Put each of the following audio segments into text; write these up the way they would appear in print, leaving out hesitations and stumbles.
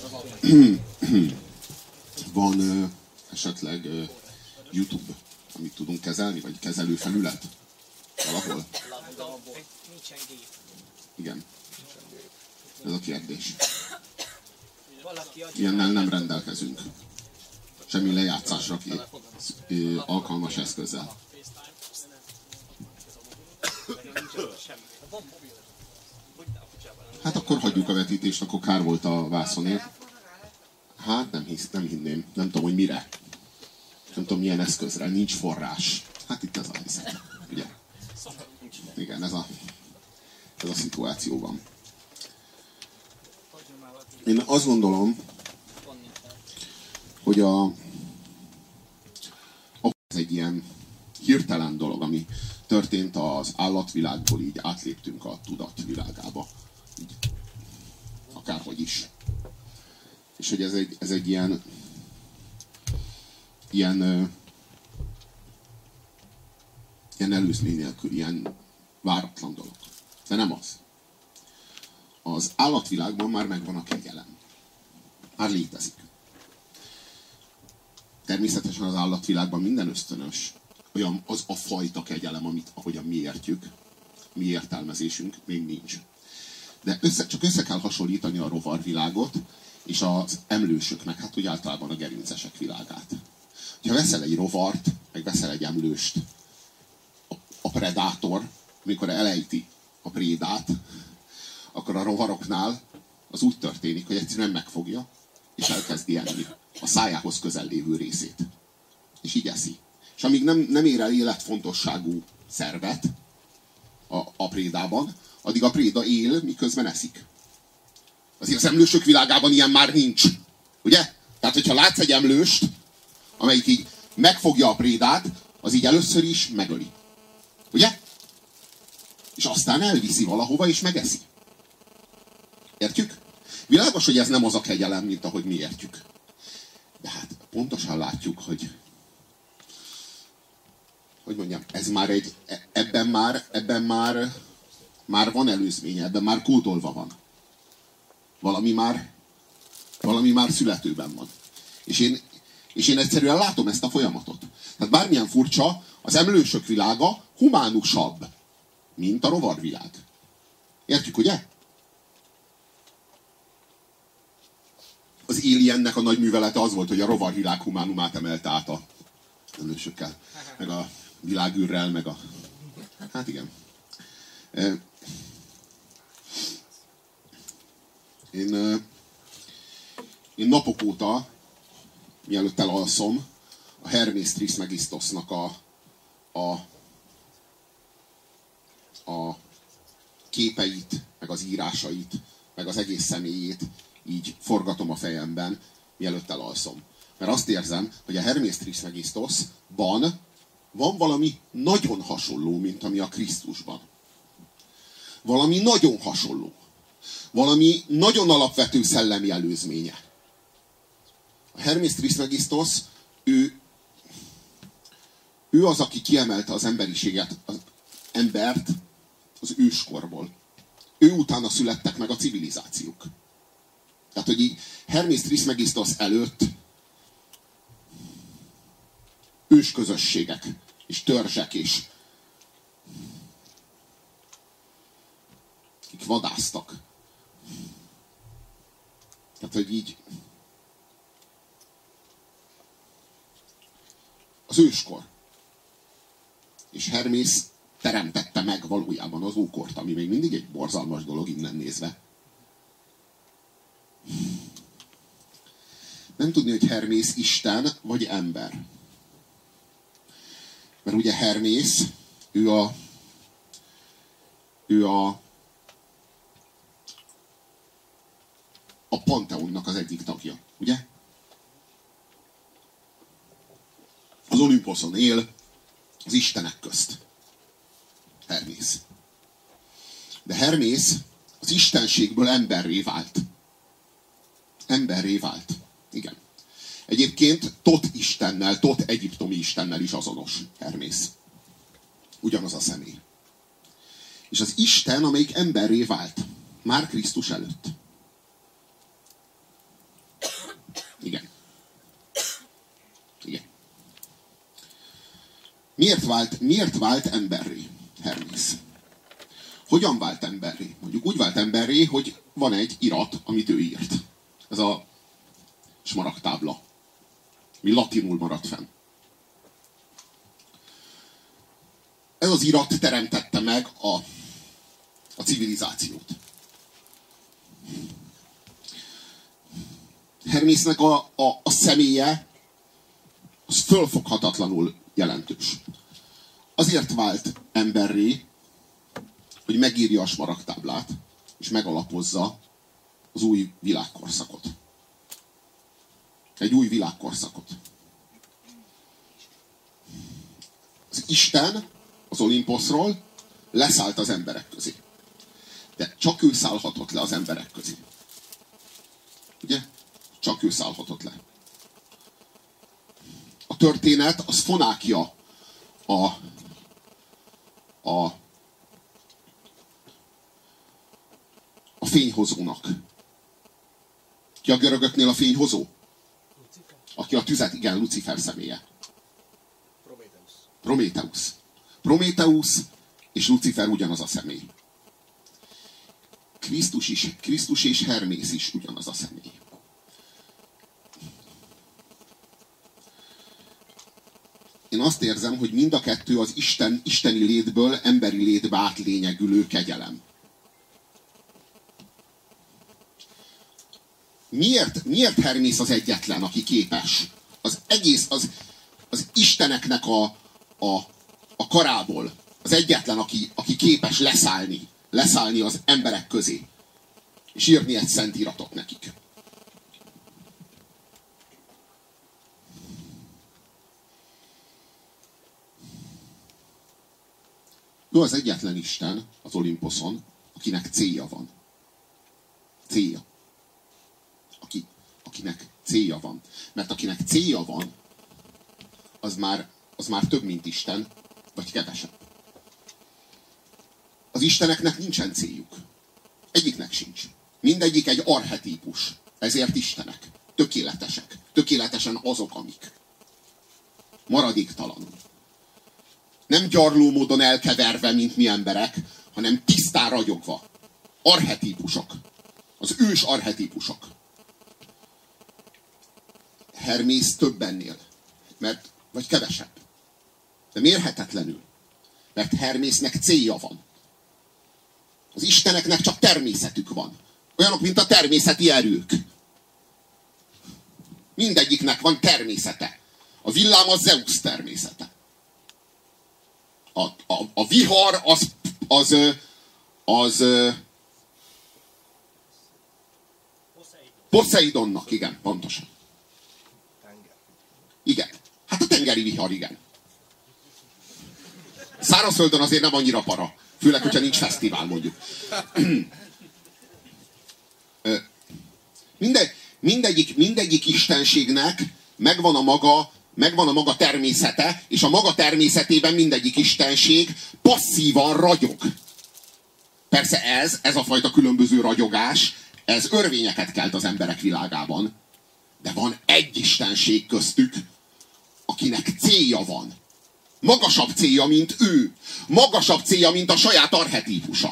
Van esetleg YouTube, amit tudunk kezelni, vagy kezelőfelület? Valahol? Nincsen gép. Igen. Ez a kérdés. Ilyennel nem rendelkezünk. Semmi lejátszásra alkalmas eszközzel. Hát akkor hagyjuk a vetítést, akkor kár volt a vászonért. Hát nem hinném. Nem tudom, hogy mire. Nem tudom, milyen eszközre. Nincs forrás. Hát itt ez a helyzet. Ugye? Igen, ez a szituáció van. Én azt gondolom, hogy ez egy ilyen hirtelen dolog, ami történt az állatvilágból, így átléptünk a tudatvilágába. Így, akárhogy is. És hogy ez egy ilyen előzmény nélkül, ilyen váratlan dolog. De nem az. Az állatvilágban már megvan a kegyelem. Már létezik. Természetesen az állatvilágban minden ösztönös. Olyan az a fajta kegyelem, ahogyan mi értjük, mi értelmezésünk, még nincs. De csak össze kell hasonlítani a rovarvilágot és az emlősöknek, hát úgy általában a gerincesek világát. Ha veszel egy rovart, meg veszel egy emlőst, a predátor, amikor elejti a prédát, akkor a rovaroknál az úgy történik, hogy egyszerűen megfogja, és elkezdi enni a szájához közel lévő részét. És így eszi. És amíg nem ér el életfontosságú szervet a prédában, addig a préda él, miközben eszik. Azért az emlősök világában ilyen már nincs. Ugye? Tehát, hogyha látsz egy emlőst, amelyik így megfogja a prédát, az így először is megöli. Ugye? És aztán elviszi valahova, és megeszi. Értjük? Világos, hogy ez nem az a kegyelem, mint ahogy mi értjük. De hát pontosan látjuk, hogy mondjam, ez már ebben már van előzménye, ebben már kódolva van. Valami már születőben van. És én egyszerűen látom ezt a folyamatot. Tehát bármilyen furcsa, az emlősök világa humánusabb, mint a rovarvilág. Értjük, ugye? Az Aliennek a nagy művelete az volt, hogy a rovarvilág humánumát emelte át a emlősökkel, meg a világűrrel, meg a... Hát igen. Én napok óta, mielőtt elalszom, a Hermes Trismegistosnak a képeit, meg az írásait, meg az egész személyét így forgatom a fejemben, mielőtt elalszom. Mert azt érzem, hogy a Hermes Trismegistosban van valami nagyon hasonló, mint ami a Krisztusban. Valami nagyon hasonló. Valami nagyon alapvető szellemi előzménye. A Hermes Trismegistos, ő az, aki kiemelte az emberiséget, az embert az őskorból. Ő utána születtek meg a civilizációk. Tehát, hogy így Hermes Trismegistos előtt ősközösségek, és törzsek, és akik vadásztak. Tehát, hogy így az őskor. És Hermész teremtette meg valójában az ókort, ami még mindig egy borzalmas dolog innen nézve. Nem tudni, hogy Hermész Isten vagy ember. Mert ugye Hermész, ő a Panteonnak az egyik tagja, ugye? Az Olimposzon él, az istenek közt. Hermész. De Hermész az istenségből emberré vált. Emberré vált. Igen. Egyébként Tot istennel, Tot egyiptomi istennel is azonos Hermész. Ugyanaz a személy. És az Isten, amelyik emberré vált. Már Krisztus előtt. Miért vált emberré Hermész? Hogyan vált emberré? Mondjuk úgy vált emberré, hogy van egy irat, amit ő írt. Ez a smaragdtábla, ami latinul maradt fenn. Ez az irat teremtette meg a civilizációt. Hermésznek a személye az fölfoghatatlanul jelentős. Azért vált emberré, hogy megírja a smaragdtáblát, és megalapozza az új világkorszakot. Egy új világkorszakot. Az Isten az Olimposzról leszállt az emberek közé. De csak ő szállhatott le az emberek közé. Ugye? Csak ő szállhatott le. A történet az fonákja a fényhozónak. Ki a görögöknél a fényhozó? Aki a tüzet, igen, Lucifer személye. Prométeusz és Lucifer ugyanaz a személy. Krisztus és Hermész is ugyanaz a személy. Én azt érzem, hogy mind a kettő az isteni létből emberi létbe átlényegülő kegyelem. Miért Hermész az egyetlen, aki képes az egész, az isteneknek a karából, az egyetlen, aki képes leszállni az emberek közé, és írni egy szent iratot nekik. Ő az egyetlen Isten az Olimposzon, akinek célja van. Célja. Akinek célja van. Mert akinek célja van, az már több, mint Isten, vagy kevesebb. Az isteneknek nincsen céljuk. Egyiknek sincs. Mindegyik egy archetípus. Ezért istenek. Tökéletesek. Tökéletesen azok, amik. Maradéktalanul. Nem gyarló módon elkeverve, mint mi emberek, hanem tisztán ragyogva. Archetípusok. Az ős archetípusok. Hermész több ennél. Vagy kevesebb. De mérhetetlenül. Mert Hermésznek célja van. Az isteneknek csak természetük van. Olyanok, mint a természeti erők. Mindegyiknek van természete. A villám az Zeus természete. A vihar az Poseidonnak, igen, pontosan. Igen. Hát a tengeri vihar, igen. Szárazföldön azért nem annyira para. Főleg, hogyha nincs fesztivál, mondjuk. Mindegyik istenségnek megvan a maga természete, és a maga természetében mindegyik istenség passzívan ragyog. Persze ez a fajta különböző ragyogás, ez örvényeket kelt az emberek világában. De van egy istenség köztük, akinek célja van. Magasabb célja, mint ő. Magasabb célja, mint a saját archetípusa.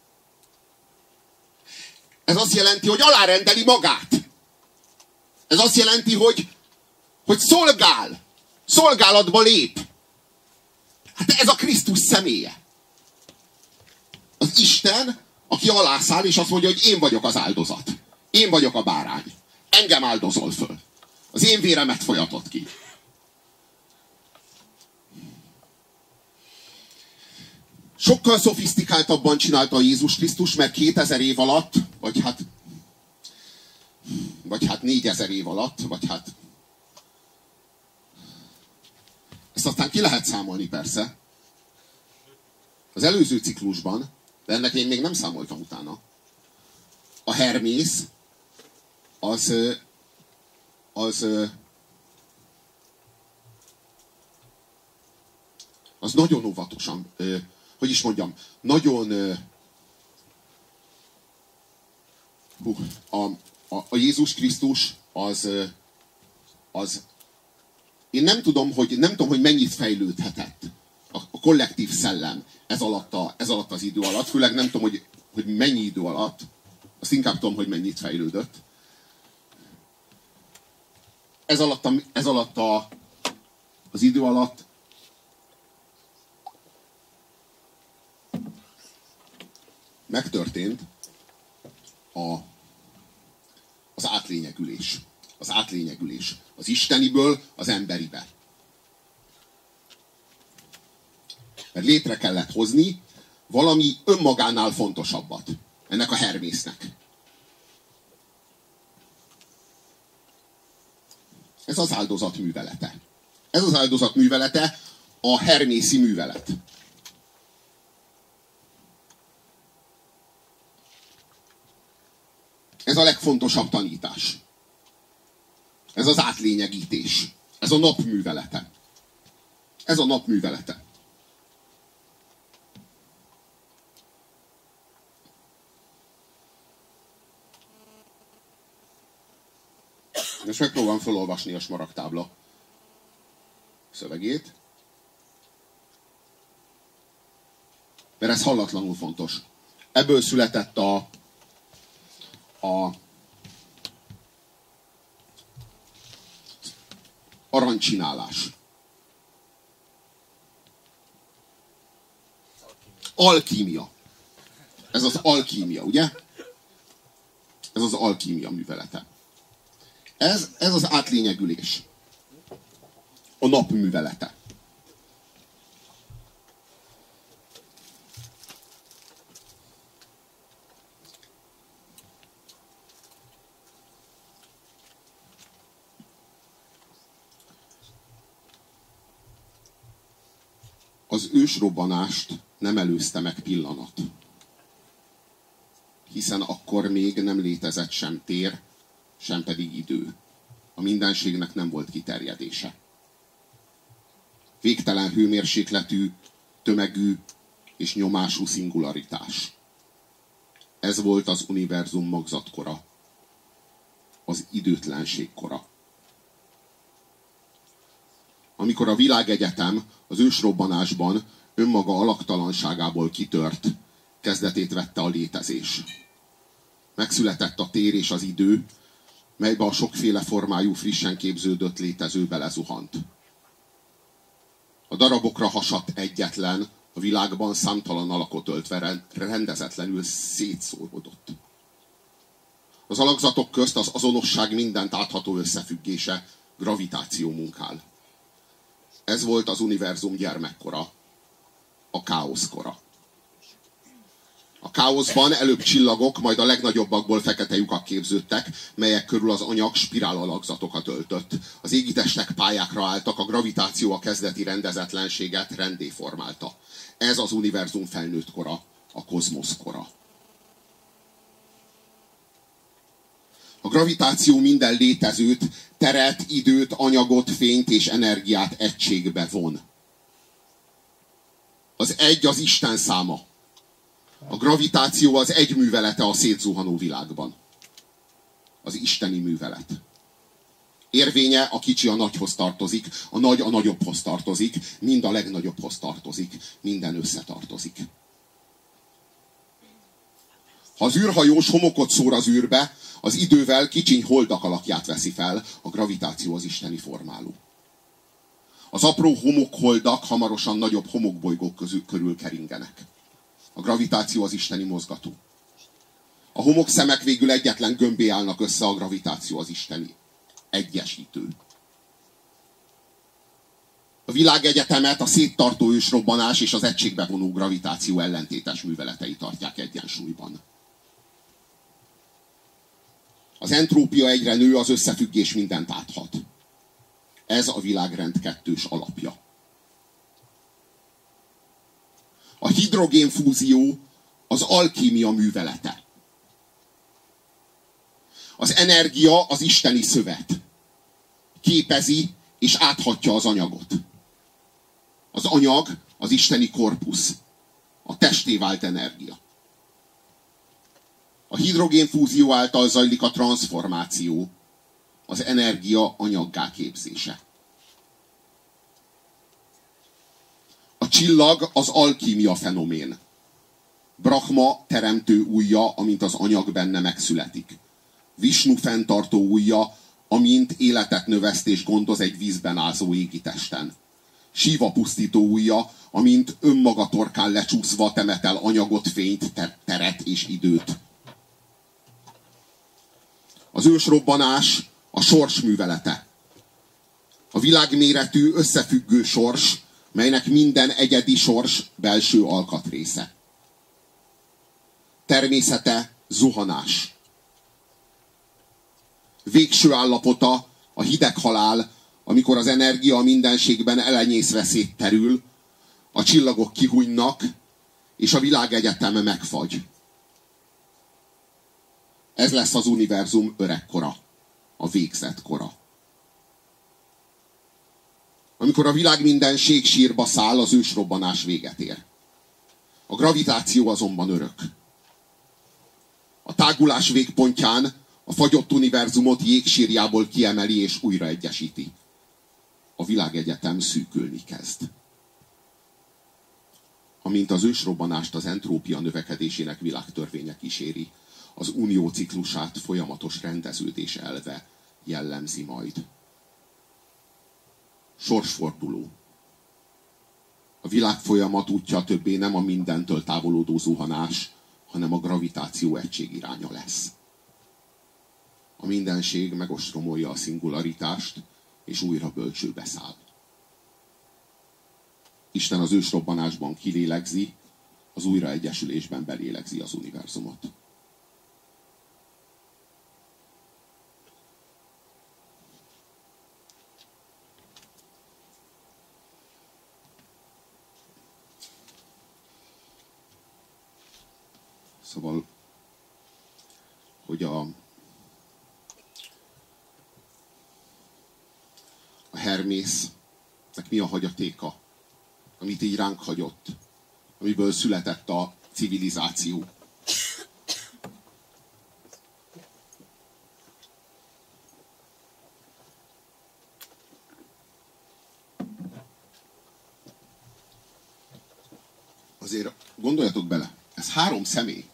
Ez azt jelenti, hogy alárendeli magát. Ez azt jelenti, hogy szolgál. Szolgálatba lép. Hát ez a Krisztus személye. Az Isten, aki alászáll, és azt mondja, hogy én vagyok az áldozat. Én vagyok a bárány. Engem áldozol föl. Az én véremet folyatott ki. Sokkal szofisztikáltabban csinálta Jézus Krisztus, mert 2000 év alatt, vagy hát 4000 év alatt, ezt aztán ki lehet számolni persze. Az előző ciklusban, de ennek én még nem számoltam utána. A Hermész az nagyon óvatosan, hogy is mondjam, nagyon a Jézus Krisztus az én nem tudom, hogy mennyit fejlődhetett kollektív szellem ez alatt az idő alatt, főleg nem tudom, hogy mennyi idő alatt, azt inkább tudom, hogy mennyit fejlődött. Ez alatt az idő alatt megtörtént az átlényegülés. Az átlényegülés. Az isteniből az emberibe. Mert létre kellett hozni valami önmagánál fontosabbat. Ennek a Hermésznek. Ez az áldozat művelete. Ez az áldozat művelete a hermészi művelet. Ez a legfontosabb tanítás. Ez az átlényegítés. Ez a nap művelete. Ez a nap művelete. Most megpróbálom felolvasni a smaragdtábla szövegét. Mert ez hallatlanul fontos. Ebből született a aranycsinálás. Alkímia. Ez az alkímia, ugye? Ez az alkímia művelete. Ez az átlényegülés. A nap művelete. Az ősrobbanást nem előzte meg pillanat. Hiszen akkor még nem létezett sem tér, sem pedig idő. A mindenségnek nem volt kiterjedése. Végtelen hőmérsékletű, tömegű és nyomású szingularitás. Ez volt az univerzum magzatkora. Az időtlenség kora. Amikor a világegyetem az ősrobbanásban önmaga alaktalanságából kitört, kezdetét vette a létezés. Megszületett a tér és az idő, melybe a sokféle formájú, frissen képződött létező belezuhant. A darabokra hasadt egyetlen, a világban számtalan alakot öltve rendezetlenül szétszóródott. Az alakzatok közt az azonosság mindent átható összefüggése, gravitáció munkál. Ez volt az univerzum gyermekkora, a káoszkora. A káoszban előbb csillagok, majd a legnagyobbakból fekete lyukak képződtek, melyek körül az anyag spirál alakzatokat öltött. Az égitestek pályákra álltak, a gravitáció a kezdeti rendezetlenséget renddé formálta. Ez az univerzum felnőtt kora, a kozmosz kora. A gravitáció minden létezőt, teret, időt, anyagot, fényt és energiát egységbe von. Az egy az Isten száma. A gravitáció az egy művelete a szétzuhanó világban. Az isteni művelet. Érvénye a kicsi a nagyhoz tartozik, a nagy a nagyobbhoz tartozik, mind a legnagyobbhoz tartozik, minden összetartozik. Ha az űrhajós homokot szór az űrbe, az idővel kicsiny holdak alakját veszi fel, a gravitáció az isteni formáló. Az apró homokholdak hamarosan nagyobb homokbolygók körül keringenek. A gravitáció az isteni mozgató. A homokszemek végül egyetlen gömbé állnak össze, a gravitáció az isteni egyesítő. A világegyetemet a széttartó ősrobbanás és az egységbe vonó gravitáció ellentétes műveletei tartják egyensúlyban. Az entrópia egyre nő, az összefüggés mindent áthat. Ez a világrend kettős alapja. A hidrogénfúzió az alkímia művelete. Az energia az isteni szövet. Képezi és áthatja az anyagot. Az anyag az isteni korpusz. A testé vált energia. A hidrogénfúzió által zajlik a transformáció, az energia anyaggá képzése. A csillag az alkímia fenomén. Brahma teremtő ujja, amint az anyag benne megszületik. Visnu fenntartó ujja, amint életet növeszt és gondoz egy vízben ázó égi testen. Siva pusztító ujja, amint önmaga torkán lecsúszva temet el anyagot, fényt, teret és időt. Az ősrobbanás a sors művelete. A világméretű, összefüggő sors, melynek minden egyedi sors belső alkatrésze. Természete zuhanás. Végső állapota a hideg halál, amikor az energia a mindenségben elenyészve szétterül, a csillagok kihújnak, és a világegyetem megfagy. Ez lesz az univerzum öregkora, a végzett kora. Amikor a világ mindenség sírba száll, az ősrobbanás véget ér. A gravitáció azonban örök. A tágulás végpontján a fagyott univerzumot jégsírjából kiemeli és újraegyesíti. A világegyetem szűkülni kezd. Amint az ősrobbanást az entrópia növekedésének világtörvénye kíséri, az unió ciklusát folyamatos rendeződés elve jellemzi majd. Sorsforduló. A világfolyamat útja többé nem a mindentől távolodó zuhanás, hanem a gravitáció egység iránya lesz. A mindenség megostromolja a szingularitást, és újra bölcsőbe száll. Isten az ősrobbanásban kilélegzi, az újraegyesülésben belélegzi az univerzumot. Szóval, hogy a Hermésznek mi a hagyatéka, amit így ránk hagyott, amiből született a civilizáció. Azért gondoljatok bele, ez 3 személy.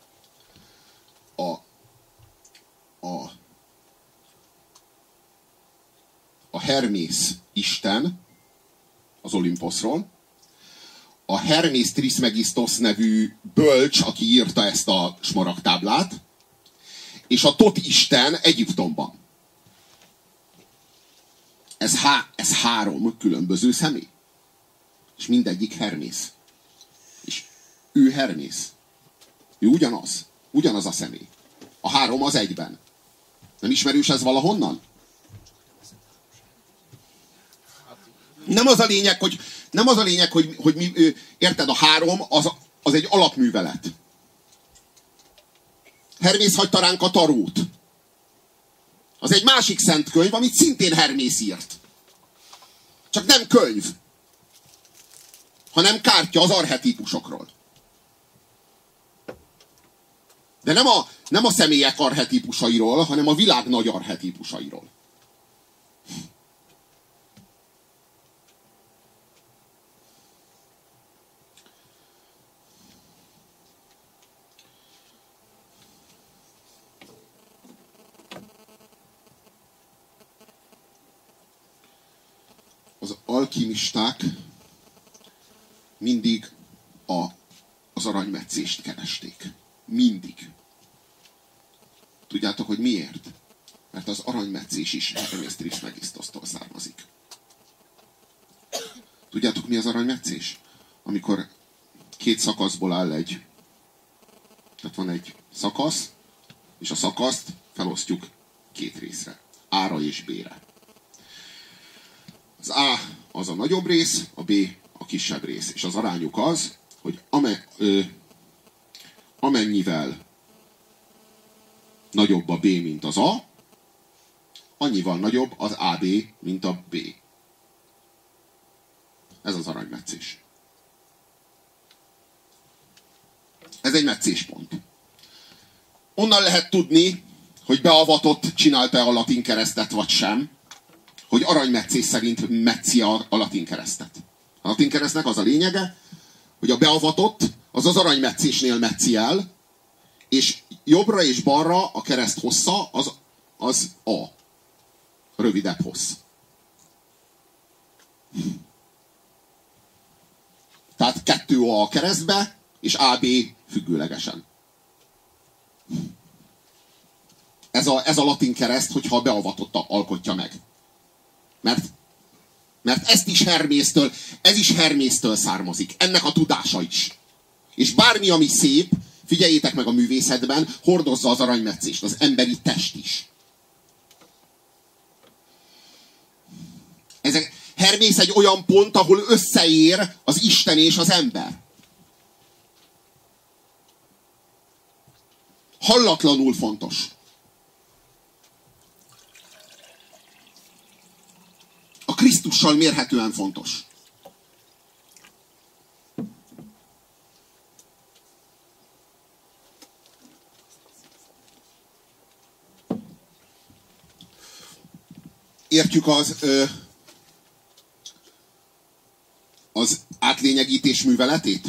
A Hermész Isten az Olimposzról, a Hermész Trismegistos nevű bölcs, aki írta ezt a smaragdtáblát, és a Tot Isten Egyiptomban. Ez 3 különböző személy. És mindegyik Hermész. És ő Hermész. Ő ugyanaz a személy. A 3 az egyben. Nem ismerős ez valahonnan? Nem az a lényeg, hogy mi, érted, a 3 az egy alapművelet. Hermész hagyta ránk a tarót. Az egy másik szent könyv, amit szintén Hermész írt. Csak nem könyv, hanem kártya az archetípusokról. De nem a személyek archetípusairól, hanem a világ nagy archetípusairól. Az alkimisták mindig az aranymetszést keresték. Mindig. Tudjátok, hogy miért? Mert az aranymetszés is Hermész Trismegisztosztól származik. Tudjátok, mi az aranymetszés? Amikor 2 szakaszból áll egy... Tehát van egy szakasz, és a szakaszt felosztjuk 2 részre. A-ra és B-re. Az A az a nagyobb rész, a B a kisebb rész. És az arányuk az, hogy amennyivel nagyobb a B, mint az A, annyival nagyobb az AB, mint a B. Ez az aranymetszés. Ez egy metszéspont. Onnan lehet tudni, hogy beavatott csinálta a latin keresztet, vagy sem, hogy aranymetszés szerint metszi a latin keresztet. A latin keresztnek az a lényege, hogy a beavatott az az aranymetszésnél metszi el, és jobbra és balra a kereszt hossza az A. Rövidebb hossz. Tehát 2A a keresztbe, és AB függőlegesen. Ez a latin kereszt, hogyha a beavatotta alkotja meg. Mert ez is Hermésztől származik. Ennek a tudása is. És bármi, ami szép, figyeljétek meg a művészetben, hordozza az aranymetszést, az emberi test is. Hermész egy olyan pont, ahol összeér az Isten és az ember. Hallatlanul fontos. A Krisztussal mérhetően fontos. Értjük az átlényegítés műveletét?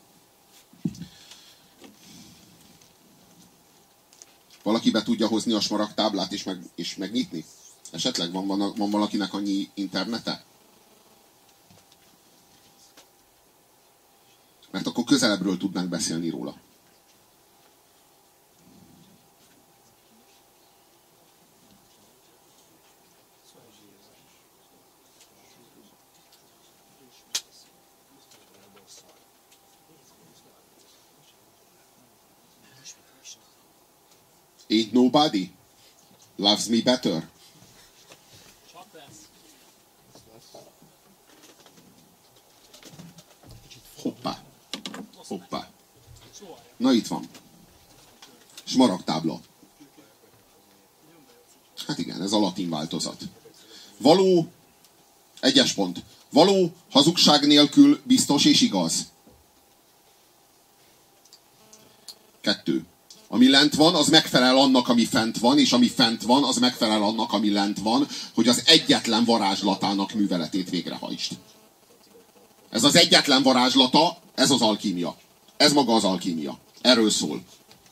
Valaki be tudja hozni a smaragdtáblát és megnyitni? Esetleg van valakinek annyi internete? Mert akkor közelebbről tudnánk beszélni róla. Ain't nobody loves me better. Hoppá. Hoppá. Na itt van. Smaragdtábla. Hát igen, ez a latin változat. Való, 1. pont. Való, hazugság nélkül biztos és igaz. 2. Ami lent van, az megfelel annak, ami fent van, és ami fent van, az megfelel annak, ami lent van, hogy az egyetlen varázslatának műveletét végrehajtsd. Ez az egyetlen varázslata, ez az alkímia. Ez maga az alkímia. Erről szól.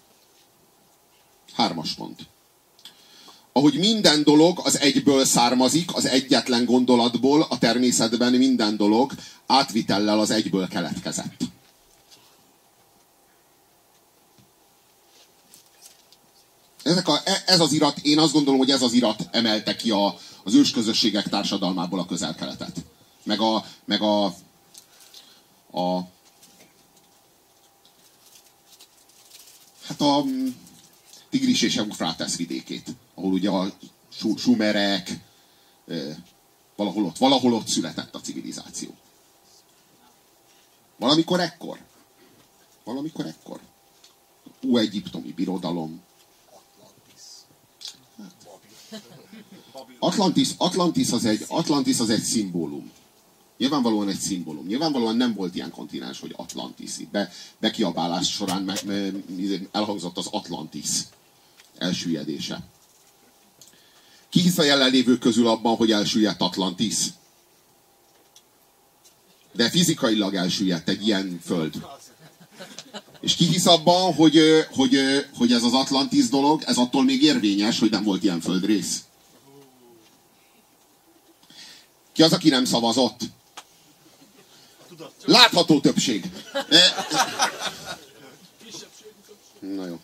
3. pont. Ahogy minden dolog az egyből származik, az egyetlen gondolatból, a természetben minden dolog átvitellel az egyből keletkezett. Ez az irat, én azt gondolom, hogy ez az irat emelte ki az ősközösségek társadalmából a Közel-Keletet. Meg a Tigris és Eufrátesz vidékét, ahol ugye a sumerek, valahol ott született a civilizáció. Valamikor ekkor. Egyiptomi birodalom. Atlantis az egy szimbólum. Nyilvánvalóan egy szimbólum. Nyilvánvalóan nem volt ilyen kontinens, hogy Atlantis. Bekiabálás során elhangzott az Atlantis elsüllyedése. Ki hisz a jelenlévők közül abban, hogy elsüllyedt Atlantis? De fizikailag elsüllyedt egy ilyen föld. És ki hisz abban, hogy ez az Atlantis dolog, ez attól még érvényes, hogy nem volt ilyen földrész? Ki az, aki nem szavazott? Látható többség. Na jó.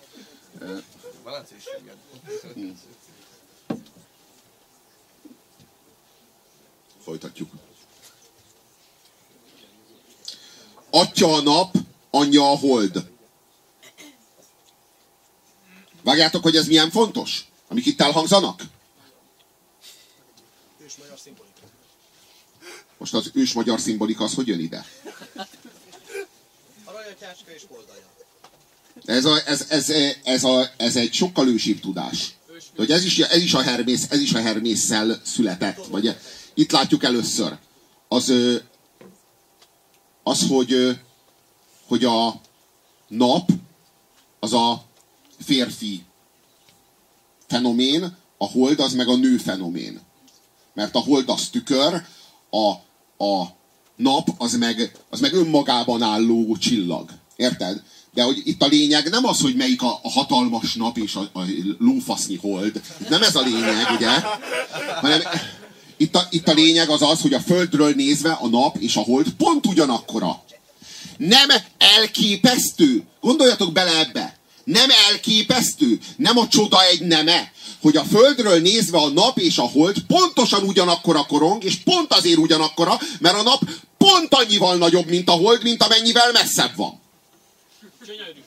Folytatjuk. Atya a nap, anyja a hold. Vágjátok, hogy ez milyen fontos? Amik itt elhangzanak? Most az ősmagyar szimbolika az hogy jön ide? Aranyatyáska és holdaja. Ez egy sokkal ősibb tudás. Hogy ez is a Hermésszel született. Vagy itt látjuk először. Hogy a nap az a férfi fenomén, a hold az meg a nő fenomén. Mert a hold az tükör, nap az meg önmagában álló csillag. Érted? De hogy itt a lényeg nem az, hogy melyik a hatalmas nap és a lófasznyi hold. Nem ez a lényeg, ugye? Hanem itt a lényeg az, hogy a Földről nézve a nap és a hold pont ugyanakkora. Nem elképesztő. Gondoljatok bele ebbe. Nem elképesztő. Nem a csoda egy neme. Hogy a Földről nézve a nap és a hold pontosan ugyanakkora korong, és pont azért ugyanakkora, mert a nap pont annyival nagyobb, mint a hold, mint amennyivel messzebb van. Gyönyörű.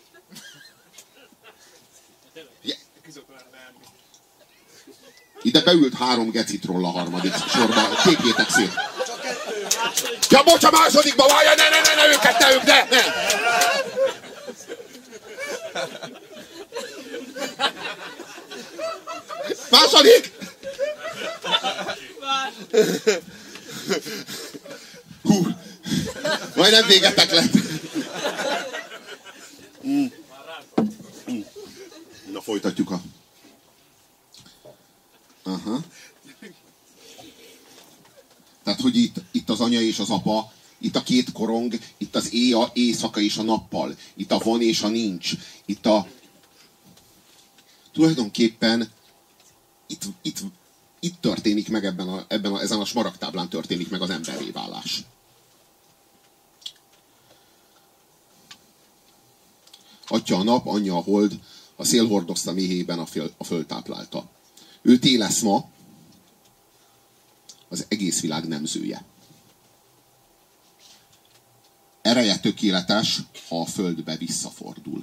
Ide beült 3 gecitról a harmadik sorba. Tépjétek szét. Ja, bocs, a másodikba! Várja, ne, őket, ne! Második! Hú, majdnem végetek lett. Na, folytatjuk a... Aha. Tehát, hogy itt az anya és az apa, itt a két korong, itt az éjszaka és a nappal, itt a van és a nincs, itt a... Tulajdonképpen itt történik meg ezen a smaragdtáblán történik meg az emberré válás. Atya a nap, anyja a hold, a szél hordozta méhében, a föld táplálta. Ő lesz ma, az egész világ nemzője. Ereje tökéletes, ha a földbe visszafordul.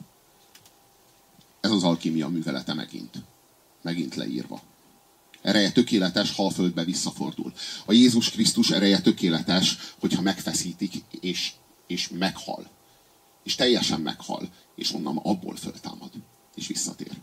Ez az alkímia művelete megint leírva. Ereje tökéletes, ha a földbe visszafordul. A Jézus Krisztus ereje tökéletes, hogyha megfeszítik, és meghal. És teljesen meghal, és onnan abból föltámad, és visszatér.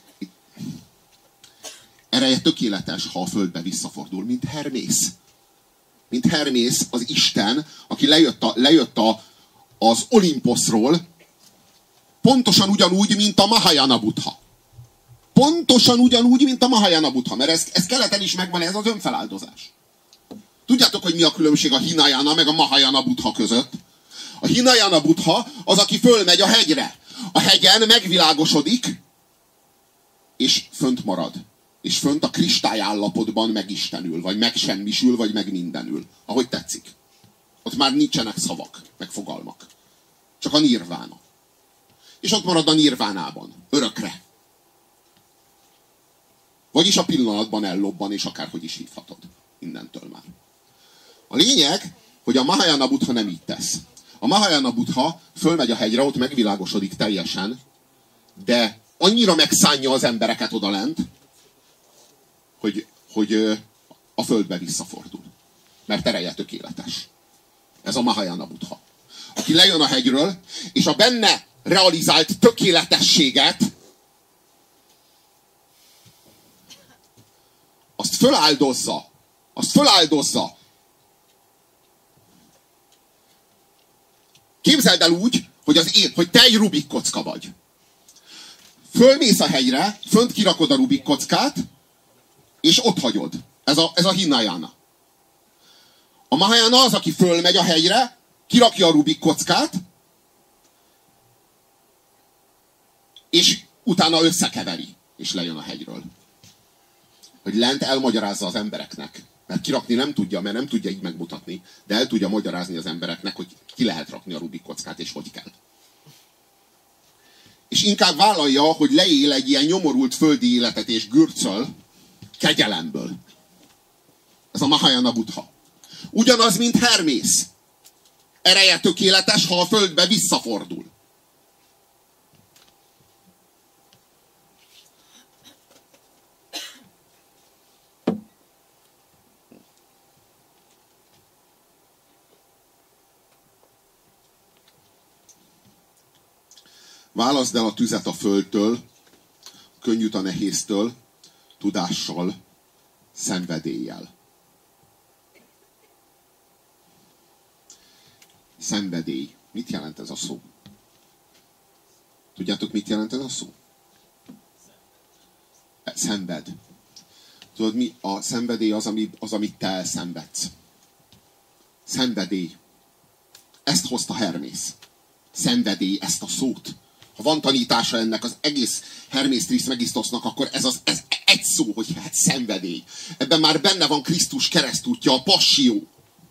Ereje tökéletes, ha a földbe visszafordul, mint Hermész. Mint Hermész, az Isten, aki lejött az Olimposzról, pontosan ugyanúgy, mint a Mahayana Buddha. Pontosan ugyanúgy, mint a Mahayana Buddha, mert ez keleten is megvan, ez az önfeláldozás. Tudjátok, hogy mi a különbség a Hinayana meg a Mahayana Buddha között? A Hinayana Buddha az, aki fölmegy a hegyre. A hegyen megvilágosodik, és fönt marad. És fönt a kristályállapotban megistenül, vagy megsemmisül, vagy megmindenül. Ahogy tetszik. Ott már nincsenek szavak, meg fogalmak. Csak a nirvána. És ott marad a nirvánában. Örökre. Vagyis a pillanatban ellobban, és akárhogy is hívhatod. Innentől már. A lényeg, hogy a Mahayana Buddha nem így tesz. A Mahayana Buddha fölmegy a hegyre, ott megvilágosodik teljesen, de annyira megszánja az embereket odalent, hogy a földbe visszafordul. Mert ereje tökéletes. Ez a Mahayana Buddha. Aki lejön a hegyről, és a benne realizált tökéletességet azt föláldozza. Képzeld el úgy, hogy te egy Rubik kocka vagy. Fölmész a hegyre, fönt kirakod a Rubik kockát, és ott hagyod. Ez a Hinayana. A Mahayana az, aki fölmegy a hegyre, kirakja a Rubik kockát, és utána összekeveri, és lejön a hegyről. Hogy lent elmagyarázza az embereknek. Mert kirakni nem tudja, mert nem tudja így megmutatni, de el tudja magyarázni az embereknek, hogy ki lehet rakni a Rubik kockát, és hogy kell. És inkább vállalja, hogy leél egy ilyen nyomorult földi életet, és gürcöl kegyelemből. Ez a Mahayana Buddha. Ugyanaz, mint Hermész. Ereje tökéletes, ha a földbe visszafordul. Válaszd el a tüzet a földtől, könnyűt a nehéztől, tudással, szenvedéllyel. Szenvedély. Mit jelent ez a szó? Tudjátok, mit jelent ez a szó? Szenved. Tudod mi? A szenvedély az, amit te elszenvedsz. Szenvedély. Ezt hozta Hermész. Szenvedély, ezt a szót. Ha van tanítása ennek az egész Hermész Trismegisztosznak, akkor ez egy szó, hogy hát szenvedély. Ebben már benne van Krisztus keresztútja, a passzió.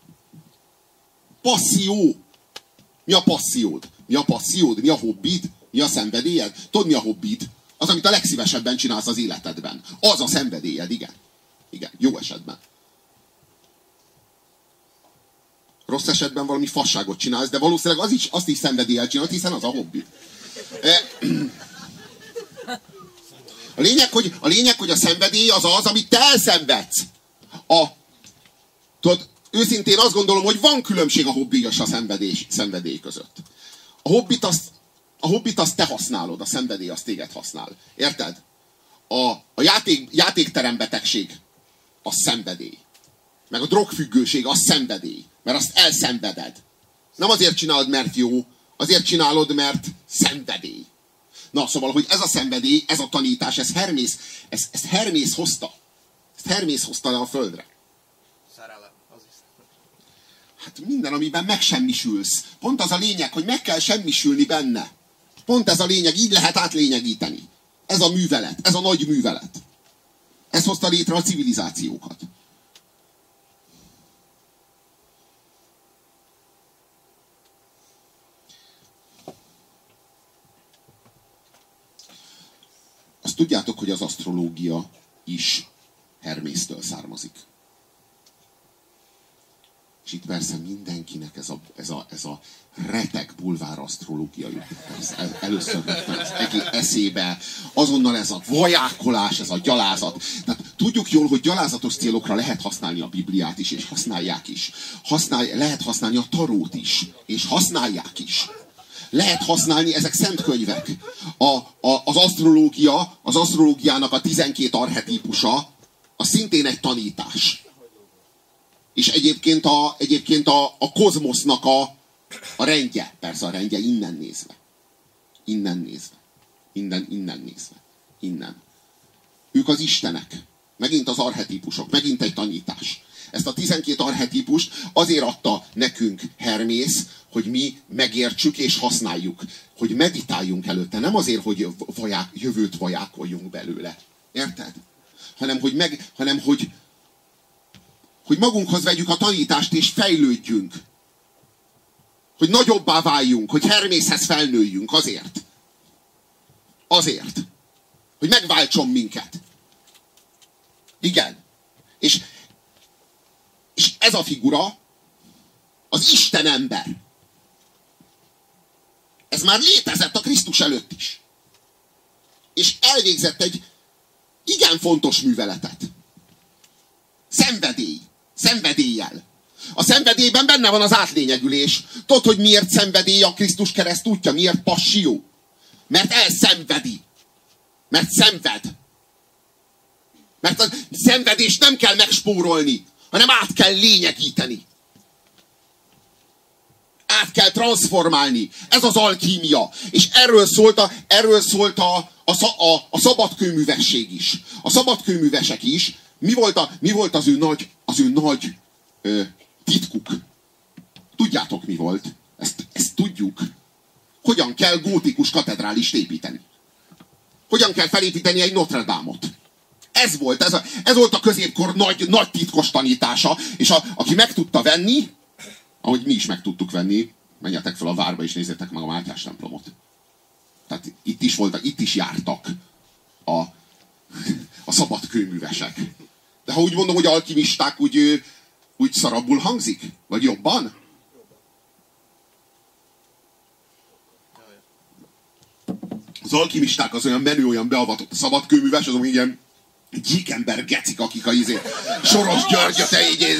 Passzió. Mi a passziód? Mi a passziód? Mi a hobbid? Mi a szenvedélyed? Tudod, mi a hobbid? Az, amit a legszívesebben csinálsz az életedben. Az a szenvedélyed, igen. Igen, jó esetben. Rossz esetben valami fasságot csinálsz, de valószínűleg azt is szenvedéllyel csinálod, hiszen az a hobbi. A lényeg, hogy a szenvedély az, amit te elszenvedsz. Tudod, őszintén azt gondolom, hogy van különbség a hobbi és a szenvedély között. A hobbit azt te használod, a szenvedély azt téged használ. Érted? A játékterembetegség az szenvedély. Meg a drogfüggőség az szenvedély. Mert azt elszenveded. Nem azért csinálod, mert jó, azért csinálod, mert szenvedély. Na, szóval, hogy ez a szenvedély, ez a tanítás, ezt Hermész hozta. Ezt Hermész hozta le a földre. Szerelem, az is. Hát minden, amiben megsemmisülsz. Pont az a lényeg, hogy meg kell semmisülni benne. Pont ez a lényeg, így lehet átlényegíteni. Ez a művelet, ez a nagy művelet. Ez hozta létre a civilizációkat. Azt tudjátok, hogy az asztrológia is Hermésztől származik. És itt persze mindenkinek ez a retek bulvár asztrológia jut. Először az egész eszébe, azonnal ez a vajákolás, ez a gyalázat. Tehát tudjuk jól, hogy gyalázatos célokra lehet használni a Bibliát is, és használják is. Lehet használni a tarót is, és használják is. Lehet használni, ezek szent könyvek. Az asztrológiának a 12 archetípusa, az szintén egy tanítás. És egyébként a kozmosznak a rendje. Persze a rendje innen nézve. Innen nézve. Innen. Ők az istenek. Megint az archetípusok. Megint egy tanítás. Ezt a 12 archetípust azért adta nekünk Hermész, hogy mi megértsük és használjuk. Hogy meditáljunk előtte. Nem azért, hogy jövőt vajákoljunk belőle. Érted? Hanem hogy magunkhoz vegyük a tanítást és fejlődjünk. Hogy nagyobbá váljunk, hogy Hermészhez felnőjünk. Azért. Hogy megváltson minket. Igen. És ez a figura az Isten ember. Ez már létezett a Krisztus előtt is. És elvégzett egy igen fontos műveletet. Szenvedéllyel. A szenvedélyben benne van az átlényegülés. Tudod, hogy miért szenvedély a Krisztus kereszt útja? Miért passió? Mert elszenvedi. Mert szenved. Mert a szenvedést nem kell megspórolni, hanem át kell lényegíteni. Át kell transformálni. Ez az alkímia. És erről szólt a szabadkőművesség is. A szabadkőművesek is. Mi volt az ő nagy titkuk? Tudjátok, mi volt? Ezt tudjuk. Hogyan kell gótikus katedrálist építeni? Hogyan kell felépíteni egy Notre Dame-ot? Ez volt a középkor nagy titkos tanítása, és aki meg tudta venni, ahogy mi is meg tudtuk venni, menjetek fel a várba és nézzétek meg a Mátyás templomot. Tehát itt is jártak a szabadkőművesek. De ha úgy mondom, hogy alkimisták, úgy szarabbul hangzik? Vagy jobban? Az alkimisták az olyan menő, olyan beavatott. A szabadkőműves azon ilyen gyíkember gecik, akik Soros Györgyöt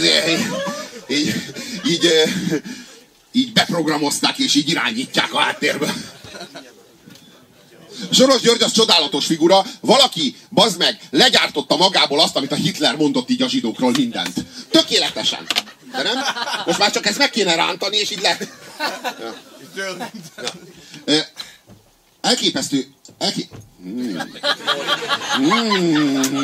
így beprogramozták, és így irányítják a háttérbe. Soros György az csodálatos figura. Valaki, bazd meg, legyártotta magából azt, amit a Hitler mondott így a zsidókról mindent. Tökéletesen. De nem? Most már csak ezt meg kéne rántani, és így lehet. Ja. Elképesztő.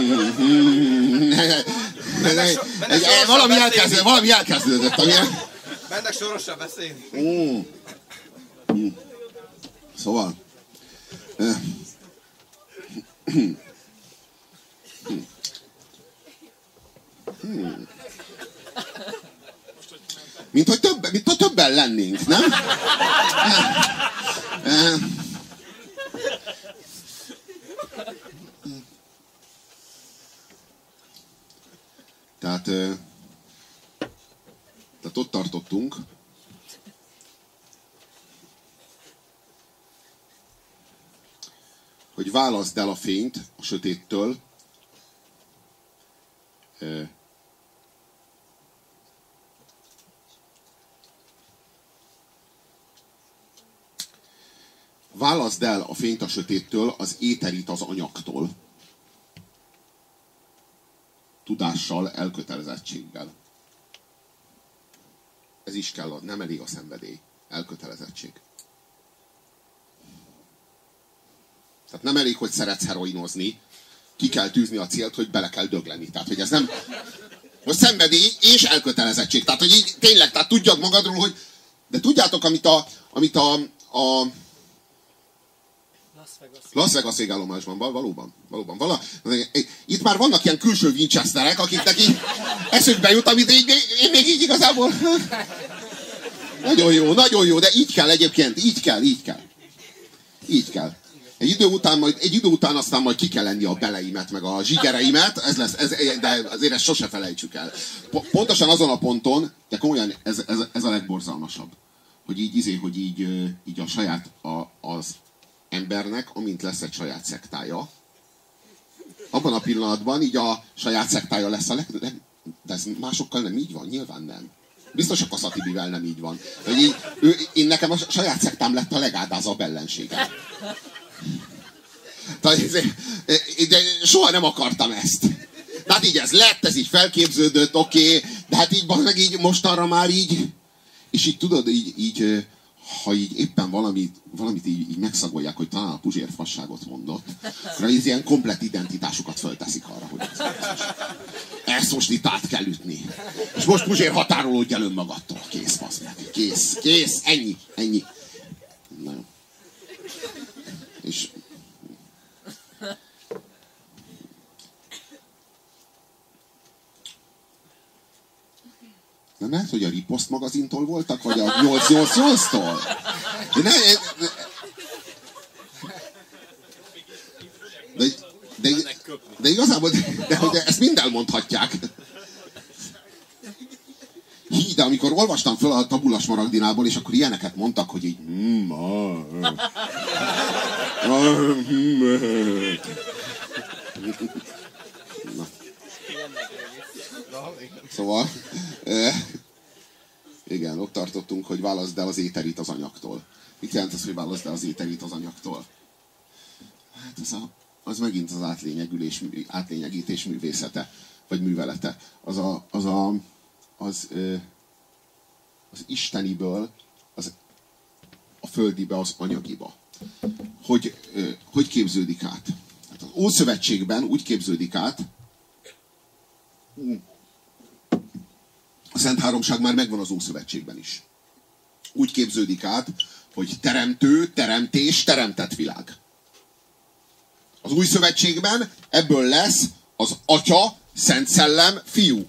Valami elkezdődött. Mennek sorosra beszélni. Szóval... Mint hogy többen lennénk, nem? Tehát ott tartottunk, hogy válaszd el a fényt a sötéttől, válaszd el a fényt a sötéttől, az éterit az anyagtól. Tudással, elkötelezettséggel. Ez is kell, nem elég a szenvedély. Elkötelezettség. Tehát nem elég, hogy szeretsz heroinozni, ki kell tűzni a célt, hogy bele kell dögleni. Tehát, hogy ez nem... Hogy szenvedély és elkötelezettség. Tehát, hogy így tényleg, tehát tudjad magadról, hogy... De tudjátok, amit a Las Vegas végállomásban, valóban. Itt már vannak ilyen külső Winchesterek, akiknek így eszükbe jut, amit én még így igazából... Nagyon jó, de így kell egyébként, így kell. Egy idő után aztán majd ki kell lenni a beleimet, meg a zsigereimet, de azért ezt sose felejtsük el. Pontosan azon a ponton, de komolyan ez a legborzalmasabb, hogy így a saját, az embernek, amint lesz egy saját szektája, abban a pillanatban így a saját szektája lesz de ez másokkal nem így van, nyilván nem. Biztos a Kaszatibivel nem így van. Hogy én nekem a saját szektám lett a legádázabb ellenségem. De soha nem akartam ezt. Tehát így ez lett, ez így felképződött, oké, de hát így mostanra már így, és így tudod, így ha így éppen valamit így megszagolják, hogy talán a Puzsér fasságot mondott, akkor így ilyen komplett identitásukat fölteszik arra, hogy ezt most itt át kell ütni. És most Puzsér határolódj el önmagadtól. Kész, fasz meg. Kész, ennyi. Na jó. És... Nem lehet, hogy a Ripost magazintól voltak, vagy a 888-tól? De igazából, de ezt mind elmondhatják. De amikor olvastam fel a Tabula Smaragdinából, és akkor ilyeneket mondtak, hogy így... Szóval, igen, ott tartottunk, hogy válaszd el az éterit az anyagtól. Mit jelent az, hogy válaszd el az éterit az anyagtól? Hát az megint az átlényegítés művészete, vagy művelete. Az isteniből a földibe, az anyagiba. Hogy képződik át? Hát az Ószövetségben úgy képződik át, a Szent Háromság már megvan az Ószövetségben is. Úgy képződik át, hogy teremtő, teremtés, teremtett világ. Az Új Szövetségben ebből lesz az Atya, Szent Szellem, Fiú.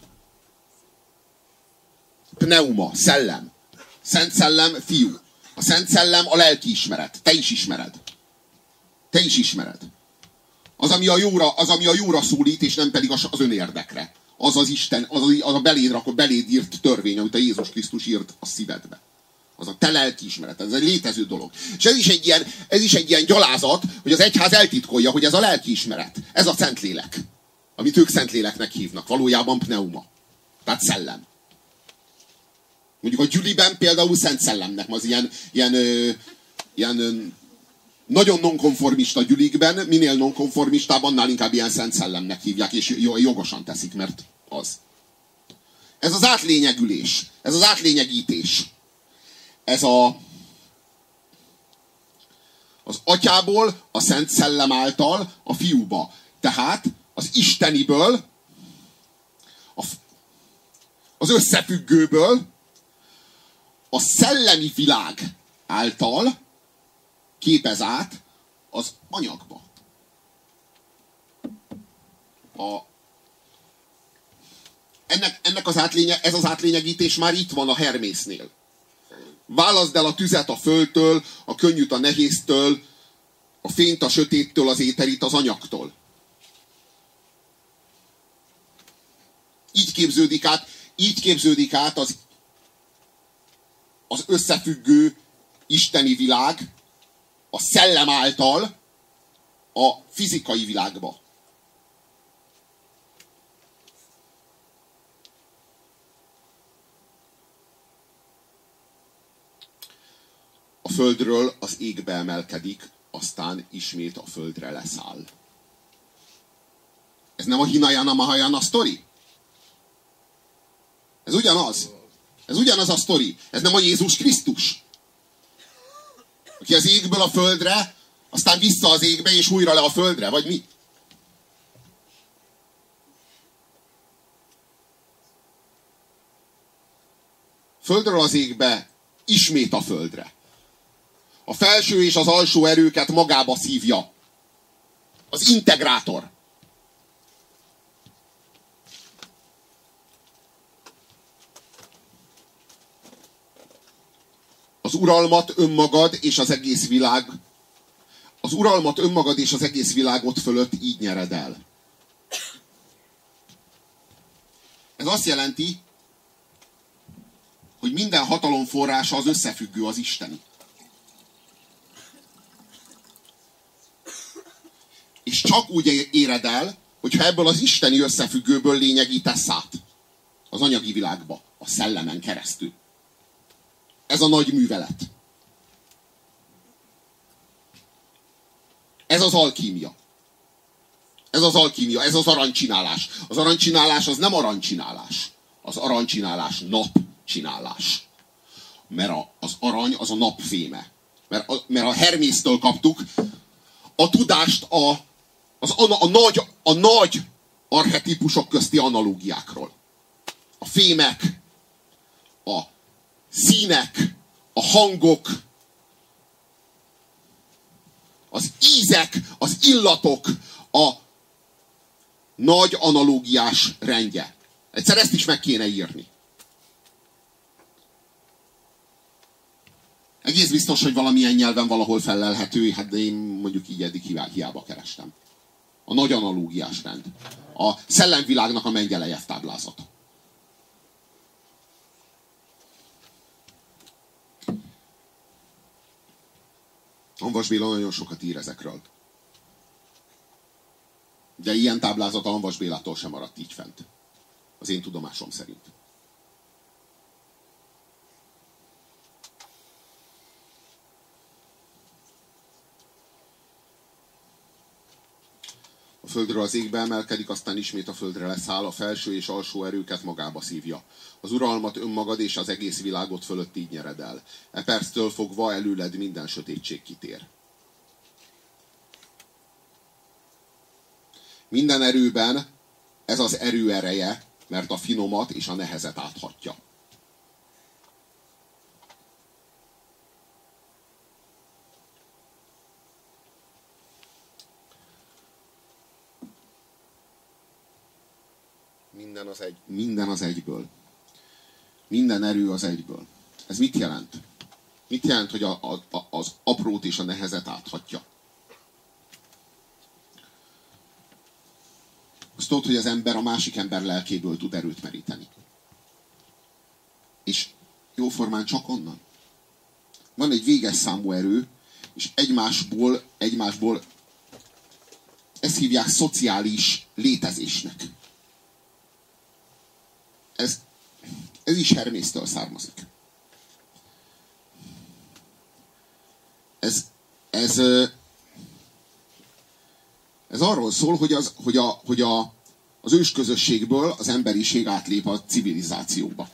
Pneuma, szellem. Szent Szellem, Fiú. A Szent Szellem a lelkiismeret. Te is ismered. Az, ami a jóra szólít, és nem pedig az önérdekre. Az az Isten, az a beléd írt törvény, amit a Jézus Krisztus írt a szívedbe. Az a te lelkiismeret. Ez egy létező dolog. És ez is egy ilyen gyalázat, hogy az egyház eltitkolja, hogy ez a lelkiismeret. Ez a Szentlélek. Amit ők Szentléleknek hívnak. Valójában pneuma. Tehát szellem. Mondjuk a gyüliben például Szent Szellemnek az ilyen nagyon nonkonformista gyülikben, minél nonkonformistább, annál inkább ilyen Szent Szellemnek hívják, és jogosan teszik, mert az. Ez az átlényegülés. Ez az átlényegítés. Ez az Atyából, a Szent Szellem által a Fiúba. Tehát az isteniből, az összefüggőből, a szellemi világ által képez át az anyagba. Ennek ez az átlényegítés már itt van a Hermésznél. Válaszd el a tüzet a földtől, a könnyűt a nehéztől, a fényt a sötéttől, az éterit az anyagtól. Így képződik át az összefüggő isteni világ a szellem által a fizikai világba. A földről az égbe emelkedik, aztán ismét a földre leszáll. Ez nem a Hinayana Mahayana sztori? Ez ugyanaz. Ez ugyanaz a sztori. Ez nem a Jézus Krisztus, aki az égből a földre, aztán vissza az égbe, és újra le a földre, vagy mi? Földről az égbe, ismét a földre. A felső és az alsó erőket magába szívja. Az integrátor. Az uralmat önmagad és az egész világ, az uralmat önmagad és az egész világot fölött így nyered el. Ez azt jelenti, hogy minden hatalom forrása az összefüggő, az isteni. És csak úgy éred el, hogyha ebből az isteni összefüggőből lényegítesz át az anyagi világba, a szellemen keresztül. Ez a nagy művelet. Ez az alkímia. Ez az alkímia, ez az aranycsinálás. Az aranycsinálás az nem aranycsinálás. Az aranycsinálás napcsinálás. Mert az arany az a napféme. Mert a Hermésztől kaptuk a tudást a nagy archetípusok közti analógiákról. A fémek, a színek, a hangok, az ízek, az illatok, a nagy analógiás rendje. Egyszer ezt is meg kéne írni. Egész biztos, hogy valamilyen nyelven valahol fellelhető, hát de én mondjuk így eddig hiába kerestem. A nagy analógiás rend. A szellemvilágnak a Mendelejev táblázata. Hamvas Béla nagyon sokat ír ezekről. De ilyen táblázat a Hamvas Bélától sem maradt így fent. Az én tudomásom szerint. A földről az égbe emelkedik, aztán ismét a földre leszáll, a felső és alsó erőket magába szívja. Az uralmat önmagad és az egész világot fölött így nyered el. E perctől fogva előled minden sötétség kitér. Minden erőben ez az erő ereje, mert a finomat és a nehezet áthatja. Minden az egyből. Minden erő az egyből. Ez mit jelent? Mit jelent, hogy az aprót és a nehezet áthatja? Azt tudod, hogy az ember a másik ember lelkéből tud erőt meríteni. És jóformán csak onnan. Van egy véges számú erő, és egymásból ezt hívják szociális létezésnek. Ez is Hermésztől származik. Ez arról szól, hogy az ősközösségből az emberiség átlép a civilizációba.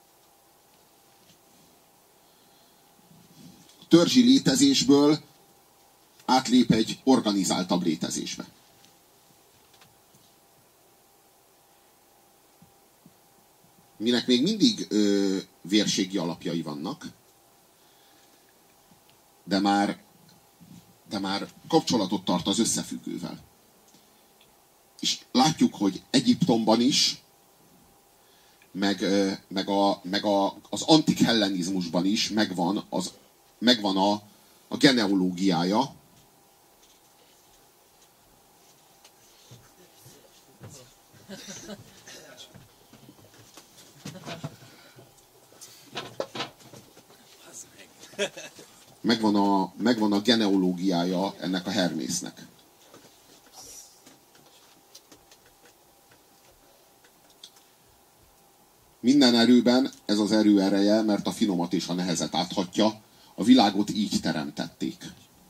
A törzsi létezésből átlép egy organizáltabb létezésbe. minek még mindig vérségi alapjai vannak, de már kapcsolatot tart az összefüggővel. És látjuk, hogy Egyiptomban is, az antik hellenizmusban is megvan a genealógiája megvan a genealógiája ennek a Hermésznek. Minden erőben ez az erő ereje, mert a finomat és a nehezet áthatja, a világot így teremtették.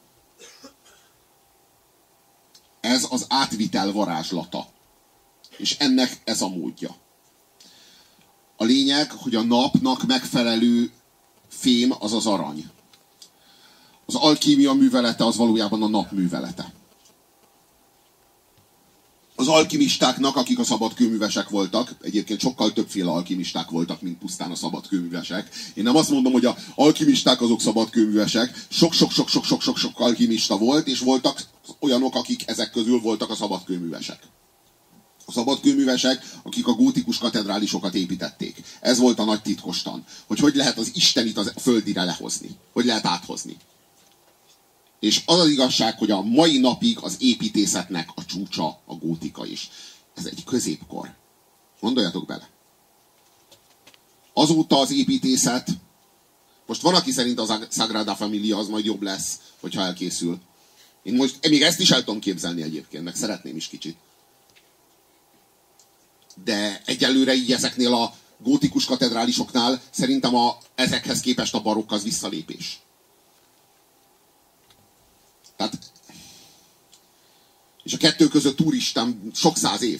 Ez az átvitel varázslata. És ennek ez a módja. A lényeg, hogy a napnak megfelelő fém az az arany. Az alkímia művelete az valójában a nap művelete. Az alkimistáknak, akik a szabadkőművesek voltak, egyébként sokkal többféle alkimisták voltak, mint pusztán a szabadkőművesek. Én nem azt mondom, hogy az alkimisták azok szabadkőművesek, sok-sok alkimista volt, és voltak olyanok, akik ezek közül voltak a szabadkőművesek. A szabadkőművesek, akik a gótikus katedrálisokat építették. Ez volt a nagy titkostan, hogy lehet az Istenit a földire lehozni, hogy lehet áthozni. És az az igazság, hogy a mai napig az építészetnek a csúcsa a gótika is. Ez egy középkor. Gondoljatok bele. Azóta az építészet, most van, aki szerint a Sagrada Familia az majd jobb lesz, hogyha elkészül. Én most még ezt is el tudom képzelni egyébként, meg szeretném is kicsit. De egyelőre így ezeknél a gótikus katedrálisoknál szerintem ezekhez képest a barokk az visszalépés. Tehát, és a kettő között úristen sok száz év.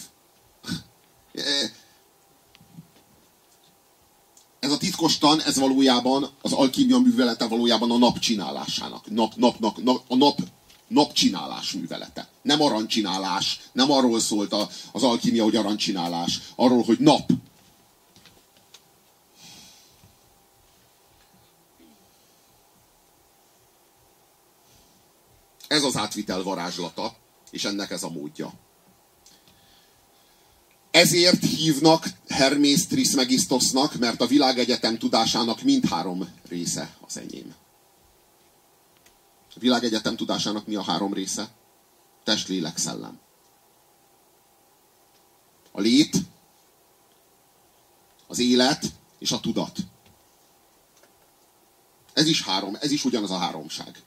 Ez a titkostan, ez valójában az alkímia művelete valójában a nap csinálásának. A napcsinálás művelete. Nem arancsinálás. Nem arról szólt az alkímia, hogy arancsinálás. Arról, hogy nap. Ez az átvitel varázslata, és ennek ez a módja. Ezért hívnak Hermész Trismegisztosznak, mert a világegyetem tudásának mindhárom része az enyém. A világegyetem tudásának mi a három része? Test, lélek, szellem. A lét, az élet és a tudat. Ez is ugyanaz a háromság.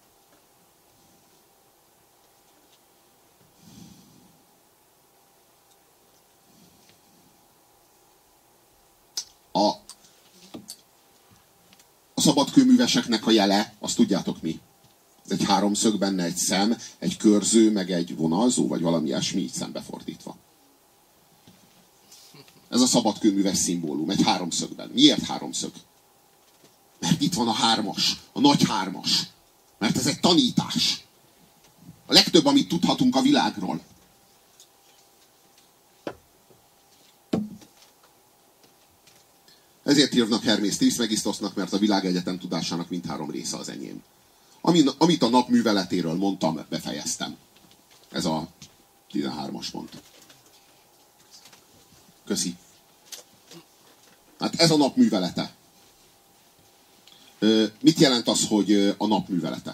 A szabadkőműveseknek a jele, azt tudjátok mi? Ez egy háromszög, benne egy szem, egy körző, meg egy vonalzó, vagy valami ilyesmi, így szembefordítva. Ez a szabadkőműves szimbólum, egy háromszögben. Miért háromszög? Mert itt van a hármas, a nagy hármas. Mert ez egy tanítás. A legtöbb, amit tudhatunk a világról. Ezért hívnak Hermész Trismegisztosznak, mert a világegyetem tudásának mindhárom része az enyém. Amit a nap műveletéről mondtam, befejeztem. Ez a 13-as pont. Köszi. Hát ez a nap művelete. Mit jelent az, hogy a nap művelete?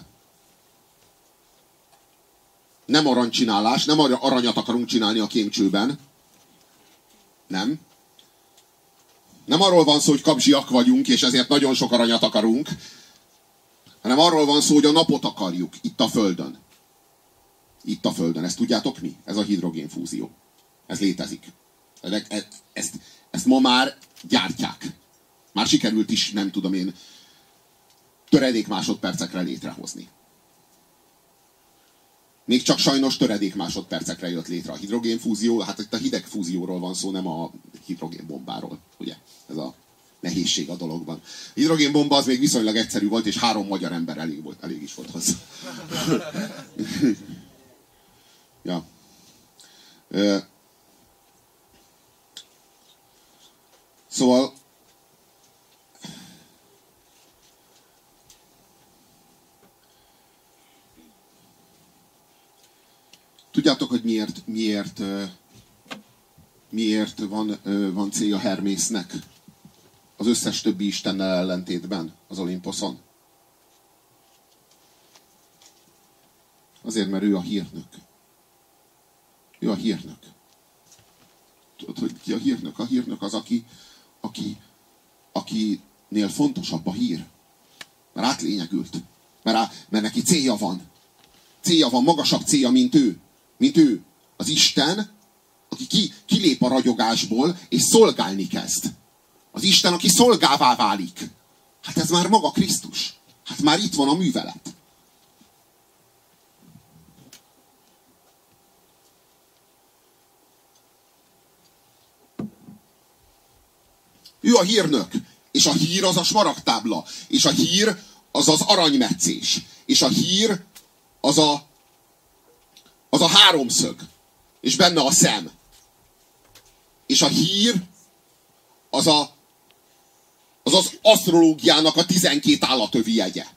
Nem arancsinálás, nem aranyat akarunk csinálni a kémcsőben. Nem. Nem arról van szó, hogy kapzsiak vagyunk, és ezért nagyon sok aranyat akarunk, hanem arról van szó, hogy a napot akarjuk, itt a Földön. Itt a Földön. Ezt tudjátok mi? Ez a hidrogénfúzió. Ez létezik. Ezt ma már gyártják. Már sikerült is, nem tudom én, töredék másodpercekre létrehozni. Még csak sajnos töredék másodpercekre jött létre a hidrogénfúzió. Hát itt a hidegfúzióról van szó, nem a hidrogénbombáról. Ugye? Ez a nehézség a dologban. A hidrogénbomba az még viszonylag egyszerű volt, és 3 magyar ember elég is volt hozzá. Ja. Szóval tudjátok, hogy miért van célja Hermésznek az összes többi istennel ellentétben az Olimposzon? Azért, mert ő a hírnök. Ő a hírnök. Tudod, hogy ki a hírnök? A hírnök az, akinél fontosabb a hír. Mert átlényegült. Mert neki célja van. Célja van, magasabb célja, mint ő. Mint ő. Az Isten, aki kilép a ragyogásból, és szolgálni kezd. Az Isten, aki szolgává válik. Hát ez már maga Krisztus. Hát már itt van a művelet. Ő a hírnök. És a hír az a smaragdtábla. És a hír az az aranymetszés. És a hír az a háromszög. És benne a szem. És a hír az asztrológiának a 12 állatövi jegye.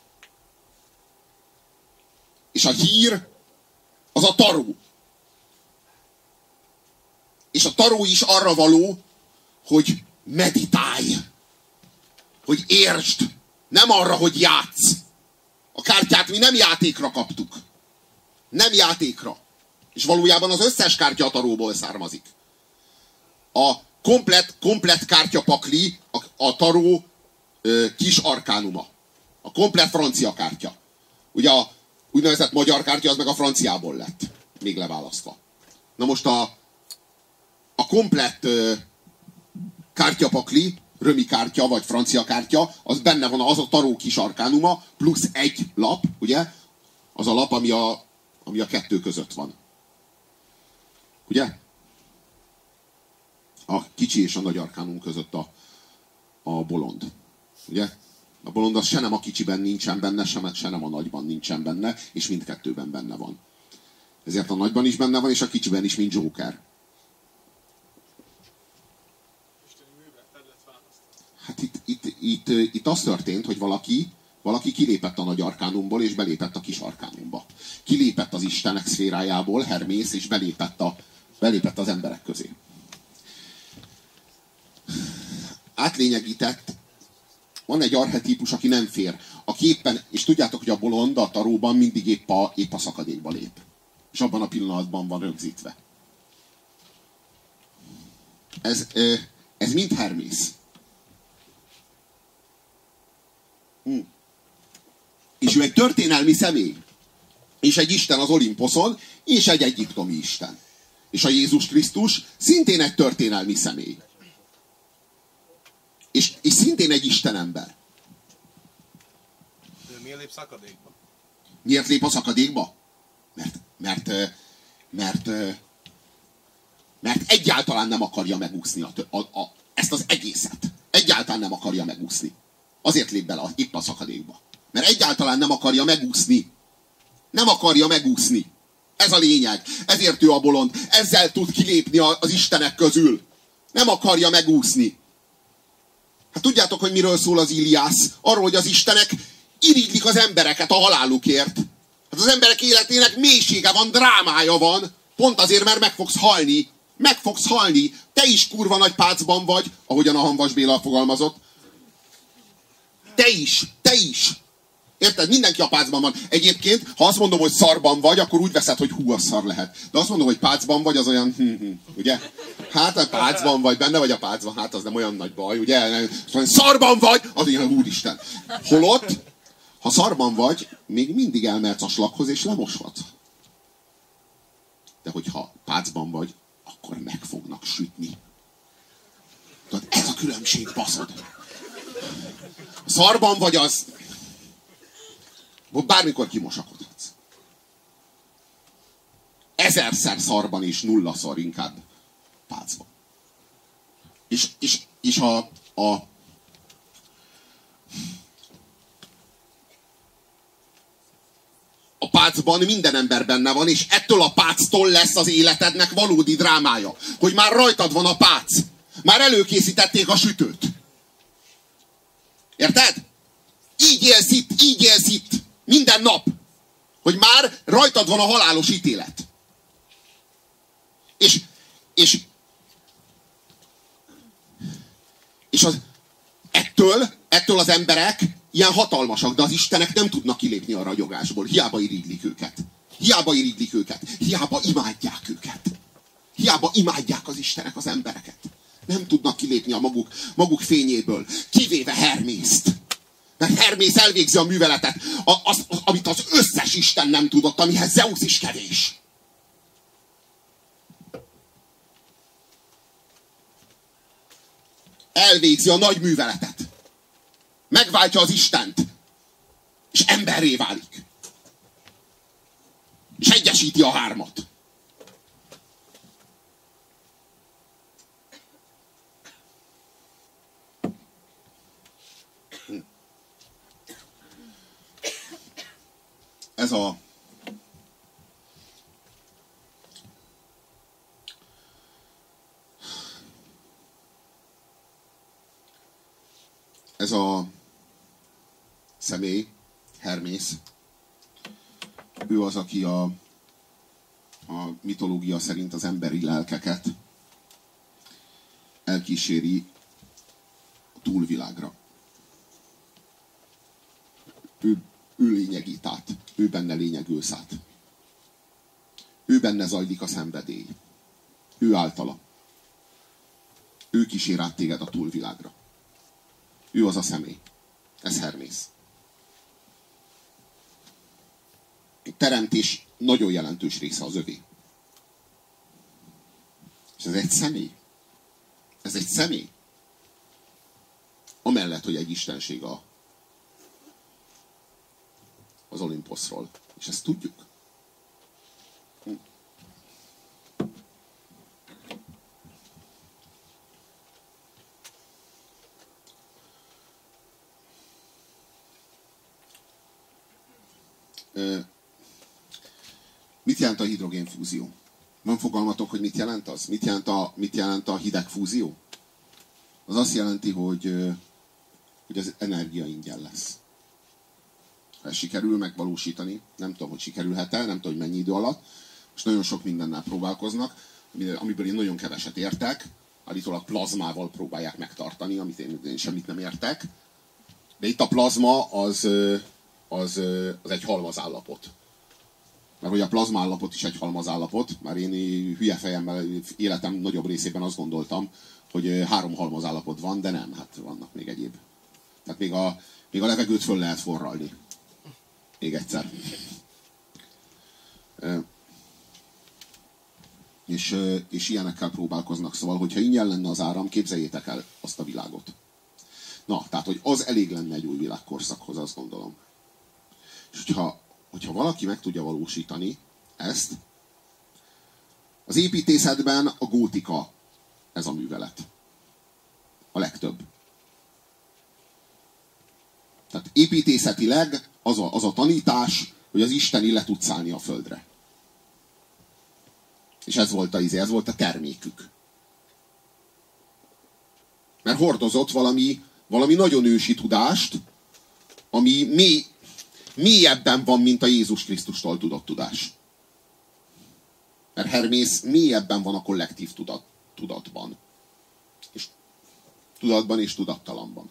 És a hír az a taró. És a taró is arra való, hogy meditálj. Hogy értsd. Nem arra, hogy játsz. A kártyát mi nem játékra kaptuk. Nem játékra. És valójában az összes kártya a taróból származik. A komplett kártyapakli a taró kis arkánuma. A komplett francia kártya. Ugye a úgynevezett magyar kártya az meg a franciából lett. Még leválasztva. Na most a komplett kártyapakli, römi kártya vagy francia kártya, az benne van az a taró kis arkánuma, plusz egy lap, ugye? Az a lap, ami a kettő között van. Ugye? A kicsi és a nagy arkánum között a bolond. Ugye? A bolond az se nem a kicsiben nincsen benne, se nem a nagyban nincsen benne, és mindkettőben benne van. Ezért a nagyban is benne van, és a kicsiben is, mint Joker. Hát itt az történt, hogy valaki kilépett a nagy arkánumból, és belépett a kis arkánumba. Kilépett az Istenek szférájából, Hermész, és belépett az emberek közé. Átlényegített. Van egy archetípus, aki nem fér. Aki éppen, és tudjátok, hogy a bolond a taróban mindig épp a szakadékba lép. És abban a pillanatban van rögzítve. Ez mind Hermész. És ő egy történelmi személy. És egy isten az Olimposzon, és egy egyiptomi isten. És a Jézus Krisztus szintén egy történelmi személy. És szintén egy istenember. De miért lép szakadékba? Miért lép a szakadékba? Mert egyáltalán nem akarja megúszni ezt az egészet. Egyáltalán nem akarja megúszni. Azért lép bele épp a szakadékba. Mert egyáltalán nem akarja megúszni. Nem akarja megúszni. Ez a lényeg. Ezért ő a bolond. Ezzel tud kilépni az istenek közül. Nem akarja megúszni. Hát tudjátok, hogy miről szól az Iliász? Arról, hogy az istenek irigylik az embereket a halálukért. Hát az emberek életének mélysége van, drámája van. Pont azért, mert meg fogsz halni. Meg fogsz halni. Te is kurva nagy pácban vagy, ahogyan a Hamvas Béla fogalmazott. Te is. Érted? Mindenki a pácban van. Egyébként, ha azt mondom, hogy szarban vagy, akkor úgy veszed, hogy hú, az szar lehet. De azt mondom, hogy pácban vagy, az olyan ugye? Hát a pácban vagy, benne vagy a pácban, hát az nem olyan nagy baj, ugye? Szarban vagy, az ilyen úristen. Holott, ha szarban vagy, még mindig elmehetsz a slaghoz, és lemoshatsz. De hogyha pácban vagy, akkor meg fognak sütni. Tehát ez a különbség, baszod. Szarban vagy az... Bármikor kimosakodhatsz. 1000-szer szarban és 0-szor inkább pácban. És a pácban minden ember benne van, és ettől a páctól lesz az életednek valódi drámája. Hogy már rajtad van a pác. Már előkészítették a sütőt. Érted? Így élsz itt. Minden nap. Hogy már rajtad van a halálos ítélet. És ettől az emberek ilyen hatalmasak, de az istenek nem tudnak kilépni a ragyogásból. Hiába iriglik őket. Hiába imádják őket. Hiába imádják az istenek az embereket. Nem tudnak kilépni a maguk fényéből. Kivéve Hermészt. Mert Hermész elvégzi a műveletet, amit az összes isten nem tudott, amihez Zeusz is kevés. Elvégzi a nagy műveletet. Megváltja az Istent. És emberré válik. És egyesíti a hármat. Ez a személy, Hermész, ő az, aki a mitológia szerint az emberi lelkeket elkíséri a túlvilágra. Ő lényegít át, ő benne lényegülsz át. Ő benne zajlik a szenvedély. Ő általa. Ő kísér át téged a túlvilágra. Ő az a személy. Ez Hermész. A teremtés nagyon jelentős része az övé. És ez egy személy. Ez egy személy. Amellett, hogy egy istenség az Olimposzról. És ezt tudjuk. Mit jelent a hidrogénfúzió? Van fogalmatok, hogy mit jelent az? Mit jelent a hidegfúzió? Az azt jelenti, hogy az energia ingyen lesz. Ha ezt sikerül megvalósítani, nem tudom, hogy sikerülhet-e, nem tudom, hogy mennyi idő alatt. Most nagyon sok mindennel próbálkoznak, amiből én nagyon keveset értek. Állítólag plazmával próbálják megtartani, amit én semmit nem értek. De itt a plazma az egy halmazállapot. Mert hogy a plazmállapot is egy halmazállapot, már én hülye fejemmel életem nagyobb részében azt gondoltam, hogy 3 halmazállapot van, de nem, hát vannak még egyéb. Tehát még a levegőt föl lehet forralni. Még egyszer. És ilyenekkel próbálkoznak. Szóval, hogyha ingyen lenne az áram, képzeljétek el azt a világot. Na, tehát, hogy az elég lenne egy új világkorszakhoz, azt gondolom. És hogyha valaki meg tudja valósítani ezt, az építészetben a gótika ez a művelet. A legtöbb. Tehát építészetileg az a tanítás, hogy az Isten le tud szállni a földre. És ez volt a termékük. Mert hordozott valami nagyon ősi tudást, ami mélyebben van, mint a Jézus Krisztustól tudott tudás. Mert Hermész mélyebben van a kollektív tudatban. És tudatban és tudattalanban.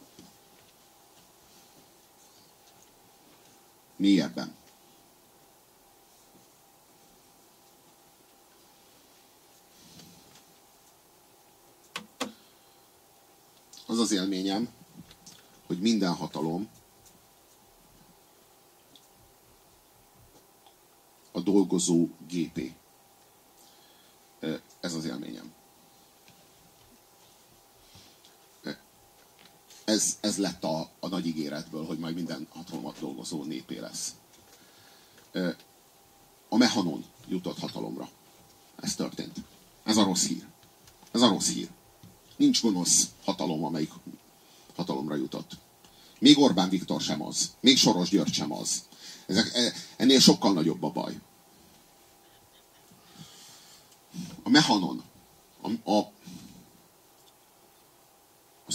Mélyebben. Az az élményem, hogy minden hatalom a dolgozó gépé. Ez az élményem. Ez lett a nagy ígéretből, hogy majd minden hatalmat dolgozó népé lesz. A Mehanon jutott hatalomra. Ez történt. Ez a rossz hír. Ez a rossz hír. Nincs gonosz hatalom, amelyik hatalomra jutott. Még Orbán Viktor sem az. Még Soros György sem az. Ennél sokkal nagyobb a baj. A Mehanon,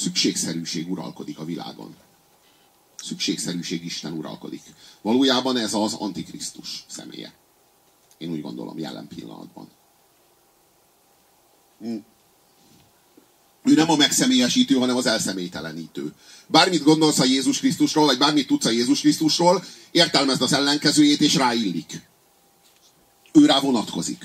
szükségszerűség uralkodik a világon. Szükségszerűség Isten uralkodik. Valójában ez az Antikrisztus személye. Én úgy gondolom, jelen pillanatban. Ő nem a megszemélyesítő, hanem az elszemélytelenítő. Bármit gondolsz a Jézus Krisztusról, vagy bármit tudsz a Jézus Krisztusról, értelmezd az ellenkezőjét, és ráillik. Ő rá vonatkozik.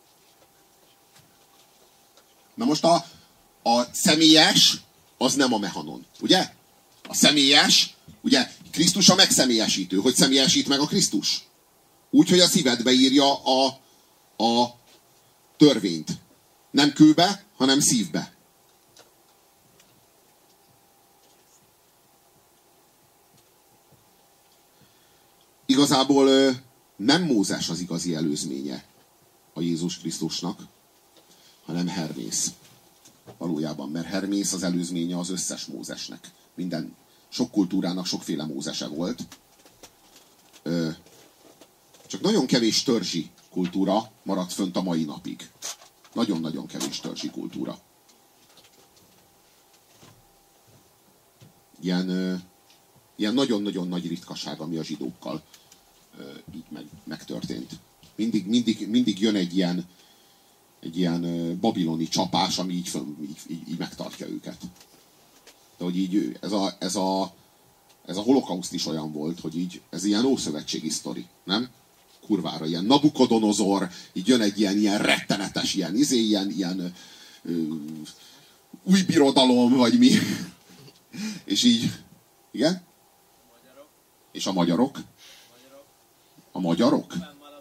Na most a személyes, az nem a mehanon, ugye? A személyes, ugye, Krisztus a megszemélyesítő. Hogy személyesít meg a Krisztus? Úgy, hogy a szívedbe írja a törvényt. Nem kőbe, hanem szívbe. Igazából nem Mózes az igazi előzménye a Jézus Krisztusnak, hanem Hermész. Valójában, mert Hermész az előzménye az összes Mózesnek. Sok kultúrának sokféle Mózese volt. Csak nagyon kevés törzsi kultúra maradt fönt a mai napig. Nagyon-nagyon kevés törzsi kultúra. Ilyen nagyon-nagyon nagy ritkaság, ami a zsidókkal így megtörtént. Mindig jön egy ilyen babiloni csapás, ami így megtartja őket. De hogy így ez a holokauszt is olyan volt, hogy így ez ilyen ószövetségi sztori, nem? Kurvára, ilyen Nabukodonozor, így jön egy ilyen rettenetes, ilyen új birodalom, vagy mi. És így, igen? És a magyarok? A magyarok?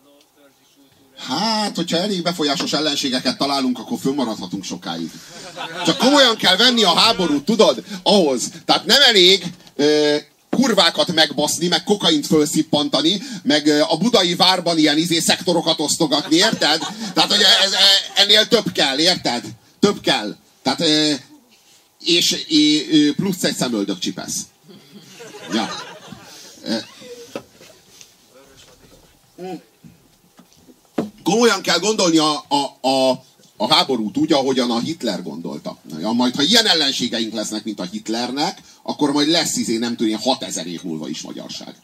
Hát, hogyha elég befolyásos ellenségeket találunk, akkor fönnmaradhatunk sokáig. Csak komolyan kell venni a háborút, tudod? Ahhoz. Tehát nem elég kurvákat megbaszni, meg kokaint fölszippantani, meg a budai várban ilyen szektorokat osztogatni, érted? Tehát, hogy ennél több kell, érted? Több kell. Tehát, és plusz egy szemöldök csipesz. Ja. Komolyan kell gondolni a háborút úgy, ahogyan a Hitler gondolta. Ja, majd, ha ilyen ellenségeink lesznek, mint a Hitlernek, akkor majd lesz nem tudom, 6000 év múlva is magyarság.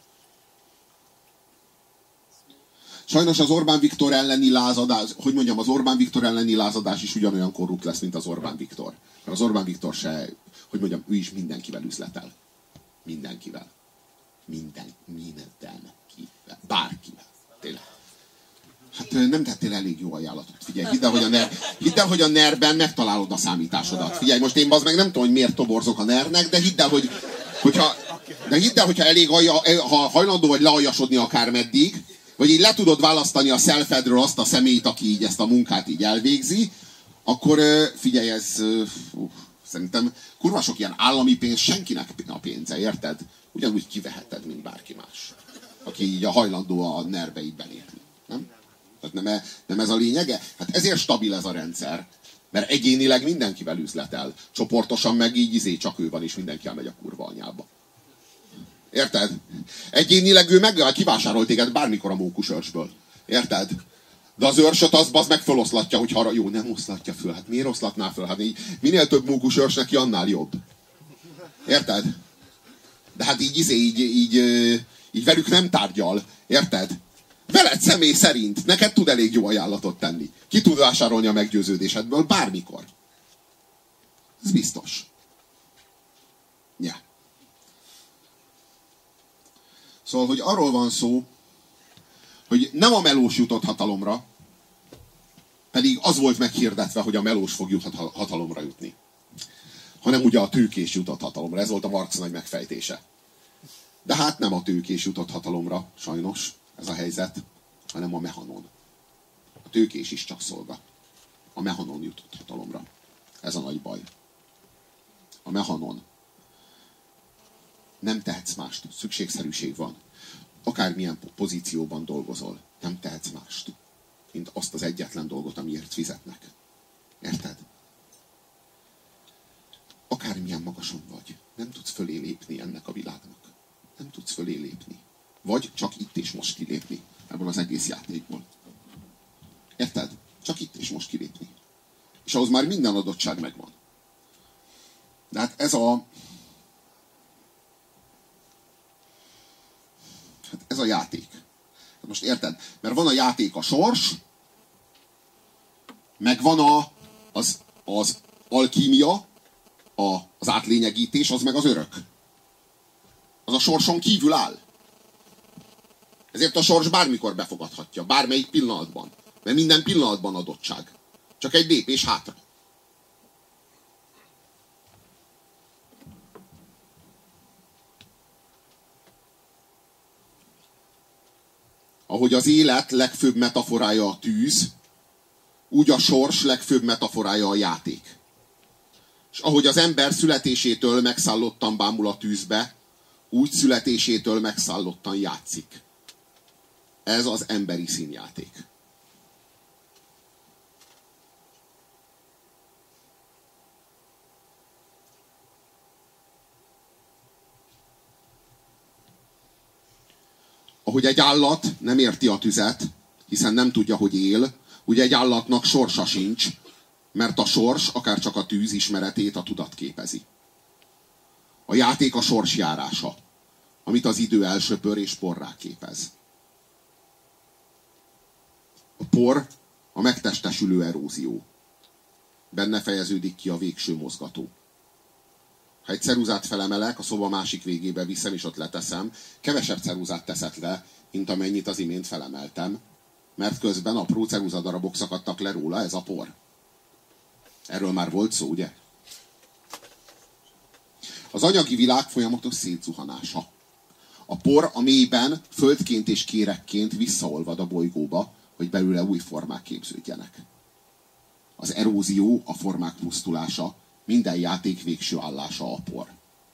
Sajnos az Orbán Viktor elleni lázadás, az Orbán Viktor elleni lázadás is ugyanolyan korrupt lesz, mint az Orbán Viktor. Mert az Orbán Viktor se, ő is mindenkivel üzletel. Mindenkivel. Mindenkivel. Bárkivel. Tényleg. Hát nem tettél elég jó ajánlatot. Figyelj, hidd el, hogy a NER-ben megtalálod a számításodat. Figyelj, most én meg nem tudom, hogy miért toborzok a NER-nek, de hidd el, hogyha elég ha hajlandó vagy lealjasodni akármeddig, vagy így le tudod választani a selfedről azt a személyt, aki így ezt a munkát így elvégzi, akkor figyelj, ez szerintem kurva sok ilyen állami pénz senkinek a pénze, érted? Ugyanúgy kiveheted, mint bárki más, aki így a hajlandó a NER-be így belépni. Nem? Tehát nem ez a lényege? Hát ezért stabil ez a rendszer. Mert egyénileg mindenkivel üzletel. Csoportosan meg így csak ő van, és mindenki elmegy a kurva anyába. Érted? Egyénileg ő meg kivásárolt téged bármikor a mókusörsből. Érted? De az őrsöt az meg föloszlatja, hogy jó, nem oszlatja föl. Hát miért oszlatná föl? Hát minél több mókusörs neki, annál jobb. Érted? De hát így velük nem tárgyal. Érted? Veled személy szerint neked tud elég jó ajánlatot tenni. Ki tud vásárolni a meggyőződésedből bármikor. Ez biztos. Ja. Szóval, hogy arról van szó, hogy nem a melós jutott hatalomra, pedig az volt meghirdetve, hogy a melós fog hatalomra jutni. Hanem ugye a tőkés jutott hatalomra. Ez volt a Marx nagy megfejtése. De hát nem a tőkés jutott hatalomra, sajnos. Ez a helyzet, hanem a mehanon. A tőkés is csak szolga. A mehanon jutott hatalomra. Ez a nagy baj. A mehanon. Nem tehetsz mást. Szükségszerűség van. Akármilyen pozícióban dolgozol, nem tehetsz mást, mint azt az egyetlen dolgot, amiért fizetnek. Érted? Akármilyen magason vagy, nem tudsz fölé lépni ennek a világnak. Nem tudsz fölé lépni. Vagy csak itt és most kilépni ebből az egész játékból. Érted? Csak itt és most kilépni. És ahhoz már minden adottság megvan. De hát ez a játék. Most érted? Mert van a játék a sors, meg van az alkímia, az átlényegítés, az meg az örök. Az a sorson kívül áll. Ezért a sors bármikor befogadhatja, bármelyik pillanatban. Mert minden pillanatban adottság. Csak egy lépés hátra. Ahogy az élet legfőbb metaforája a tűz, úgy a sors legfőbb metaforája a játék. És ahogy az ember születésétől megszállottan bámul a tűzbe, úgy születésétől megszállottan játszik. Ez az emberi színjáték. Ahogy egy állat nem érti a tüzet, hiszen nem tudja, hogy él, úgy egy állatnak sorsa sincs, mert a sors, akár csak a tűz ismeretét a tudat képezi. A játék a sorsjárása, amit az idő elsöpör és porrá képez. A por a megtestesülő erózió. Benne fejeződik ki a végső mozgató. Ha egy ceruzát felemelek, a szoba másik végébe viszem és ott leteszem, kevesebb ceruzát teszek le, mint amennyit az imént felemeltem, mert közben apró ceruzadarabok szakadtak le róla, ez a por. Erről már volt szó, ugye? Az anyagi világ folyamatos szétzuhanása. A por a mélyben földként és kérekként visszaolvad a bolygóba, hogy belőle új formák képződjenek. Az erózió, a formák pusztulása, minden játék végső állása a por.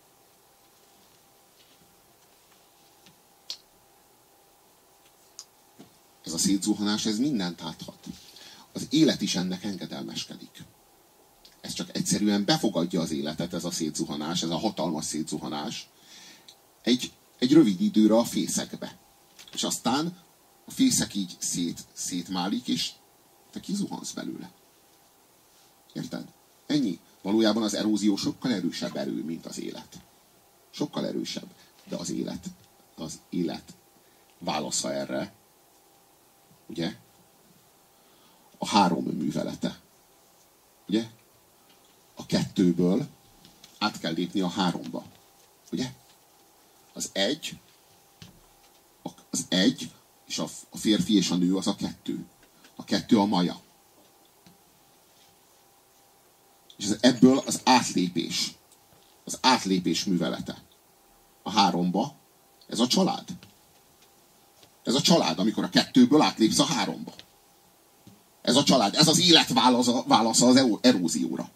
Ez a szétzuhanás, ez mindent áthat. Az élet is ennek engedelmeskedik. Ez csak egyszerűen befogadja az életet, ez a szétzuhanás, ez a hatalmas szétzuhanás. Egy rövid időre a fészekbe. És aztán a fészek így szétmálik, és te kizuhansz belőle. Érted? Ennyi. Valójában az erózió sokkal erősebb erő, mint az élet. Sokkal erősebb. De az élet válasza erre, ugye? A 3 művelete. Ugye? A 2-ből át kell lépni a 3-ba. Ugye? Az egy, és a férfi és a nő az a 2. A 2 a maja. És ebből az átlépés művelete. A 3-ba, ez a család. Ez a család, amikor a 2-ből átlépsz a 3-ba. Ez a család, ez az élet válasza az erózióra.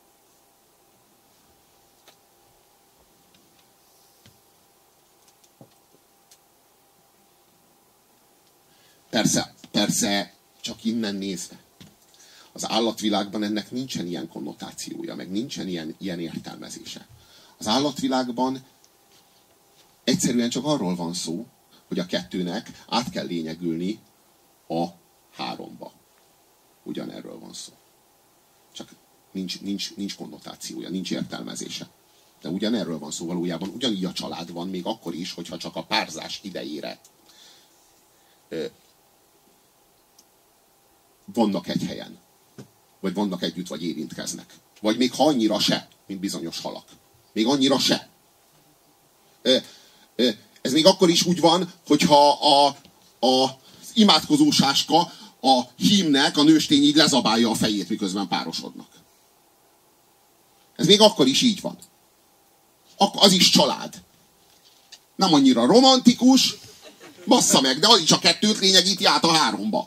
Persze, csak innen nézve. Az állatvilágban ennek nincsen ilyen konnotációja, meg nincsen ilyen értelmezése. Az állatvilágban egyszerűen csak arról van szó, hogy a 2-nek át kell lényegülni a 3-ba. Ugyanerről van szó. Csak nincs konnotációja, nincs értelmezése. De ugyanerről van szó valójában. Ugyanígy a család van, még akkor is, hogyha csak a párzás idejére vannak egy helyen. Vagy vannak együtt, vagy érintkeznek. Vagy még ha annyira se, mint bizonyos halak. Még annyira se. Ez még akkor is úgy van, hogyha az imádkozó sáska a hímnek a nőstény így lezabálja a fejét, miközben párosodnak. Ez még akkor is így van. Az is család. Nem annyira romantikus, bassza meg, de az is a 2-t lényegíti át a 3-ba.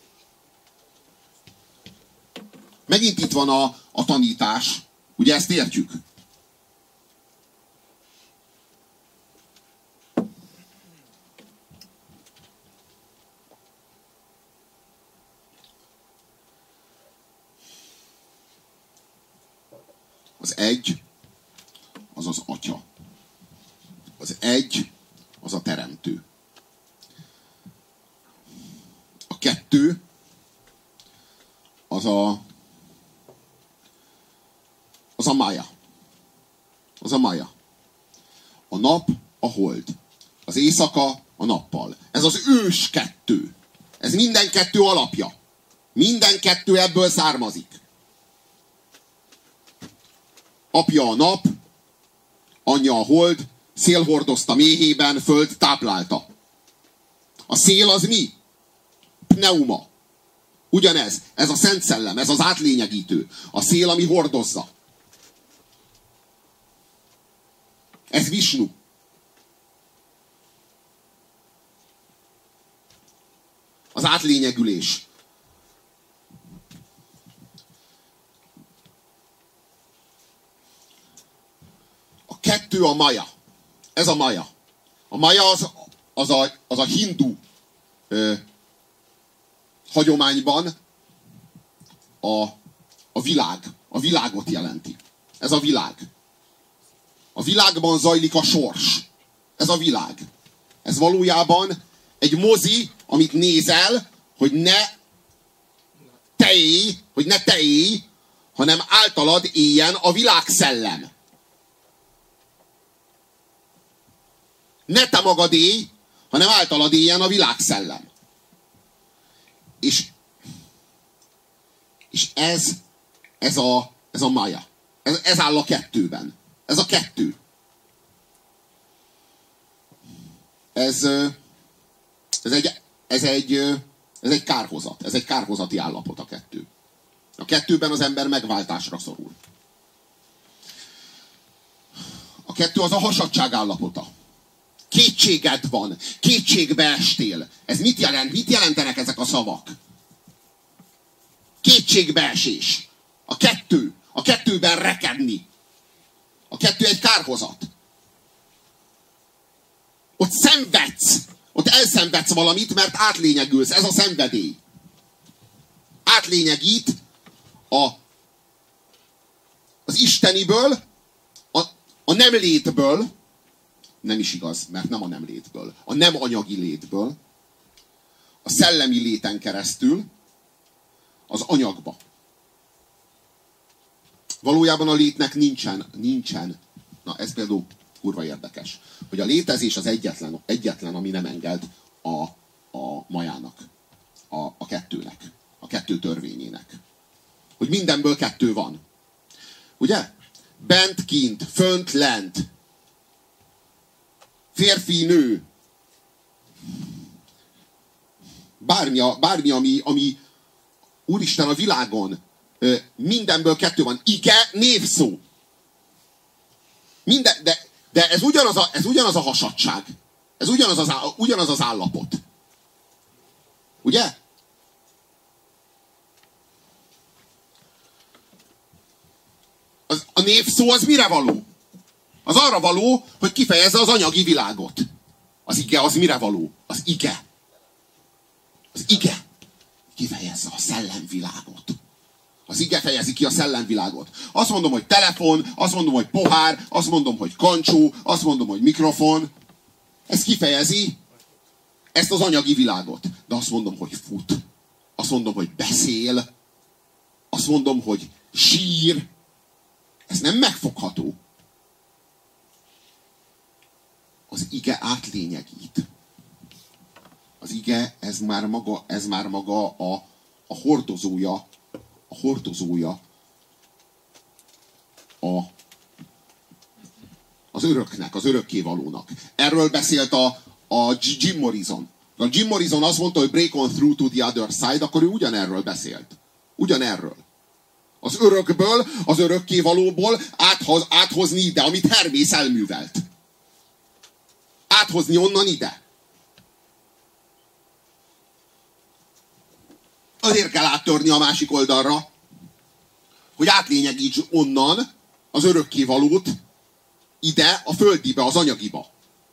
Megint itt van a tanítás. Ugye ezt értjük? Az egy, az az atya. Az egy, az a teremtő. A 2, az a mája. az a maja. A nap a hold. Az éjszaka a nappal. Ez az ős kettő. Ez minden kettő alapja. Minden kettő ebből származik. Apja a nap, anyja a hold, szél hordozta méhében, föld táplálta. A szél az mi? Pneuma. Ugyanez. Ez a Szent Szellem, ez az átlényegítő. A szél, ami hordozza. Ez Visnu. Az átlényegülés. A kettő a maja. Ez a maja. A maja az a hindu hagyományban a világ. A világot jelenti. Ez a világ. A világban zajlik a sors. Ez a világ. Ez valójában egy mozi, amit nézel, hogy ne te élj, hanem általad éljen a világszellem. Ne te magad élj, hanem általad éljen a világszellem. És ez a mája. Ez áll a kettőben. Ez a kettő. Ez egy kárhozat. Ez egy kárhozati állapot a kettő. A kettőben az ember megváltásra szorul. A kettő az a hasadtság állapota. Kétséged van. Kétségbe estél. Ez mit jelent? Mit jelentenek ezek a szavak? Kétségbeesés. A kettő. A kettőben rekedni. A kettő egy kárhozat. Ott szenvedsz. Ott elszenvedsz valamit, mert átlényegülsz. Ez a szenvedély. Átlényegít az isteniből, a nem létből, nem is igaz, mert nem a nem létből, a nem anyagi létből, a szellemi léten keresztül az anyagba. Valójában a létnek nincsen. Na, ez például kurva érdekes. Hogy a létezés az egyetlen, ami nem enged a majának, a kettőnek, a kettő törvényének. Hogy mindenből kettő van. Ugye? Bent, kint, fönt, lent. Férfi, nő. Bármi ami Úristen a világon, mindenből kettő van. Ige, névszó. De ez ugyanaz a hasadtság. Ez ugyanaz az állapot. Ugye? A névszó az mire való? Az arra való, hogy kifejezze az anyagi világot. Az ige az mire való? Az ige. Az ige kifejezze a szellemvilágot. Az ige fejezi ki a szellemvilágot. Azt mondom, hogy telefon, azt mondom, hogy pohár, azt mondom, hogy kancsó, azt mondom, hogy mikrofon. Ez kifejezi ezt az anyagi világot. De azt mondom, hogy fut. Azt mondom, hogy beszél. Azt mondom, hogy sír. Ez nem megfogható. Az ige átlényegít. Az ige, ez már maga a hordozója az öröknek, az örökkévalónak. Erről beszélt a Jim Morrison. A Jim Morrison azt mondta, hogy break on through to the other side, akkor ő ugyanerről beszélt. Ugyanerről. Az örökből, az örökkévalóból áthozni ide, amit Hermész elművelt. Áthozni onnan ide. Azért kell áttörni a másik oldalra, hogy átlényegíts onnan az örökkévalót ide, a földibe, az anyagiba.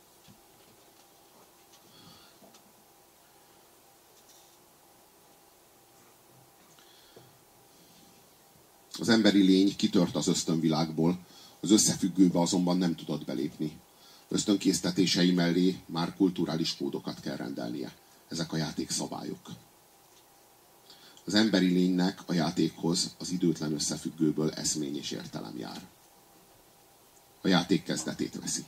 Az emberi lény kitört az ösztönvilágból, az összefüggőbe azonban nem tudott belépni. Ösztönkésztetései mellé már kulturális kódokat kell rendelnie. Ezek a játékszabályok. Az emberi lénynek a játékhoz az időtlen összefüggőből eszmény és értelem jár. a játék kezdetét veszi.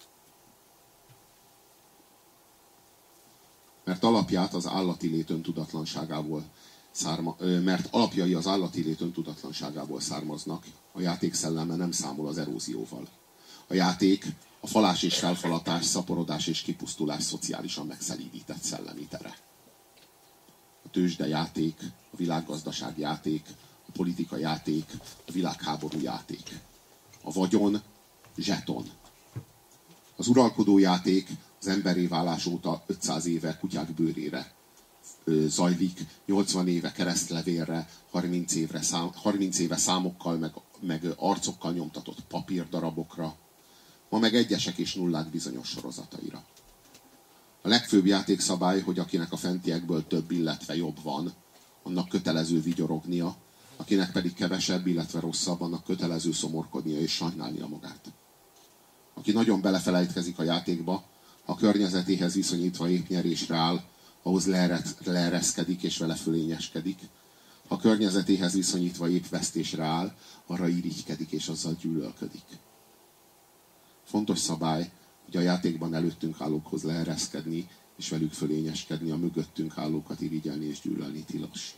Mert alapját az állati lét öntudatlanságából mert alapjai az állati lét öntudatlanságából származnak, a játék szelleme nem számol az erózióval. A játék a falás és felfalatás, szaporodás és kipusztulás szociálisan megszelídített szellemi tere. A tőzsde játék, a világgazdaság játék, a politika játék, a világháború játék. A vagyon zseton. Az uralkodó játék az emberré válás óta 500 éve kutyák bőrére zajlik, 80 éve keresztlevélre, 30 éve számokkal, meg arcokkal nyomtatott papírdarabokra, ma meg egyesek és nullák bizonyos sorozataira. A legfőbb játékszabály, hogy akinek a fentiekből több, illetve jobb van, annak kötelező vigyorognia, akinek pedig kevesebb, illetve rosszabb, annak kötelező szomorkodnia és sajnálnia magát. Aki nagyon belefelejtkezik a játékba, ha a környezetéhez viszonyítva épp nyerésre áll, ahhoz leereszkedik és vele fölényeskedik. Ha a környezetéhez viszonyítva épp vesztésre áll, arra irigykedik és azzal gyűlölködik. Fontos szabály, hogy a játékban előttünk állókhoz leereszkedni és velük fölényeskedni, a mögöttünk állókat irigyelni és gyűlölni tilos.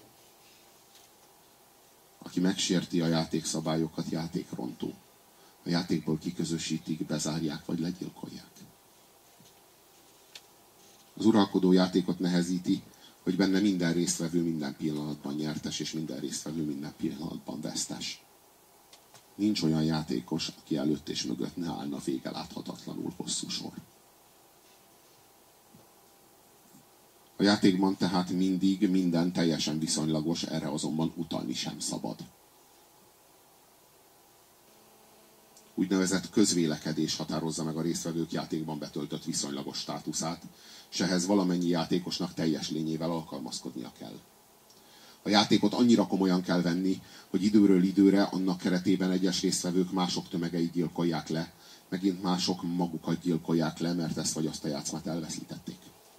Aki megsérti a játékszabályokat, játékrontó. A játékból kiközösítik, bezárják vagy legyilkolják. Az uralkodó játékot nehezíti, hogy benne minden résztvevő minden pillanatban nyertes, és minden résztvevő minden pillanatban vesztes. Nincs olyan játékos, aki előtt és mögött ne állna vége láthatatlanul hosszú sor. A játékban tehát mindig minden teljesen viszonylagos, erre azonban utalni sem szabad. Úgynevezett közvélekedés határozza meg a résztvevők játékban betöltött viszonylagos státuszát, és ehhez valamennyi játékosnak teljes lényével alkalmazkodnia kell. A játékot annyira komolyan kell venni, hogy időről időre annak keretében egyes résztvevők mások tömegeit gyilkolják le, megint mások magukat gyilkolják le, mert ezt vagy azt a játszmát elveszítették.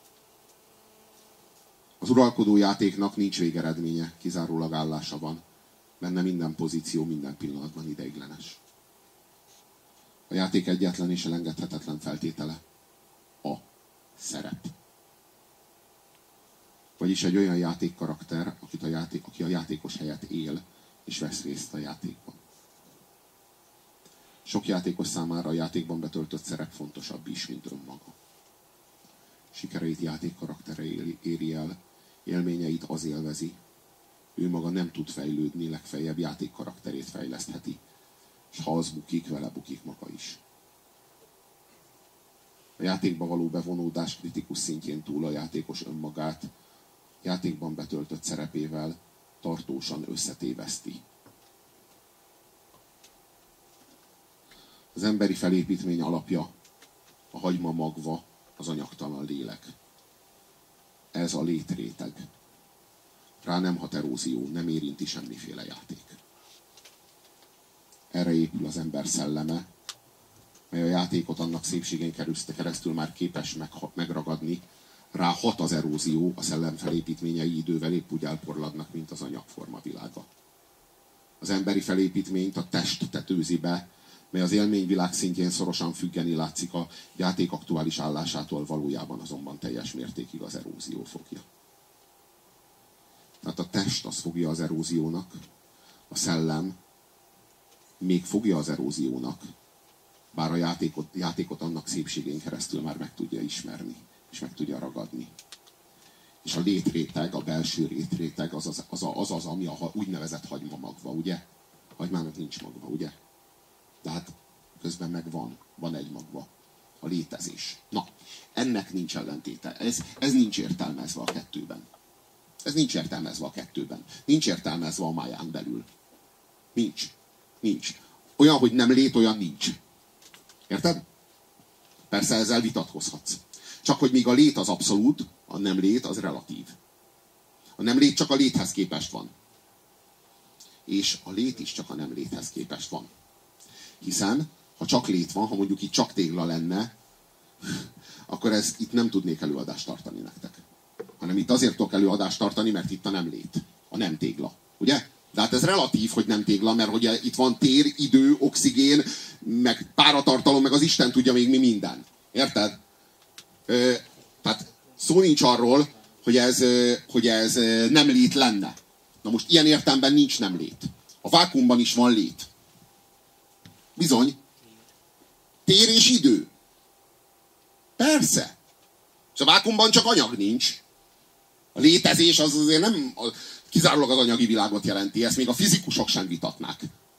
Az uralkodó játéknak nincs végeredménye, kizárólag állása van. Benne minden pozíció minden pillanatban ideiglenes. A játék egyetlen és elengedhetetlen feltétele a szerep. Vagyis egy olyan játékkarakter, aki a játékos helyett él és vesz részt a játékban. Sok játékos számára a játékban betöltött szerep fontosabb is, mint önmaga. Sikereit játékkaraktere éri el, élményeit az élvezi. Ő maga nem tud fejlődni, legfeljebb játékkarakterét fejlesztheti. És ha az bukik, vele bukik maga is. A játékba való bevonódás kritikus szintjén túl a játékos önmagát játékban betöltött szerepével tartósan összetéveszti. Az emberi felépítmény alapja, a hagyma magva, az anyagtalan lélek. Ez a létréteg. Rá nem hat erózió, nem érinti semmiféle játék. Erre épül az ember szelleme, mely a játékot annak szépségén keresztül már képes megragadni. Rá hat az erózió, a szellem felépítményei idővel épp úgy elporladnak, mint az anyagforma világa. Az emberi felépítményt a test tetőzi be, mely az élményvilág szintjén szorosan függeni látszik a játék aktuális állásától, valójában azonban teljes mértékig az erózió fogja. Tehát a test az fogja az eróziónak, a szellem még fogja az eróziónak, bár a játékot annak szépségén keresztül már meg tudja ismerni, és meg tudja ragadni. És a létréteg, a belső létréteg az, ami a úgynevezett hagyma magva, ugye? Hagymának nincs magva, ugye? De hát közben meg van egy magva. A létezés. Na, ennek nincs ellentéte. Ez nincs értelmezve a kettőben. Ez nincs értelmezve a kettőben. Nincs értelmezve a máján belül. Nincs. Olyan, hogy nem lét, olyan nincs. Érted? Persze ezzel vitatkozhatsz. Csak hogy míg a lét az abszolút, a nem lét az relatív. A nem lét csak a léthez képest van. És a lét is csak a nem léthez képest van. Hiszen, ha csak lét van, ha mondjuk itt csak tégla lenne, akkor itt nem tudnék előadást tartani nektek. Hanem itt azért tudok előadást tartani, mert itt a nem lét. A nem tégla. Ugye? De hát ez relatív, hogy nem tégla, mert ugye itt van tér, idő, oxigén, meg páratartalom, meg az Isten tudja még mi minden. Érted? Tehát szó nincs arról, hogy ez nem lét lenne. Na most ilyen értelemben nincs nem lét. A vákuumban is van lét. Bizony. Tér és idő. Persze. És a vákuumban csak anyag nincs. A létezés az azért nem kizárólag az anyagi világot jelenti. Ezt még a fizikusok sem vitatnák.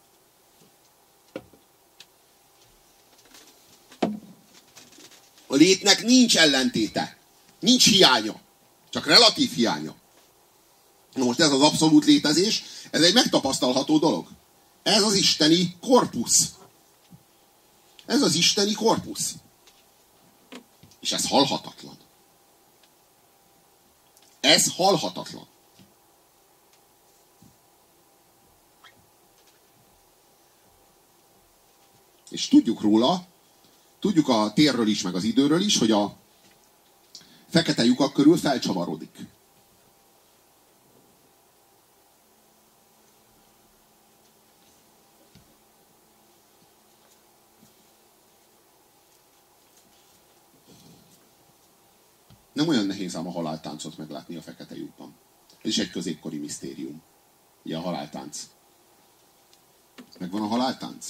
A létnek nincs ellentéte. Nincs hiánya. Csak relatív hiánya. Na most ez az abszolút létezés, ez egy megtapasztalható dolog. Ez az isteni korpusz. Ez az isteni korpusz. És ez halhatatlan. Ez halhatatlan. És tudjuk róla, tudjuk a térről is, meg az időről is, hogy a fekete lyukak körül felcsavarodik. Nem olyan nehéz ám a haláltáncot meglátni a fekete lyukban. Ez is egy középkori misztérium. Ugye a haláltánc. Megvan a haláltánc?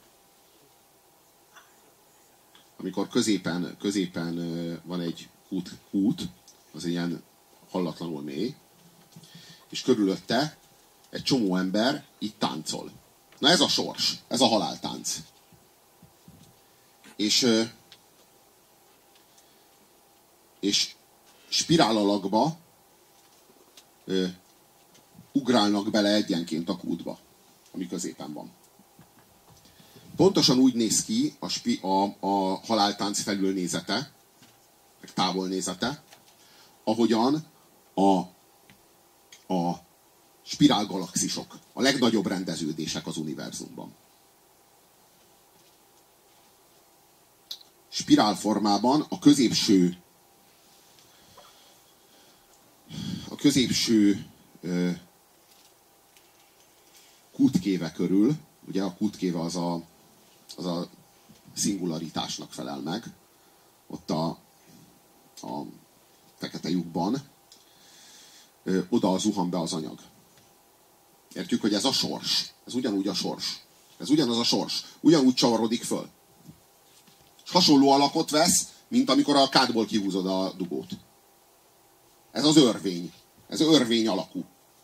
Amikor középen van egy kút, az ilyen hallatlanul mély, és körülötte egy csomó ember itt táncol. Na ez a sors, ez a haláltánc. És spirál alakba ugrálnak bele egyenként a kútba, ami középen van. Pontosan úgy néz ki a haláltánc felülnézete, meg távolnézete, ahogyan a spirálgalaxisok, a legnagyobb rendeződések az univerzumban. Spirálformában a középső kútkéve körül, ugye a kútkéve az a szingularitásnak felel meg, ott a fekete lyukban, oda zuhan be az anyag. Értjük, hogy ez a sors. Ez ugyanúgy a sors. Ez ugyanaz a sors. Ugyanúgy csavarodik föl. És hasonló alakot vesz, mint amikor a kádból kihúzod a dugót. Ez az örvény. Ez örvény alakú.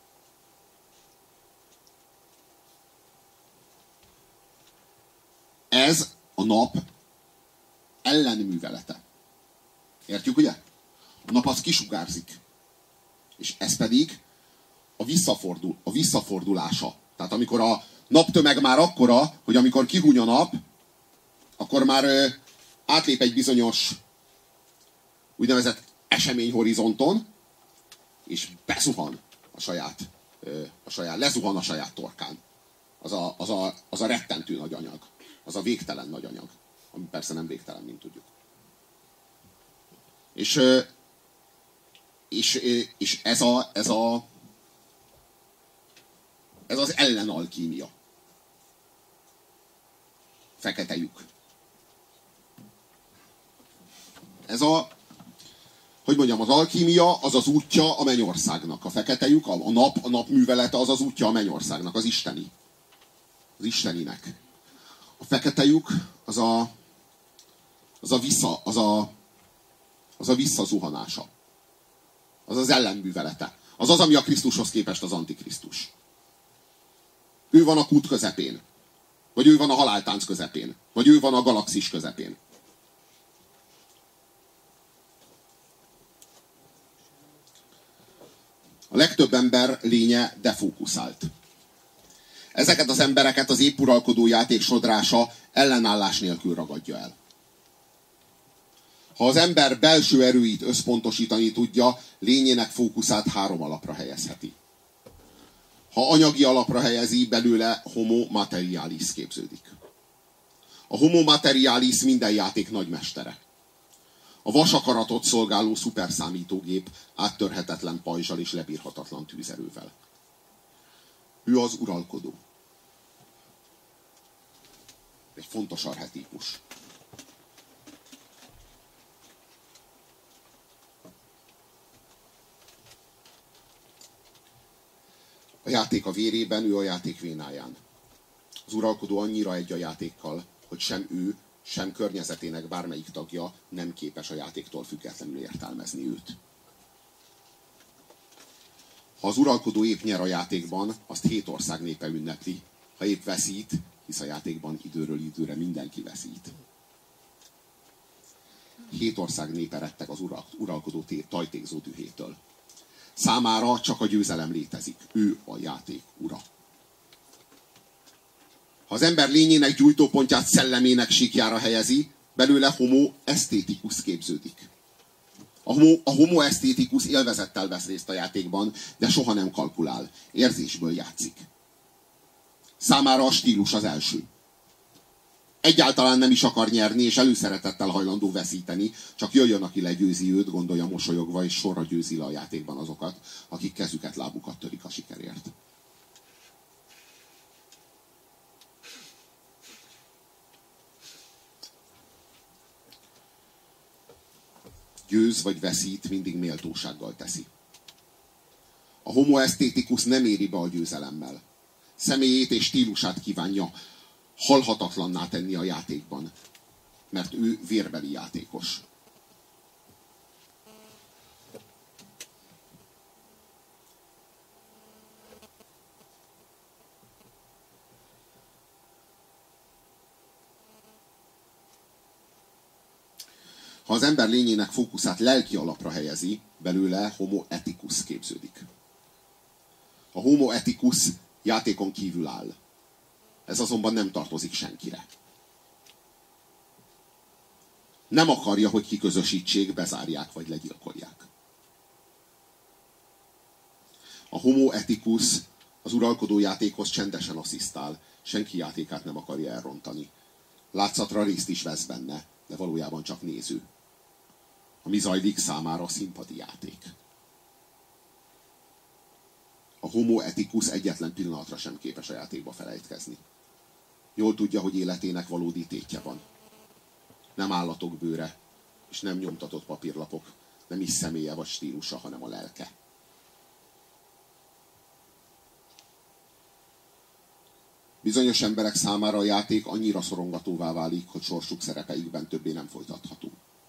Ez a nap ellenművelete. Értjük, ugye? A nap az kisugárzik. És ez pedig a visszafordulása. Tehát amikor a naptömeg már akkora, hogy amikor kihúny a nap, akkor már átlép egy bizonyos úgynevezett eseményhorizonton, és bezuhan lezuhan a saját torkán. Az a rettentő nagy anyag. Az a végtelen nagy anyag. Ami persze nem végtelen, mint tudjuk. És ez az ellenalkímia. Fekete lyuk. Ez az alkímia az az útja a mennyországnak. A fekete lyuk, a nap művelete az az útja a mennyországnak, az isteni. Az isteninek. A fekete lyuk az a visszazuhanása. Az az ellenművelete. Az az, ami a Krisztushoz képest az antikrisztus. Ő van a kút közepén. Vagy ő van a haláltánc közepén. Vagy ő van a galaxis közepén. A legtöbb ember lénye defókuszált. Ezeket az embereket az épp uralkodó játék sodrása ellenállás nélkül ragadja el. Ha az ember belső erőit összpontosítani tudja, lényének fókuszát 3 alapra helyezheti. Ha anyagi alapra helyezi, belőle homo materialis képződik. A homo materialis minden játék nagymestere. A vasakaratot szolgáló szuperszámítógép áttörhetetlen pajzsal és lebírhatatlan tűzerővel. Ő az uralkodó. Egy fontos archetípus. A játék a vérében, ő a játék vénáján. Az uralkodó annyira egy a játékkal, hogy sem ő, sem környezetének bármelyik tagja nem képes a játéktól függetlenül értelmezni őt. Ha az uralkodó épp nyer a játékban, azt 7 ország népe ünnepli. Ha épp veszít, hisz a játékban időről időre mindenki veszít. 7 ország népe retteg az uralkodó tajtékzó dühétől. Számára csak a győzelem létezik. Ő a játék ura. Ha az ember lényének gyújtópontját szellemének síkjára helyezi, belőle homo esztétikus képződik. A homo esztétikus élvezettel vesz részt a játékban, de soha nem kalkulál. Érzésből játszik. Számára a stílus az első. Egyáltalán nem is akar nyerni, és előszeretettel hajlandó veszíteni, csak jöjjön, aki legyőzi őt, gondolja mosolyogva, és sorra győzi le a játékban azokat, akik kezüket, lábukat törik a sikerért. Győz vagy veszít, mindig méltósággal teszi. A homo esztétikus nem éri be a győzelemmel. Személyét és stílusát kívánja halhatatlanná tenni a játékban, mert ő vérbeli játékos. Ha az ember lényének fókuszát lelki alapra helyezi, belőle homo ethicus képződik. A homo ethicus játékon kívül áll. Ez azonban nem tartozik senkire. Nem akarja, hogy kiközösítsék, bezárják vagy legyilkolják. A homo ethicus az uralkodó játékhoz csendesen asszisztál, senki játékát nem akarja elrontani. Látszatra részt is vesz benne, de valójában csak néző. Ami zajlik, számára színpadi játék. A homo ethicus egyetlen pillanatra sem képes a játékba felejtkezni. Jól tudja, hogy életének valódi tétje van. Nem állatok bőre, és nem nyomtatott papírlapok, nem is személye vagy stílusa, hanem a lelke. Bizonyos emberek számára a játék annyira szorongatóvá válik, hogy sorsuk szerepeikben többé nem folytatható.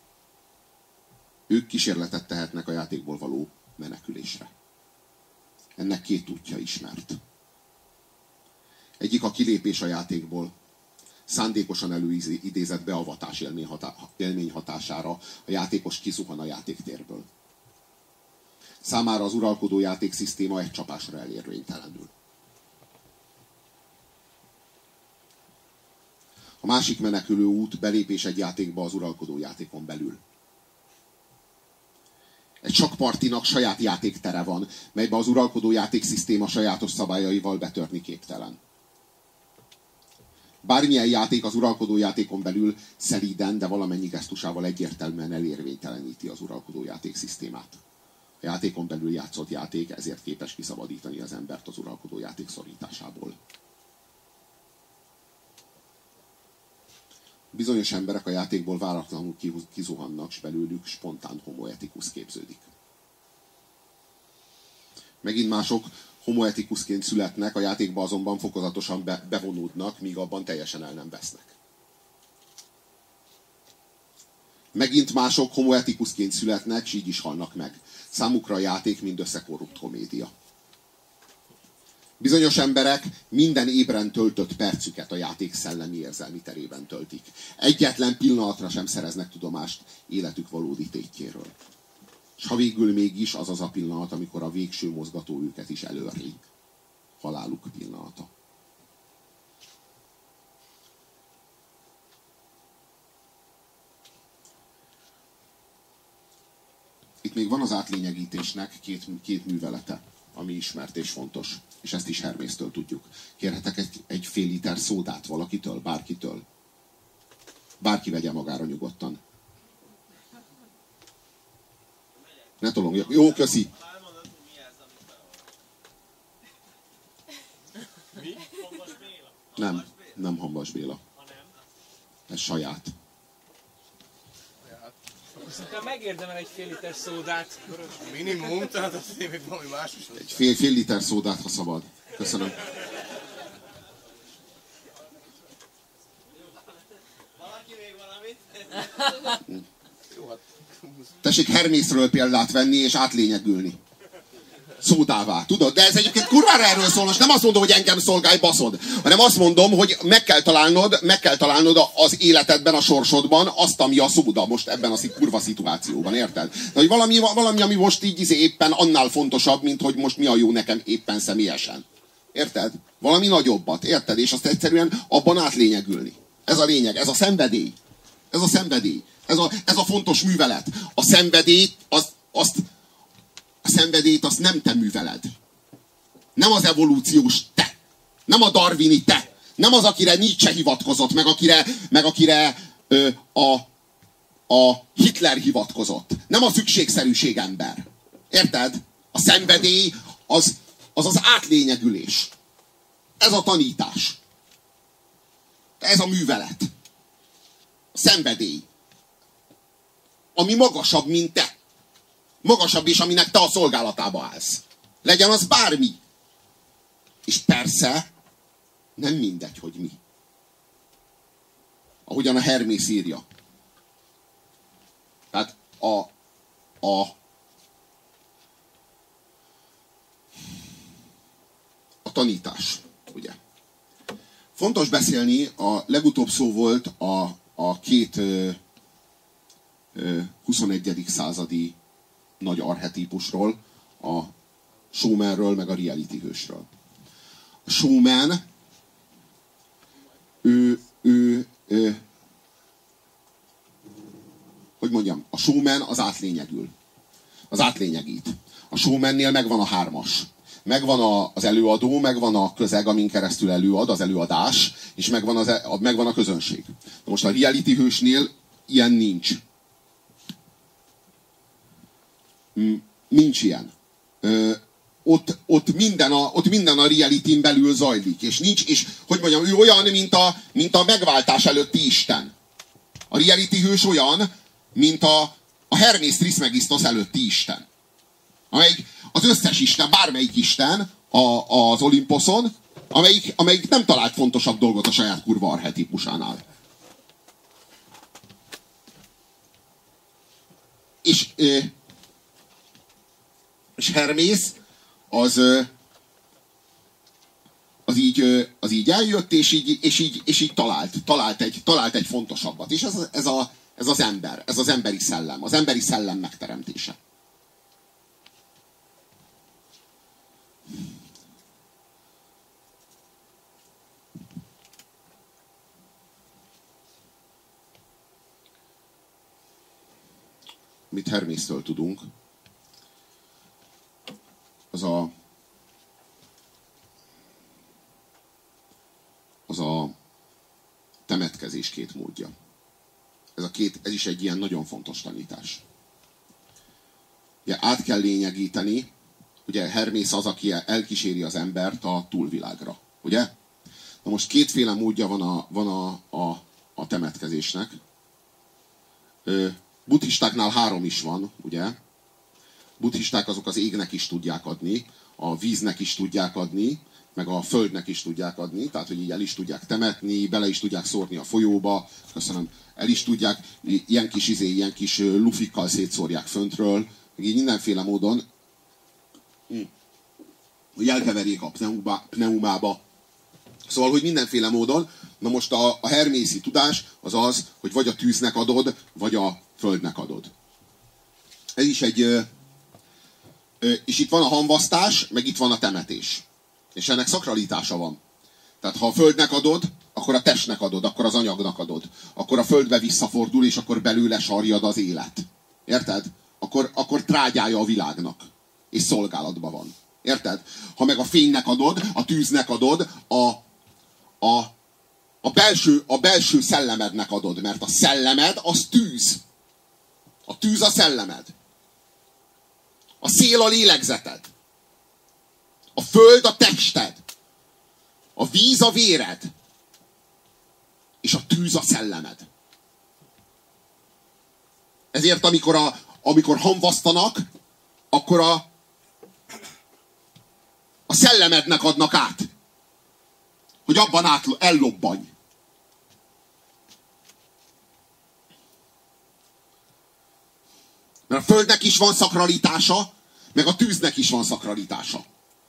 Ők kísérletet tehetnek a játékból való menekülésre. Ennek 2 útja ismert. Egyik a kilépés a játékból, szándékosan előidézett beavatás élmény hatására a játékos kizuhan a játéktérből. Számára az uralkodó játékszisztéma egy csapásra elérvénytelenül. A másik menekülő út belépés egy játékba az uralkodó játékon belül. Egy sakkpartinak saját játéktere van, melybe az uralkodó játékszisztéma sajátos szabályaival betörni képtelen. Bármilyen játék az uralkodó játékon belül szelíden, de valamennyi gesztusával egyértelműen elérvényteleníti az uralkodó játékszisztémát. A játékon belül játszott játék ezért képes kiszabadítani az embert az uralkodó játék szorításából. Bizonyos emberek a játékból váratlanul kizuhannak, s belőlük spontán homo ethicus képződik. Megint mások homo ethicusként születnek, a játékba azonban fokozatosan bevonódnak, míg abban teljesen el nem vesznek. Megint mások homo ethicusként születnek, s így is halnak meg. Számukra a játék mindössze korrupt komédia. Bizonyos emberek minden ébren töltött percüket a játék szellemi érzelmi terében töltik. Egyetlen pillanatra sem szereznek tudomást életük valódi tétjéről. És ha végül mégis az az a pillanat, amikor a végső mozgató őket is elörli. Haláluk pillanata. Itt még van az átlényegítésnek két művelete, ami ismert és fontos. És ezt is Hermésztől tudjuk. Kérhetek egy fél liter szódát valakitől, bárkitől? Bárki vegye magára nyugodtan. Ne tolong. Jó, köszi. Nem Hambas Béla. Ez saját. Szerintem megérdemel egy fél liter szódát. Minimum, tehát azt még valami más is. Egy fél liter szódát, ha szabad. Köszönöm. Valaki még valamit? Jó, hát... Tessék Hermészről példát venni és átlényegülni. Szódává, tudod? De ez egyébként kurvára erről szól, most nem azt mondom, hogy engem szolgálj, baszod, hanem azt mondom, hogy meg kell találnod az életedben, a sorsodban azt, ami a szóda most ebben a kurva szituációban, érted? De hogy valami, ami most így éppen annál fontosabb, mint hogy most mi a jó nekem éppen személyesen. Érted? Valami nagyobbat, érted? És azt egyszerűen abban átlényegülni. Ez a lényeg, ez a szenvedély. Ez a szenvedély. Ez a fontos művelet. A szenvedélyt, a szenvedélyt azt nem te műveled. Nem az evolúciós te. Nem a darwini te. Nem az, akire Nietzsche hivatkozott, meg akire a Hitler hivatkozott. Nem a szükségszerűség ember. Érted? A szenvedély az átlényegülés. Ez a tanítás. Ez a művelet. A szenvedély. Ami magasabb, mint te. Magasabb is, aminek te a szolgálatába állsz. Legyen az bármi. És persze, nem mindegy, hogy mi. Ahogyan a Hermész írja. Tehát a tanítás, ugye. Fontos beszélni, a legutóbb szó volt a két 21. századi nagy archetípusról, a showmanről, meg a reality hősről. A showman, hogy mondjam, a showman az átlényegül. Az átlényegít. A showmannél megvan a hármas. Megvan az előadó, megvan a közeg, amin keresztül előad, az előadás, és megvan a közönség. Na most a reality hősnél ilyen nincs. Nincs ilyen. Ott minden a realityn belül zajlik. És hogy mondjam, ő olyan, mint a megváltás előtti Isten. A reality hős olyan, mint a Hermész Trismegistos előtti Isten. Amelyik az összes Isten, bármelyik Isten az Olimposzon, amelyik nem talált fontosabb dolgot a saját kurva archetípusánál. És Hermész az így eljött, és így talált egy fontosabbat. És ez az ember, ez az emberi szellem megteremtése. Mit Hermésztől tudunk, az a temetkezés két módja. Ez is egy ilyen nagyon fontos tanítás. Ugye át kell lényegíteni, ugye Hermész az, aki elkíséri az embert a túlvilágra. Ugye? Na most kétféle módja van a temetkezésnek. Buddhistáknál 3 is van, ugye? Buddhisták azok az égnek is tudják adni, a víznek is tudják adni, meg a földnek is tudják adni, tehát hogy így el is tudják temetni, bele is tudják szórni a folyóba, köszönöm, el is tudják, ilyen kis lufikkal szétszórják föntről, meg így mindenféle módon, hogy elkeverjék a pneumába. Szóval, hogy mindenféle módon, na most a hermészi tudás az, hogy vagy a tűznek adod, vagy a földnek adod. Ez is és itt van a hamvasztás, meg itt van a temetés. És ennek szakralitása van. Tehát ha a földnek adod, akkor a testnek adod, akkor az anyagnak adod. Akkor a földbe visszafordul, és akkor belőle sarjad az élet. Érted? Akkor trágyája a világnak. És szolgálatban van. Érted? Ha meg a fénynek adod, a tűznek adod, a belső szellemednek adod. Mert a szellemed az tűz. A tűz a szellemed. A szél a lélegzeted. A föld a tested. A víz a véred. És a tűz a szellemed. Ezért amikor hamvasztanak, akkor a szellemednek adnak át. Hogy abban ellobbanj. Mert a földnek is van szakralitása, meg a tűznek is van szakralitása.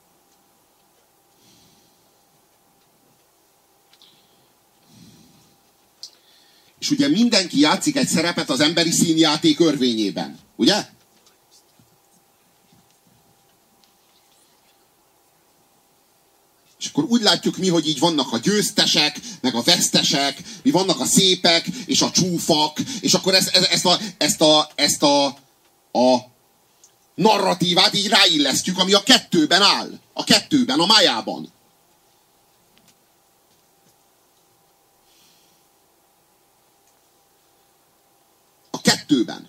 És ugye mindenki játszik egy szerepet az emberi színjáték örvényében. Ugye? És akkor úgy látjuk mi, hogy így vannak a győztesek, meg a vesztesek, mi vannak a szépek, és a csúfak, és akkor ezt a narratívát így ráillesztjük, ami a kettőben áll. A kettőben, a májában. A kettőben.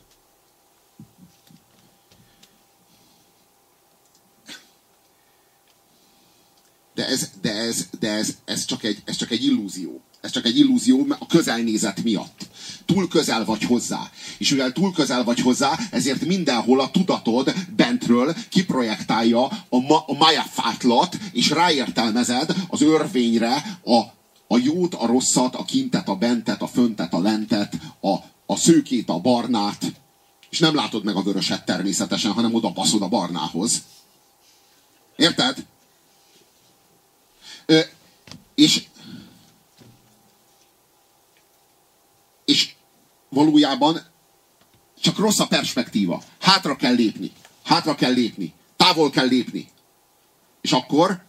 De ez csak egy illúzió. Ez csak egy illúzió a közelnézet miatt. Túl közel vagy hozzá. És mivel túl közel vagy hozzá, ezért mindenhol a tudatod bentről kiprojektálja a májafátlat, és ráértelmezed az örvényre a jót, a rosszat, a kintet, a bentet, a föntet, a lentet, a szőkét, a barnát. És nem látod meg a vöröset természetesen, hanem oda baszod a barnához. Érted? És valójában csak rossz a perspektíva. Hátra kell lépni. Hátra kell lépni. Távol kell lépni. És akkor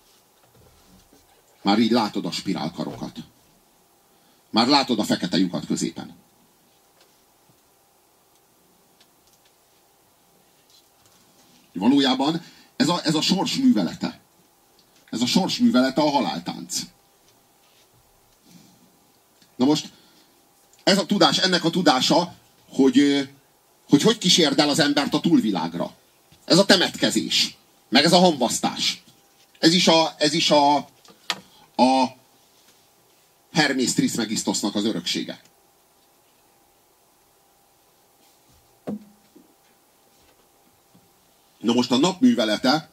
már így látod a spirálkarokat. Már látod a fekete lyukat középen. Valójában ez a sors művelete. Ez a sors művelete a haláltánc. Na most, ez a tudás, ennek a tudása, hogy kísérd el az embert a túlvilágra. Ez a temetkezés. Meg ez a hamvasztás. Ez is a Hermész Trismegisztosznak az öröksége. Na most a napművelete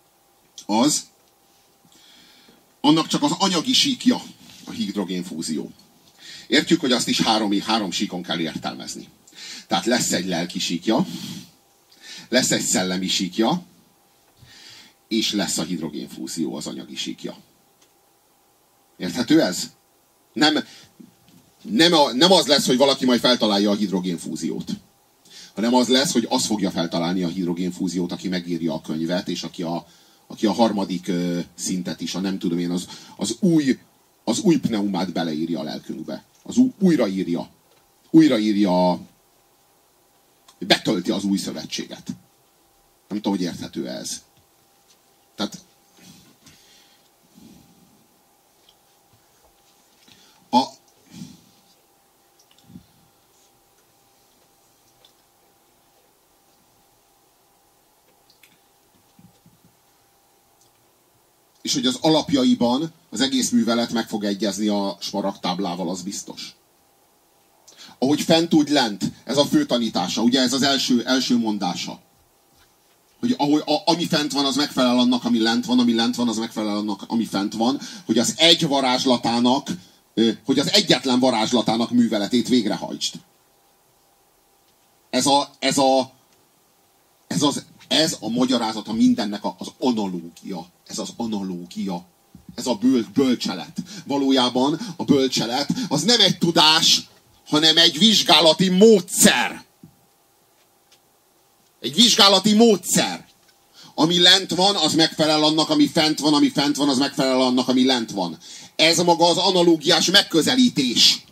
annak csak az anyagi síkja a hidrogénfúzió. Értjük, hogy azt is három síkon kell értelmezni. Tehát lesz egy lelki síkja, lesz egy szellemi síkja, és lesz a hidrogénfúzió, az anyagi síkja. Érthető ez? Nem az lesz, hogy valaki majd feltalálja a hidrogénfúziót, hanem az lesz, hogy az fogja feltalálni a hidrogénfúziót, aki megírja a könyvet, és aki a harmadik szintet is, nem tudom én, az új pneumát beleírja a lelkünkbe. Újraírja, betölti az új szövetséget. Nem tudom, hogy érthető ez. Tehát és hogy az alapjaiban az egész művelet meg fog egyezni a smaragdtáblával, az biztos. Ahogy fent, úgy lent. Ez a fő tanítása. Ugye ez az első mondása. Hogy ami fent van, az megfelel annak, ami lent van, ami lent van, az megfelel annak, ami fent van. Hogy az egy varázslatának, hogy az egyetlen varázslatának műveletét végrehajtsd. Ez a magyarázata mindennek az analógia. Ez az analógia. Ez a bölcselet. Valójában a bölcselet az nem egy tudás, hanem egy vizsgálati módszer. Egy vizsgálati módszer. Ami lent van, az megfelel annak, ami fent van, ami fent van, az megfelel annak, ami lent van. Ez maga az analógiás megközelítés.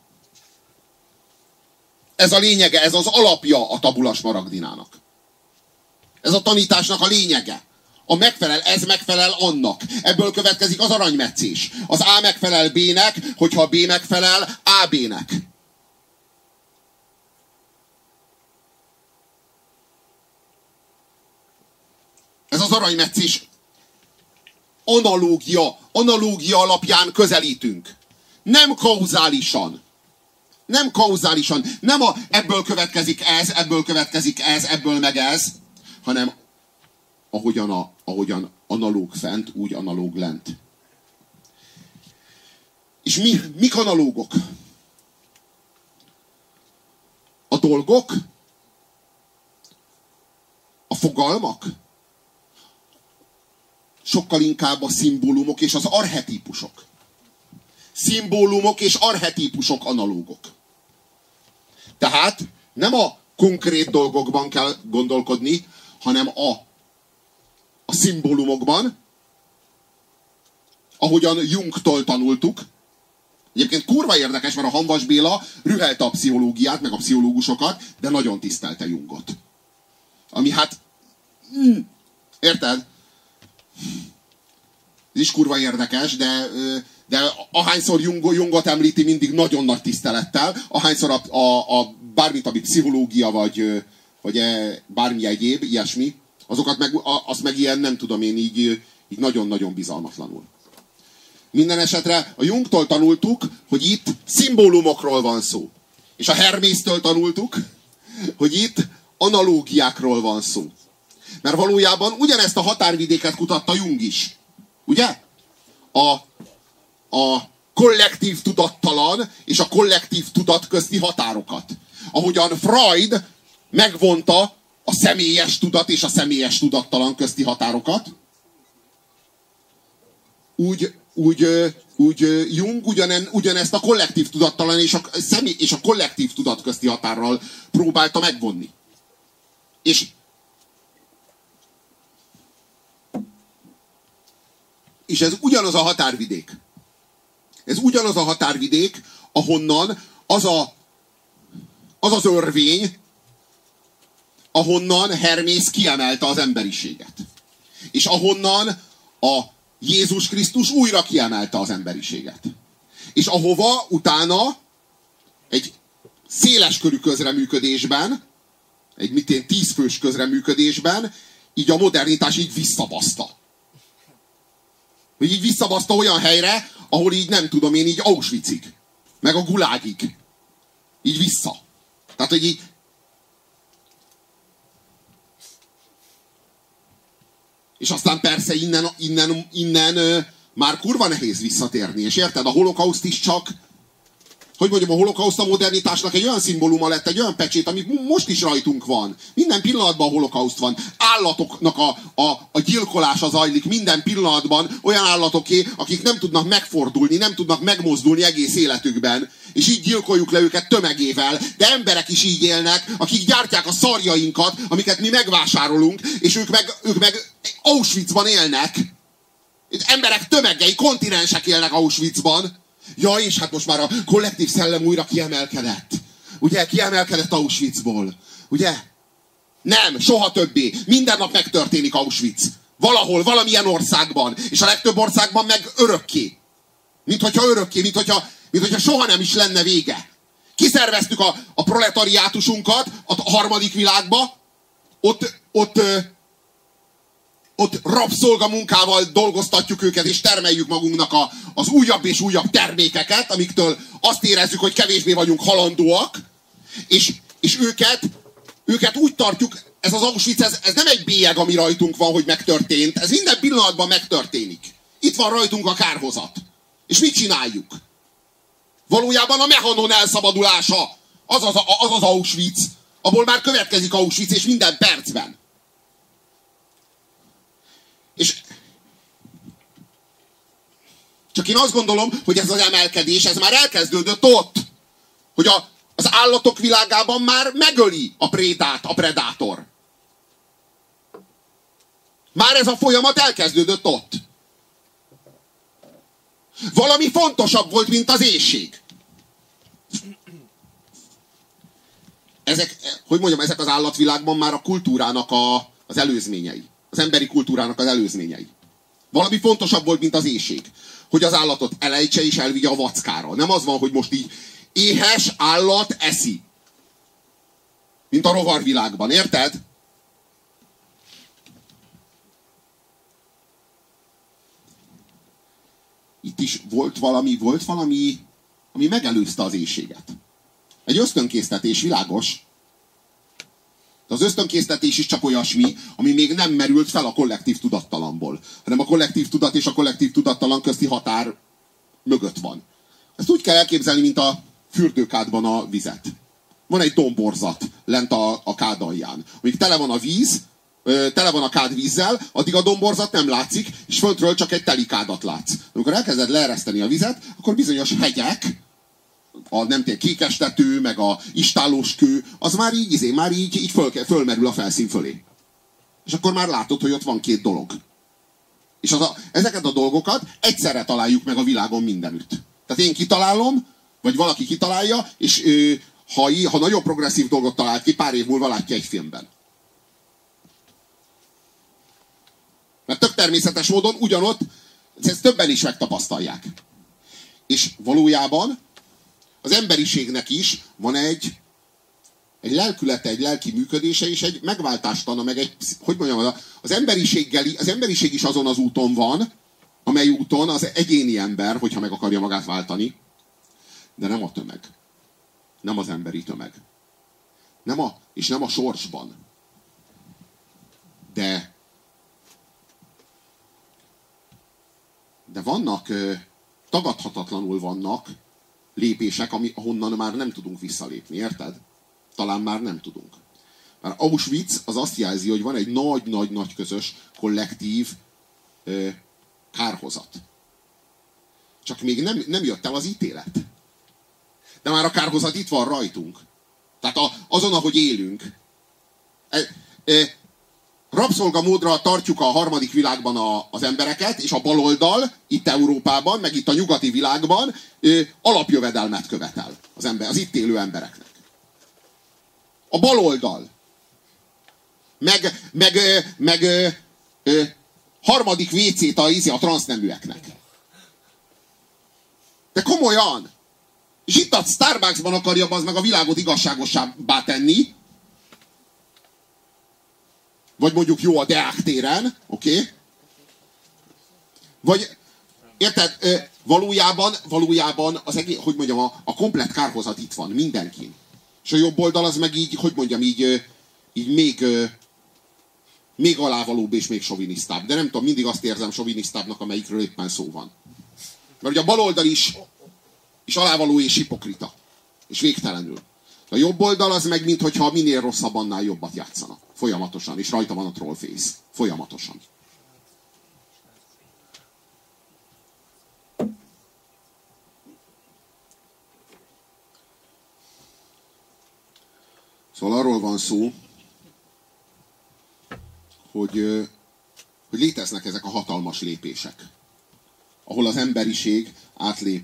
Ez a lényege, ez az alapja a tabula smaragdinának. Ez a tanításnak a lényege. Ez megfelel annak. Ebből következik az aranymetszés. Az A megfelel B-nek, hogyha B megfelel AB-nek. Ez az aranymetszés analógia alapján közelítünk. Nem kauzálisan. Nem kauzálisan. Nem ebből következik ez, ebből következik ez, ebből meg ez, hanem ahogyan analóg fent, úgy analóg lent. És mik analógok? A dolgok? A fogalmak? Sokkal inkább a szimbólumok és az archetípusok. Szimbólumok és archetípusok analógok. Tehát nem a konkrét dolgokban kell gondolkodni, hanem a szimbólumokban, ahogyan Jungtól tanultuk. Egyébként kurva érdekes, mert a Hamvas Béla rühelte a pszichológiát, meg a pszichológusokat, de nagyon tisztelte Jungot. Ami hát... érted? Ez is kurva érdekes, de ahányszor Jungot említi, mindig nagyon nagy tisztelettel, ahányszor a bármit, ami pszichológia, vagy bármi egyéb, ilyesmi, azt meg ilyen, nem tudom én, így nagyon-nagyon bizalmatlanul. Minden esetre a Jungtól tanultuk, hogy itt szimbólumokról van szó. És a Hermésztől tanultuk, hogy itt analógiákról van szó. Mert valójában ugyanezt a határvidéket kutatta Jung is. Ugye? A kollektív tudattalan és a kollektív tudat közti határokat. Ahogyan Freud megvonta a személyes tudat és a személyes tudattalan közti határokat, úgy Jung ugyanezt a kollektív tudattalan és a kollektív tudat közti határral próbálta megvonni. És ez ugyanaz a határvidék. Ez ugyanaz a határvidék, ahonnan az örvény, ahonnan Hermész kiemelte az emberiséget. És ahonnan a Jézus Krisztus újra kiemelte az emberiséget. És ahova utána egy széleskörű közreműködésben, egy 10 fős közreműködésben, így a modernitás így visszabaszta. Hogy így visszabaszta olyan helyre, ahol így nem tudom én, így Auschwitzig, meg a Gulágig. Így vissza. Tehát, hogy így... És aztán persze innen már kurva nehéz visszatérni. És érted, a holokauszt is csak, hogy mondjam, a holokauszt a modernitásnak egy olyan szimbóluma lett, egy olyan pecsét, ami most is rajtunk van. Minden pillanatban a holokauszt van. Állatoknak a gyilkolása zajlik minden pillanatban, olyan állatoké, akik nem tudnak megfordulni, nem tudnak megmozdulni egész életükben. És így gyilkoljuk le őket tömegével. De emberek is így élnek, akik gyártják a szarjainkat, amiket mi megvásárolunk, és ők meg Auschwitzban élnek. Emberek tömegei, kontinensek élnek Auschwitzban. Ja, és hát most már a kollektív szellem újra kiemelkedett. Ugye, kiemelkedett Auschwitzból. Ugye? Nem, soha többé. Minden nap megtörténik Auschwitz. Valahol, valamilyen országban. És a legtöbb országban meg örökké. Mint hogyha soha nem is lenne vége. Kiszerveztük a proletariátusunkat a harmadik világba. Ott rabszolgamunkával dolgoztatjuk őket, és termeljük magunknak az újabb és újabb termékeket, amiktől azt érezzük, hogy kevésbé vagyunk halandóak, és őket úgy tartjuk, ez az Auschwitz, ez nem egy bélyeg, ami rajtunk van, hogy megtörtént, ez minden pillanatban megtörténik. Itt van rajtunk a kárhozat. És mit csináljuk? Valójában a mechanon elszabadulása, az az Auschwitz, abból már következik Auschwitz, és minden percben. És csak én azt gondolom, hogy ez az emelkedés, ez már elkezdődött ott, hogy az állatok világában már megöli a prédát, a predátor. Már ez a folyamat elkezdődött ott. Valami fontosabb volt, mint az éhség. Ezek az állatvilágban már a kultúrának az előzményei. Az emberi kultúrának az előzményei. Valami fontosabb volt, mint az éhség. Hogy az állatot elejtse és elvigye a vackára. Nem az van, hogy most így éhes állat eszi. Mint a rovarvilágban, érted? Itt is volt valami ami megelőzte az éhséget. Egy ösztönkésztetés, világos. De az ösztönkésztetés is csak olyasmi, ami még nem merült fel a kollektív tudattalamból, hanem a kollektív tudat és a kollektív tudattalan közti határ mögött van. Ezt úgy kell elképzelni, mint a fürdőkádban a vizet. Van egy domborzat lent a kád alján. Amíg tele van a víz, tele van a kád vízzel, addig a domborzat nem látszik, és föntről csak egy teli kádat látsz. Amikor elkezded leereszteni a vizet, akkor bizonyos hegyek, a nem tudom, kékestető, meg a istállós kő, az már így fölmerül a felszín fölé. És akkor már látod, hogy ott van két dolog. És ezeket a dolgokat egyszerre találjuk meg a világon mindenütt. Tehát én kitalálom, vagy valaki kitalálja, és ha nagyon progresszív dolgot talált ki, pár év múlva látja egy filmben. Mert tök természetes módon ugyanott, ezt többen is megtapasztalják. És valójában az emberiségnek is van egy lelkülete, egy lelki működése, és egy megváltástana, meg egy, hogy mondjam, az emberiség is azon az úton van, amely úton az egyéni ember, hogyha meg akarja magát váltani, de nem a tömeg. Nem az emberi tömeg. És nem a sorsban. De vannak, tagadhatatlanul vannak lépések, ahonnan már nem tudunk visszalépni, érted? Talán már nem tudunk. Mert Auschwitz az azt jelzi, hogy van egy nagy közös, kollektív kárhozat. Csak még nem jött el az ítélet. De már a kárhozat itt van rajtunk. Tehát azon, ahogy élünk. Rabszolgamódra tartjuk a harmadik világban az embereket, és a baloldal, itt Európában, meg itt a nyugati világban alapjövedelmet követel az itt élő embereknek. A baloldal. Meg harmadik WC-t a transzneműeknek. De komolyan! És itt a Starbucksban akarja az meg a világot igazságosabbá tenni. Vagy mondjuk jó a Deák téren, oké? Vagy, érted, valójában az egész, hogy mondjam, a komplett kárhozat itt van, mindenkin. És a jobb oldal az meg így, hogy mondjam, így még alávalóbb és még sovinisztább. De nem tudom, mindig azt érzem sovinisztábbnak, amelyikről éppen szó van. Mert ugye a baloldal is alávaló és hipokrita. És végtelenül. A jobb oldal az meg, minthogyha minél rosszabb, annál jobbat játszana. Folyamatosan. És rajta van a trollface. Folyamatosan. Szóval arról van szó, hogy léteznek ezek a hatalmas lépések. Ahol az emberiség átlép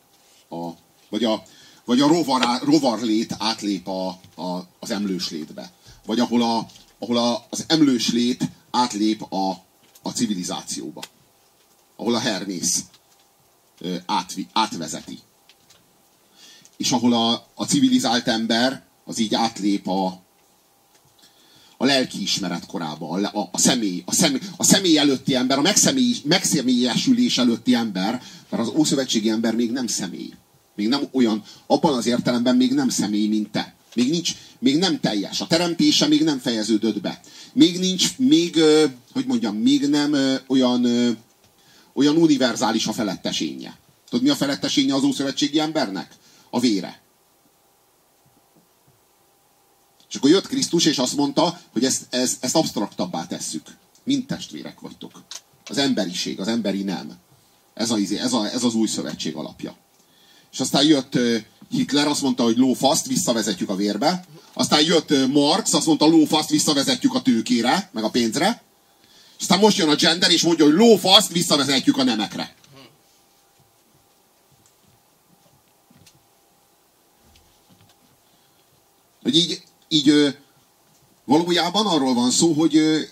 vagy a rovarlét átlép az emlőslétbe. Vagy ahol az emlőslét átlép a civilizációba. Ahol a hermész átvezeti. És ahol a civilizált ember az így átlép a lelkiismeret korába, a személy előtti ember, a megszemélyesülés előtti ember, mert az ószövetségi ember még nem személy. Még nem olyan, abban az értelemben még nem személy, mint te. Még nem teljes. A teremtése még nem fejeződött be. Még nem olyan univerzális a felettesénye. Tudod, mi a felettesénye az ószövetségi embernek? A vére. És akkor jött Krisztus, és azt mondta, hogy ezt absztraktabbá tesszük. Mind testvérek vagytok. Az emberiség, az emberi nem. Ez az új szövetség alapja. És aztán jött Hitler, azt mondta, hogy lófaszt, visszavezetjük a vérbe. Aztán jött Marx, azt mondta, lófaszt, visszavezetjük a tőkére, meg a pénzre. Aztán most jön a gender, és mondja, hogy lófaszt, visszavezetjük a nemekre. Hogy így valójában arról van szó, hogy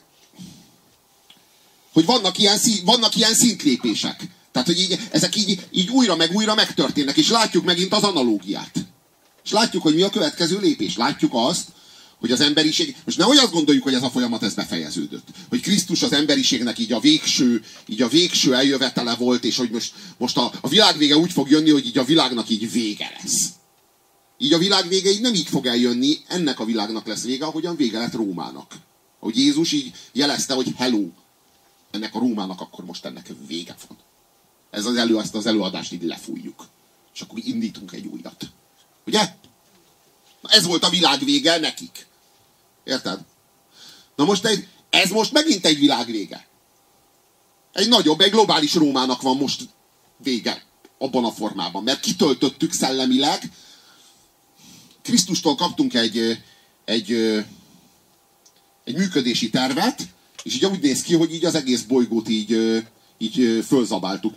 vannak ilyen szintlépések. Tehát, hogy ezek így újra meg újra megtörténnek, és látjuk megint az analógiát. És látjuk, hogy mi a következő lépés. Látjuk azt, hogy az emberiség, most nehogy azt gondoljuk, hogy ez a folyamat ez befejeződött. Hogy Krisztus az emberiségnek így a végső eljövetele volt, és hogy most a világ vége úgy fog jönni, hogy így a világnak így vége lesz. Így a világ vége így nem így fog eljönni, ennek a világnak lesz vége, ahogyan vége lett Rómának. Ahogy Jézus így jelezte, hogy hello, ennek a Rómának akkor most ennek vége van. Ezt az előadást így lefújjuk. És akkor indítunk egy újat. Ugye? Ez volt a világ vége nekik. Érted? Na most ez most megint egy világ vége. Egy nagyobb, egy globális Rómának van most vége abban a formában. Mert kitöltöttük szellemileg. Krisztustól kaptunk egy működési tervet, és így úgy néz ki, hogy így az egész bolygót így fölzabáltuk,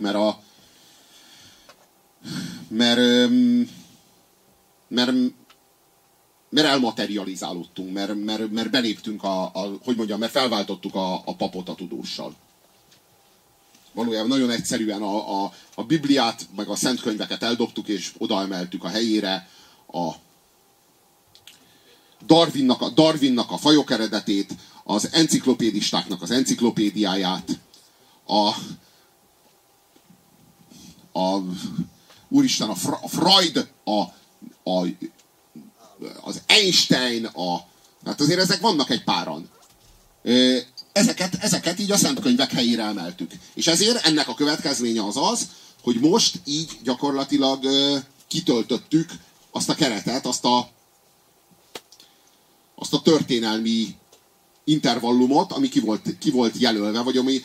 mert elmaterializálódtunk, mert beléptünk mert felváltottuk a papot a tudóssal. Valójában nagyon egyszerűen a Bibliát, meg a szentkönyveket eldobtuk, és odaemeltük a helyére a Darwinnak a fajok eredetét, az enciklopédistáknak az enciklopédiáját, úristen, a Freud, az Einstein, hát azért ezek vannak egy páran. Ezeket így a szentkönyvek helyére emeltük. És ezért ennek a következménye az, hogy most így gyakorlatilag kitöltöttük azt a keretet, azt a történelmi intervallumot, ami ki volt jelölve, vagy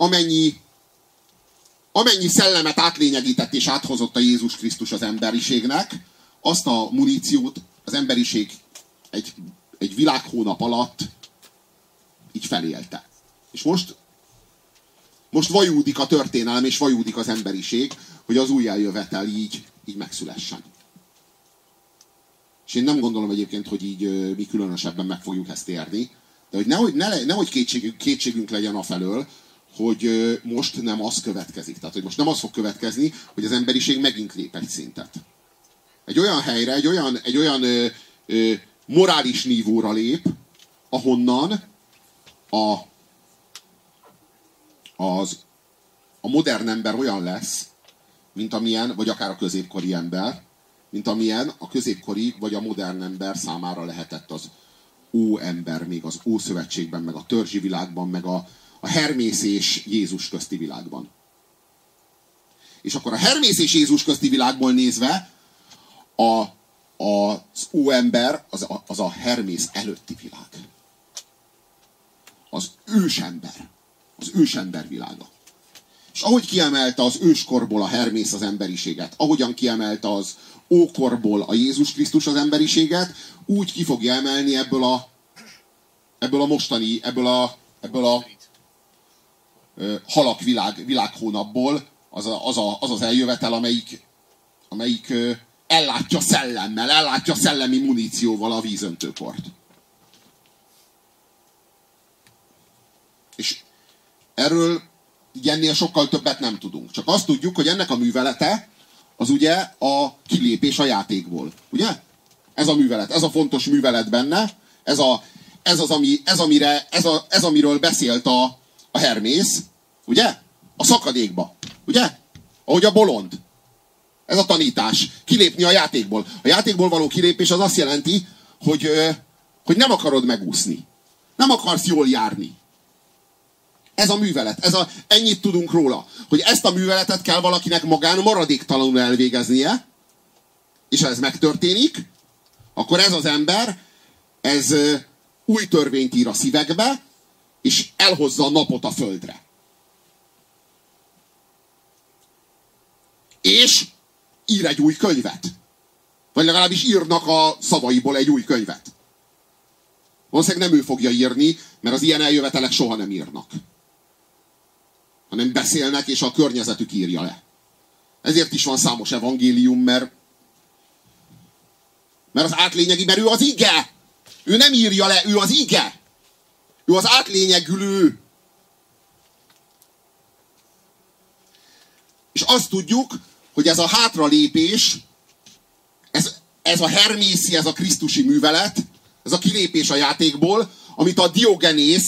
amennyi szellemet átlényegített és áthozott a Jézus Krisztus az emberiségnek, azt a muníciót az emberiség egy világhónap alatt így felélte. És most vajúdik a történelem, és vajúdik az emberiség, hogy az újjájövetel így megszülessen. És én nem gondolom egyébként, hogy így mi különösebben meg fogjuk ezt érni, de hogy nehogy kétségünk legyen afelől, hogy most nem az következik. Tehát, hogy most nem az fog következni, hogy az emberiség megint lép egy szintet. Egy olyan helyre, egy olyan morális nívóra lép, ahonnan a modern ember olyan lesz, mint amilyen, vagy akár a középkori ember, mint amilyen a középkori vagy a modern ember számára lehetett az óember, még az Ószövetségben, meg a törzsi világban, meg a Hermész és Jézus közti világban. És akkor a Hermész és Jézus közti világból nézve az óember az a Hermész előtti világ. Az ősember világa. És ahogy kiemelte az őskorból a Hermész az emberiséget, ahogyan kiemelte az ókorból a Jézus Krisztus az emberiséget, úgy ki fogja emelni ebből a mostani, ebből a halak világhónapból az eljövetel, amelyik ellátja szellemmel, ellátja szellemi munícióval a vízöntőport. És erről ennél sokkal többet nem tudunk. Csak azt tudjuk, hogy ennek a művelete az ugye a kilépés a játékból. Ugye? Ez a művelet, ez a fontos művelet benne, ez amiről beszélt a Hermész, ugye? A szakadékba, ugye? Ahogy a bolond. Ez a tanítás. Kilépni a játékból. A játékból való kilépés az azt jelenti, hogy nem akarod megúszni. Nem akarsz jól járni. Ez a művelet. Ennyit tudunk róla. Hogy ezt a műveletet kell valakinek magán maradéktalanul elvégeznie, és ha ez megtörténik, akkor ez az ember, ez új törvényt ír a szívekbe, és elhozza a napot a földre. És ír egy új könyvet. Vagy legalábbis írnak a szavaiból egy új könyvet. Valószínűleg nem ő fogja írni, mert az ilyen eljövetelek soha nem írnak. Hanem beszélnek, és a környezetük írja le. Ezért is van számos evangélium, mert az átlényegi, mert ő az ige. Ő nem írja le, ő az ige. Ő az átlényegülő. És azt tudjuk, hogy ez a hátralépés, ez a hermészi, ez a krisztusi művelet, Ez a kilépés a játékból, amit a Diogenész,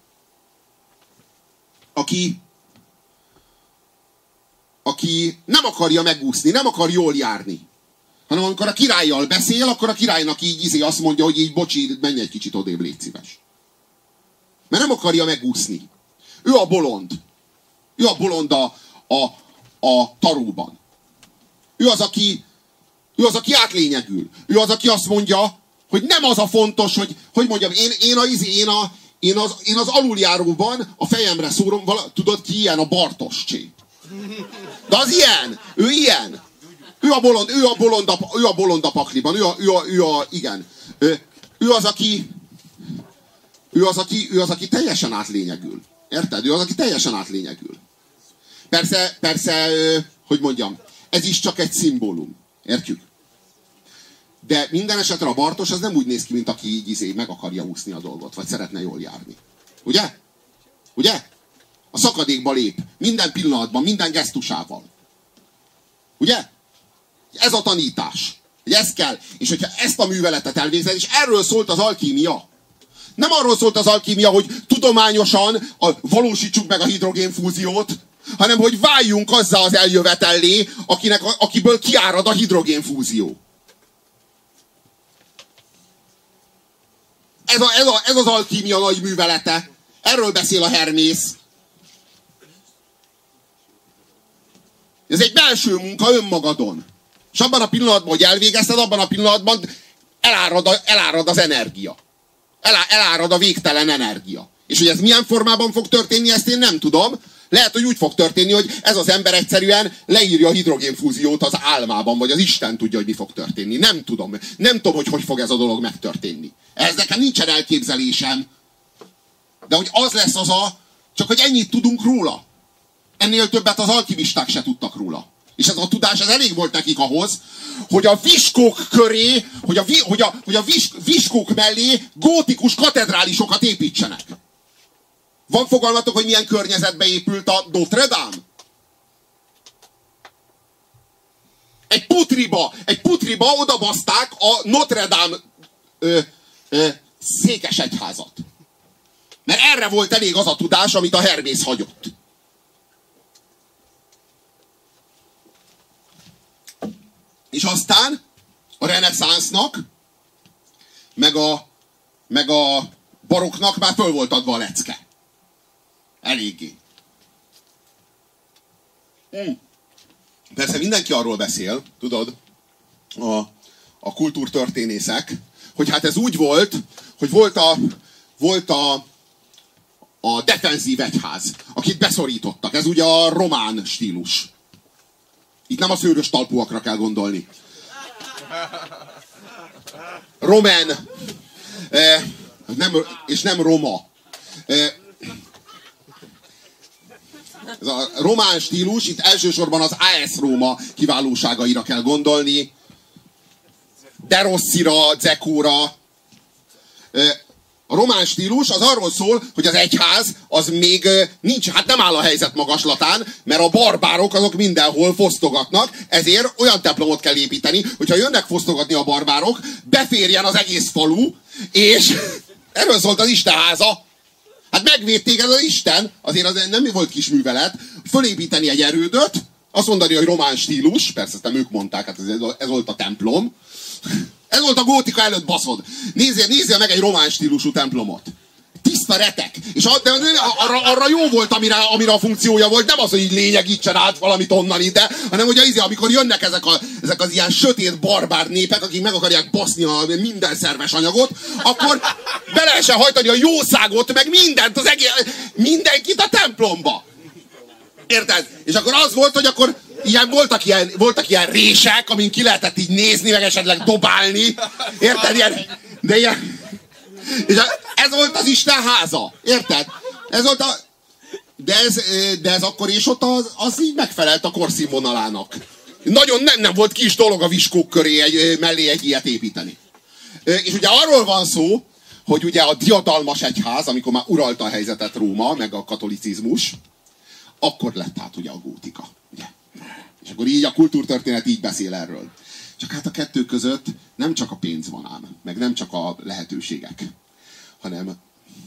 aki nem akarja megúszni, nem akar jól járni. Hanem amikor a királlyal beszél, akkor a királynak így azt mondja, hogy így bocsi, menj egy kicsit odébb, légy szíves. Mert nem akarja megúszni. Ő a bolond. Ő a bolond a taróban. Ő az, aki átlényegül. Ő az, aki azt mondja, hogy nem az a fontos, hogy mondjam, én az aluljáróban a fejemre szórom, tudod ki ilyen? A Bartos csé. De az ilyen. Ő ilyen. Ő a bolond a pakliban. Igen. Ő az, aki teljesen átlényegül. Érted? Ő az, aki teljesen átlényegül. Persze, hogy mondjam, ez is csak egy szimbólum. Értjük? De minden esetre a Bartos az nem úgy néz ki, mint aki így meg akarja úszni a dolgot, vagy szeretne jól járni. Ugye? Ugye? A szakadékba lép. Minden pillanatban, minden gesztusával. Ugye? Ez a tanítás. Hogy ez kell. És hogyha ezt a műveletet elvégzed, és erről szólt az alkímia. Nem arról szólt az alkímia, hogy tudományosan valósítsuk meg a hidrogénfúziót, hanem hogy váljunk azzá az eljövetellé, akiből kiárad a hidrogénfúzió. Ez az alkímia nagy művelete. Erről beszél a Hermész. Ez egy belső munka önmagadon. És abban a pillanatban, hogy elvégezted, abban a pillanatban elárad az energia. Elárad a végtelen energia. És hogy ez milyen formában fog történni, ezt én nem tudom. Lehet, hogy úgy fog történni, hogy ez az ember egyszerűen leírja a hidrogénfúziót az álmában, vagy az Isten tudja, hogy mi fog történni. Nem tudom. Nem tudom, hogy fog ez a dolog megtörténni. Ez nekem nincsen elképzelésem. De hogy az lesz csak hogy ennyit tudunk róla. Ennél többet az alkimisták se tudtak róla. És ez a tudás, ez elég volt nekik ahhoz, hogy a viskók köré, hogy a viskók mellé gótikus katedrálisokat építsenek. Van fogalmatok, hogy milyen környezetbe épült a Notre Dame? Egy putriba odabaszták a Notre Dame székesegyházat. Mert erre volt elég az a tudás, amit a Hermész hagyott. És aztán a reneszánsznak, meg a baroknak már föl volt adva a lecke. Eléggé. Persze mindenki arról beszél, tudod, a kultúrtörténészek, hogy hát ez úgy volt, hogy volt a defenzív egyház, akit beszorítottak. Ez ugye a román stílus. Itt nem a szőrös talpúakra kell gondolni. Roman. És nem roma. Ez a román stílus, itt elsősorban az AS Róma kiválóságaira kell gondolni. De Rosszira, Dzekóra. A román stílus az arról szól, hogy az egyház az még nincs, hát nem áll a helyzet magaslatán, mert a barbárok azok mindenhol fosztogatnak, ezért olyan templomot kell építeni, hogyha jönnek fosztogatni a barbárok, beférjen az egész falu, és erről szólt az Istenháza. Hát megvédték ez az Isten, azért az nem volt kis művelet, fölépíteni egy erődöt, azt mondani, hogy román stílus, persze ezt nem ők mondták, hát ez volt a templom. Ez volt a gótika előtt, baszod. Nézzél meg egy román stílusú templomot. Tiszta retek. És arra jó volt, amire a funkciója volt. Nem az, hogy így lényegítsen át valamit onnan ide, hanem hogy amikor jönnek ezek az ilyen sötét barbár népek, akik meg akarják baszni a minden szerves anyagot, akkor be lehessen hajtani a jószágot, meg mindent, mindenkit a templomba. Érted? És akkor az volt, hogy akkor voltak ilyen rések, amin ki lehetett így nézni, meg esetleg dobálni. Érted? De ilyen... És ez volt az Isten háza. Érted? Ez volt de ez akkor és ott az így megfelelt a korszínvonalának. Nagyon nem volt kis dolog a viskók köré mellé egy ilyet építeni. És ugye arról van szó, hogy ugye a diadalmas egyház, amikor már uralta a helyzetet Róma, meg a katolicizmus, akkor lett hát ugye a gótika. Ugye? És akkor így a kultúrtörténet így beszél erről. Csak hát a kettő között nem csak a pénz van ám, meg nem csak a lehetőségek, hanem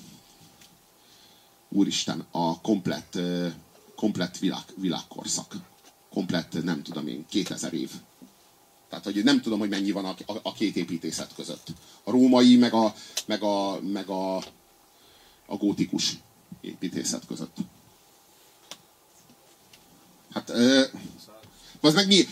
úristen, a komplett világkorszak. Komplett, nem tudom én, 2000 év. Tehát, hogy nem tudom, hogy mennyi van a két építészet között. A római, meg a gótikus építészet között. Hát, az meg mi?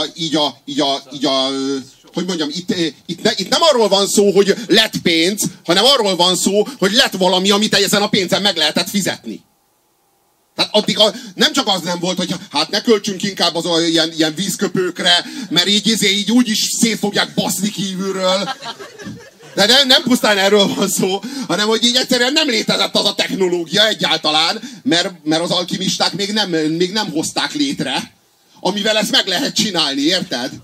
Hogy mondjam, itt nem arról van szó, hogy lett pénz, hanem arról van szó, hogy lett valami, amit ezen a pénzen meg lehetett fizetni. Tehát addig nem csak az nem volt, hogy hát ne költsünk inkább az ilyen vízköpőkre, mert így úgyis szét fogják baszni kívülről. De nem pusztán erről van szó, hanem hogy így egyszerűen nem létezett az a technológia egyáltalán, mert az alkimisták még nem hozták létre, amivel ezt meg lehet csinálni, érted?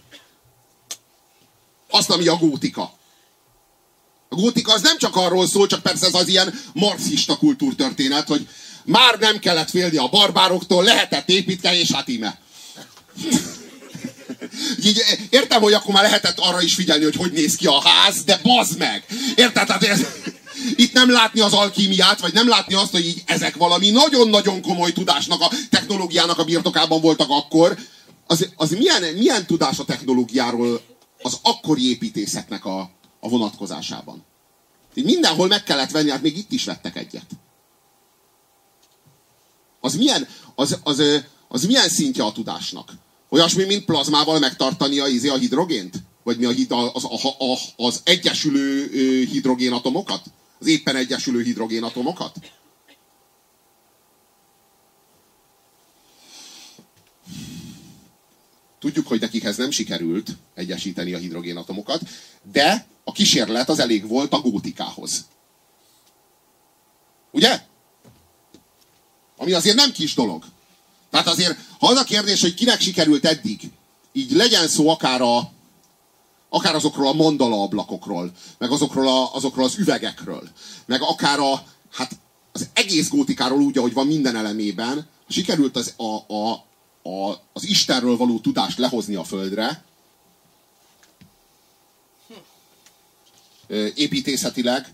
Azt, ami a gótika. A gótika az nem csak arról szól, csak persze ez az ilyen marxista kultúrtörténet, hogy már nem kellett félni a barbároktól, lehetett építeni, és hát íme. Így értem, hogy akkor már lehetett arra is figyelni, hogy néz ki a ház, de bazd meg! Érted? Tehát itt nem látni az alkímiát, vagy nem látni azt, hogy így ezek valami nagyon-nagyon komoly tudásnak, a technológiának a birtokában voltak akkor. Az milyen tudás a technológiáról az akkori építészetnek a vonatkozásában? Így mindenhol meg kellett venni, hát még itt is vettek egyet. Az milyen szintje a tudásnak? Olyasmi, mint plazmával megtartani a hidrogént? Vagy mi az egyesülő hidrogénatomokat? Az éppen egyesülő hidrogénatomokat? Tudjuk, hogy nekik ez nem sikerült egyesíteni a hidrogénatomokat, de a kísérlet az elég volt a gótikához. Ugye? Ami azért nem kis dolog. Tehát azért, ha az a kérdés, hogy kinek sikerült eddig, így legyen szó akár azokról a mandala ablakokról, meg azokról az üvegekről, meg akár az egész gótikáról úgy, ahogy van minden elemében, sikerült az Istenről való tudást lehozni a földre, építészetileg.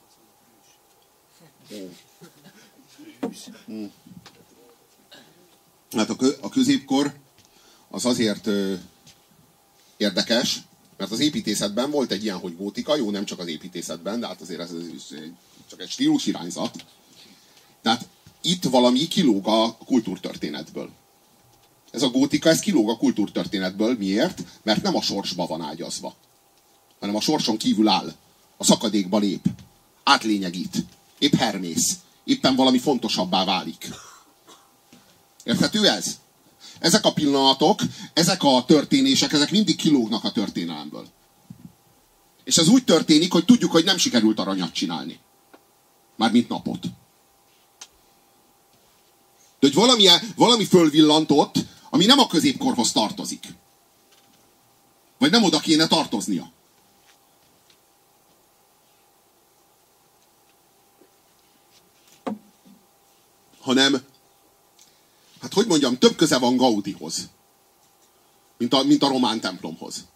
Hát a középkor az azért érdekes, mert az építészetben volt egy ilyen, hogy gótika, jó, nem csak az építészetben, de hát azért ez csak egy stílus irányzat. Tehát itt valami kilóg a kultúrtörténetből. Ez a gótika, ez kilóg a kultúrtörténetből. Miért? Mert nem a sorsba van ágyazva, hanem a sorson kívül áll. A szakadékba lép. Átlényegít. Épp Hermész. Éppen valami fontosabbá válik. Érthető ez? Ezek a pillanatok, ezek a történések, ezek mindig kilógnak a történelemből. És ez úgy történik, hogy tudjuk, hogy nem sikerült aranyat csinálni. Mármint napot. De hogy valami fölvillantott, ami nem a középkorhoz tartozik. Vagy nem oda kéne tartoznia. Hanem, hát hogy mondjam, több köze van Gaudihoz, mint a román templomhoz.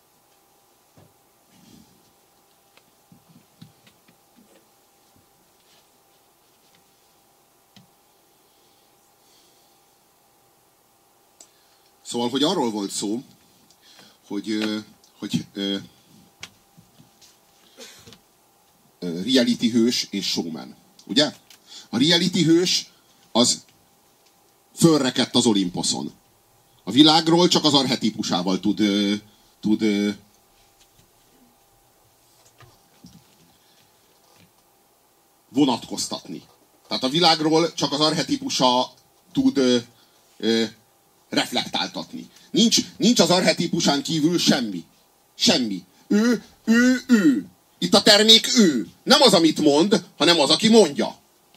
Szóval, hogy arról volt szó, hogy reality hős és showman. Ugye? A reality hős az fölrekedt az Olimposzon. A világról csak az archetípusával tud vonatkoztatni. Tehát a világról csak az archetípusa tud reflektáltatni. Nincs az archetípusán kívül semmi. Semmi. Ő. Itt a termék ő. Nem az, amit mond, hanem az, aki mondja.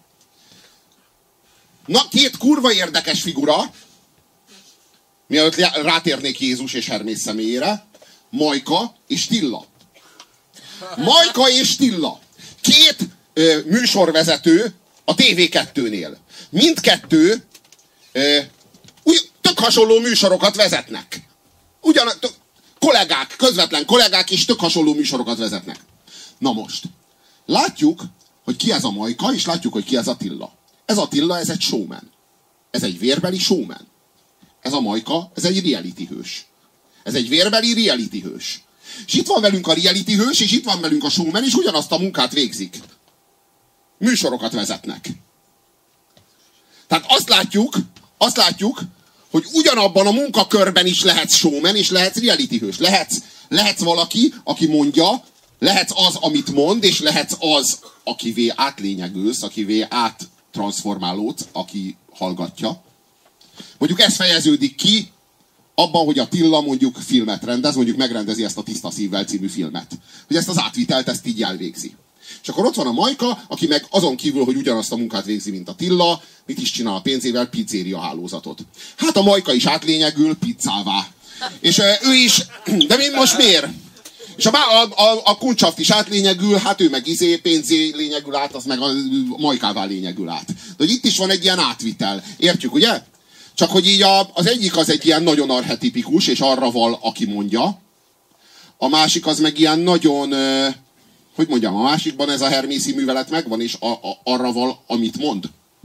Na, két kurva érdekes figura, mielőtt rátérnék Jézus és Hermész személyére, Majka és Tilla. Majka és Tilla. Két műsorvezető a TV2-nél. Mindkettő tök hasonló műsorokat vezetnek. kollégák, közvetlen kollégák, és tök hasonló műsorokat vezetnek. Na most, látjuk, hogy ki ez a Majka, és látjuk, hogy ki ez Attila. Ez Attila, ez egy showman. Ez egy vérbeli showman. Ez a Majka, ez egy reality hős. Ez egy vérbeli reality hős. És itt van velünk a reality hős, és itt van velünk a showman, és ugyanazt a munkát végzik. Műsorokat vezetnek. Tehát azt látjuk, hogy ugyanabban a munkakörben is lehetsz showman, és lehetsz reality hős. Lehetsz valaki, aki mondja, lehetsz az, amit mond, és lehetsz az, akivé átlényegülsz, akivé áttranszformálódsz, aki hallgatja. Mondjuk ez fejeződik ki abban, hogy Attila mondjuk filmet rendez, mondjuk megrendezi ezt a Tiszta szívvel című filmet. Hogy ezt az átvitelt, ezt így elvégzi. És akkor ott van a Majka, aki meg azon kívül, hogy ugyanazt a munkát végzi, mint Attila, mit is csinál a pénzével? Pizzéria hálózatot. Hát a Majka is átlényegül pizzává. És ő is, de mi most miért? És a Kuncshaft is átlényegül, hát ő meg pénzé lényegül át, az meg a Majkává lényegül át. De hogy itt is van egy ilyen átvitel. Értjük, ugye? Csak hogy így az egyik az egy ilyen nagyon archetipikus, és arra val, aki mondja. A másik az meg ilyen nagyon, hogy mondjam, a másikban ez a hermészi művelet megvan, és arra val, amit mond.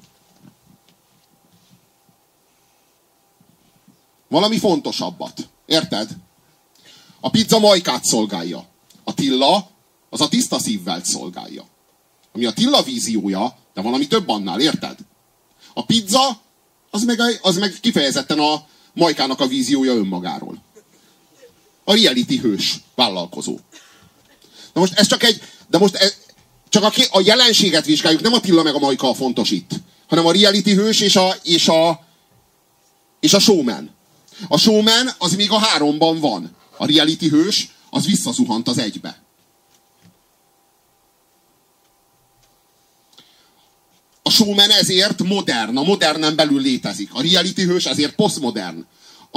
Valami fontosabbat. Érted? A pizza Majkát szolgálja. Attila az a Tiszta szívvel szolgálja. Ami a Attila víziója, de valami több annál, érted? A pizza az meg kifejezetten a Majkának a víziója önmagáról. A reality hős, vállalkozó. Na most ez csak a jelenséget vizsgáljuk, nem Attila meg a Majka a fontos itt, hanem a reality hős és a showman. A showman az még a 3-ban van. A reality hős az visszazuhant az 1-be. A showman ezért modern, a modernen belül létezik. A reality hős ezért posztmodern.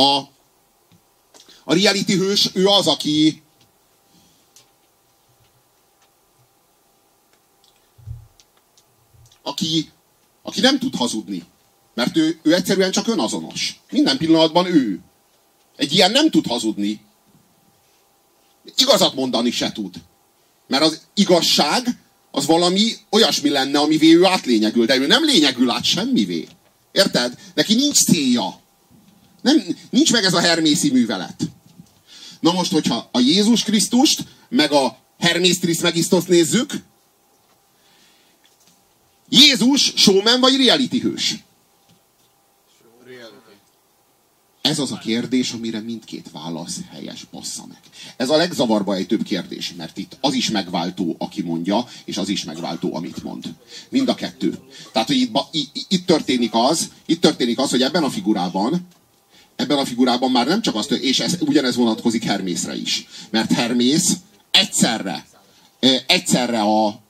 A reality hős, ő az, aki nem tud hazudni. Mert ő egyszerűen csak önazonos. Minden pillanatban ő. Egy ilyen nem tud hazudni. Igazat mondani se tud. Mert az igazság az valami olyasmi lenne, amivé ő átlényegül, de ő nem lényegül át semmivé. Érted? Neki nincs célja. Nincs meg ez a hermészi művelet. Na most, hogyha a Jézus Krisztust, meg a Hermész Trismegisztost nézzük, Jézus showman vagy reality hős? Ez az a kérdés, amire mindkét válasz helyes, bassza meg. Ez a legzavarba ejtőbb kérdés, mert itt az is megváltó, aki mondja, és az is megváltó, amit mond. Mind a kettő. Tehát, hogy itt történik az, hogy ebben a figurában már nem csak azt, és ugyanez vonatkozik Hermészre is. Mert Hermész egyszerre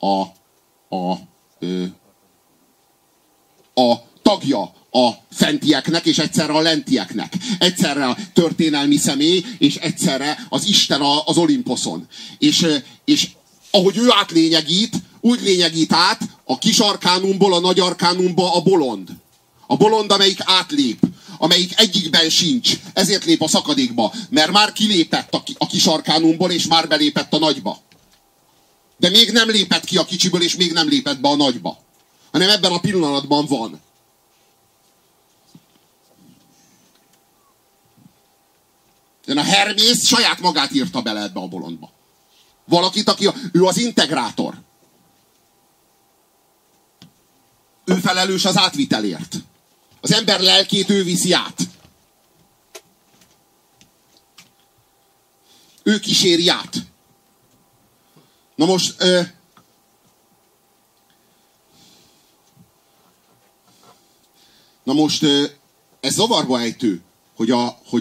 a tagja a fentieknek, és egyszerre a lentieknek. Egyszerre a történelmi személy, és egyszerre az Isten az Olimposzon. És ahogy ő átlényegít, úgy lényegít át a kis arkánumból a nagy arkánumba a bolond. A bolond, amelyik átlép, amelyik egyikben sincs. Ezért lép a szakadékba, mert már kilépett a kis arkánumból, és már belépett a nagyba. De még nem lépett ki a kicsiből, és még nem lépett be a nagyba. Hanem ebben a pillanatban van. De a Hermész saját magát írta bele ebbe a bolondba. Valakit, ő az integrátor. Ő felelős az átvitelért. Az ember lelkét ő viszi át. Ő kíséri át. Na most... ez zavarba ejtő, hogy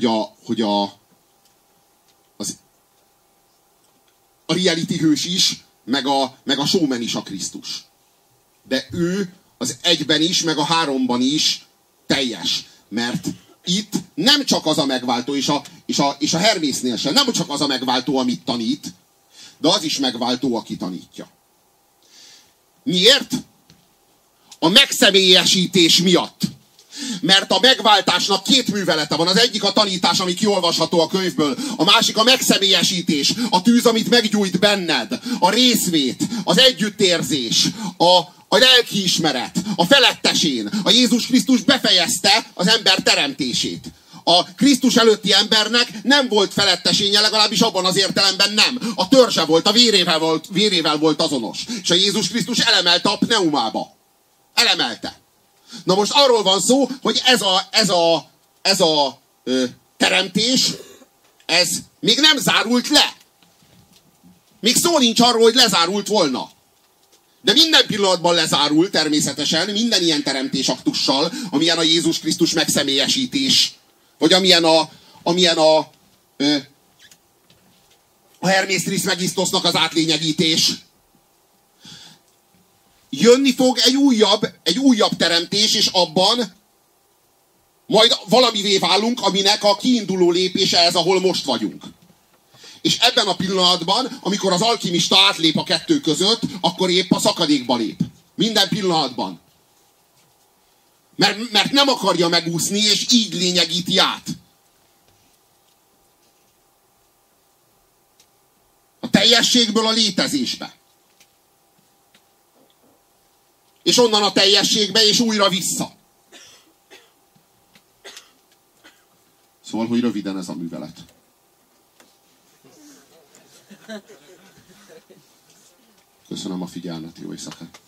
a reality hős is, meg a showman is a Krisztus. De ő az 1-ben is, meg a 3-ban is teljes. Mert itt nem csak az a megváltó, és a Hermésznél sem, nem csak az a megváltó, amit tanít, de az is megváltó, aki tanítja. Miért? A megszemélyesítés miatt. Mert a megváltásnak két művelete van. Az egyik a tanítás, ami kiolvasható a könyvből. A másik a megszemélyesítés, a tűz, amit meggyújt benned. A részvét, az együttérzés, a lelkiismeret, a felettesén. A Jézus Krisztus befejezte az ember teremtését. A Krisztus előtti embernek nem volt felettesénye, legalábbis abban az értelemben nem. A törzse volt, a vérével volt azonos. És a Jézus Krisztus elemelte a pneumába. Elemelte. Na most arról van szó, hogy ez a teremtés, ez még nem zárult le. Még szó nincs arról, hogy lezárult volna. De minden pillanatban lezárul természetesen, minden ilyen teremtésaktussal, amilyen a Jézus Krisztus megszemélyesítés. Vagy amilyen a Hermész Trismegisztosznak az átlényegítés. Jönni fog egy újabb teremtés, és abban majd valamivé válunk, aminek a kiinduló lépése ez, ahol most vagyunk. És ebben a pillanatban, amikor az alkimista átlép a kettő között, akkor épp a szakadékba lép. Minden pillanatban. Mert nem akarja megúszni, és így lényegíti át. A teljességből a létezésbe. És onnan a teljességbe, és újra vissza. Szóval, hogy röviden ez a művelet. Köszönöm a figyelmet, jó éjszakát!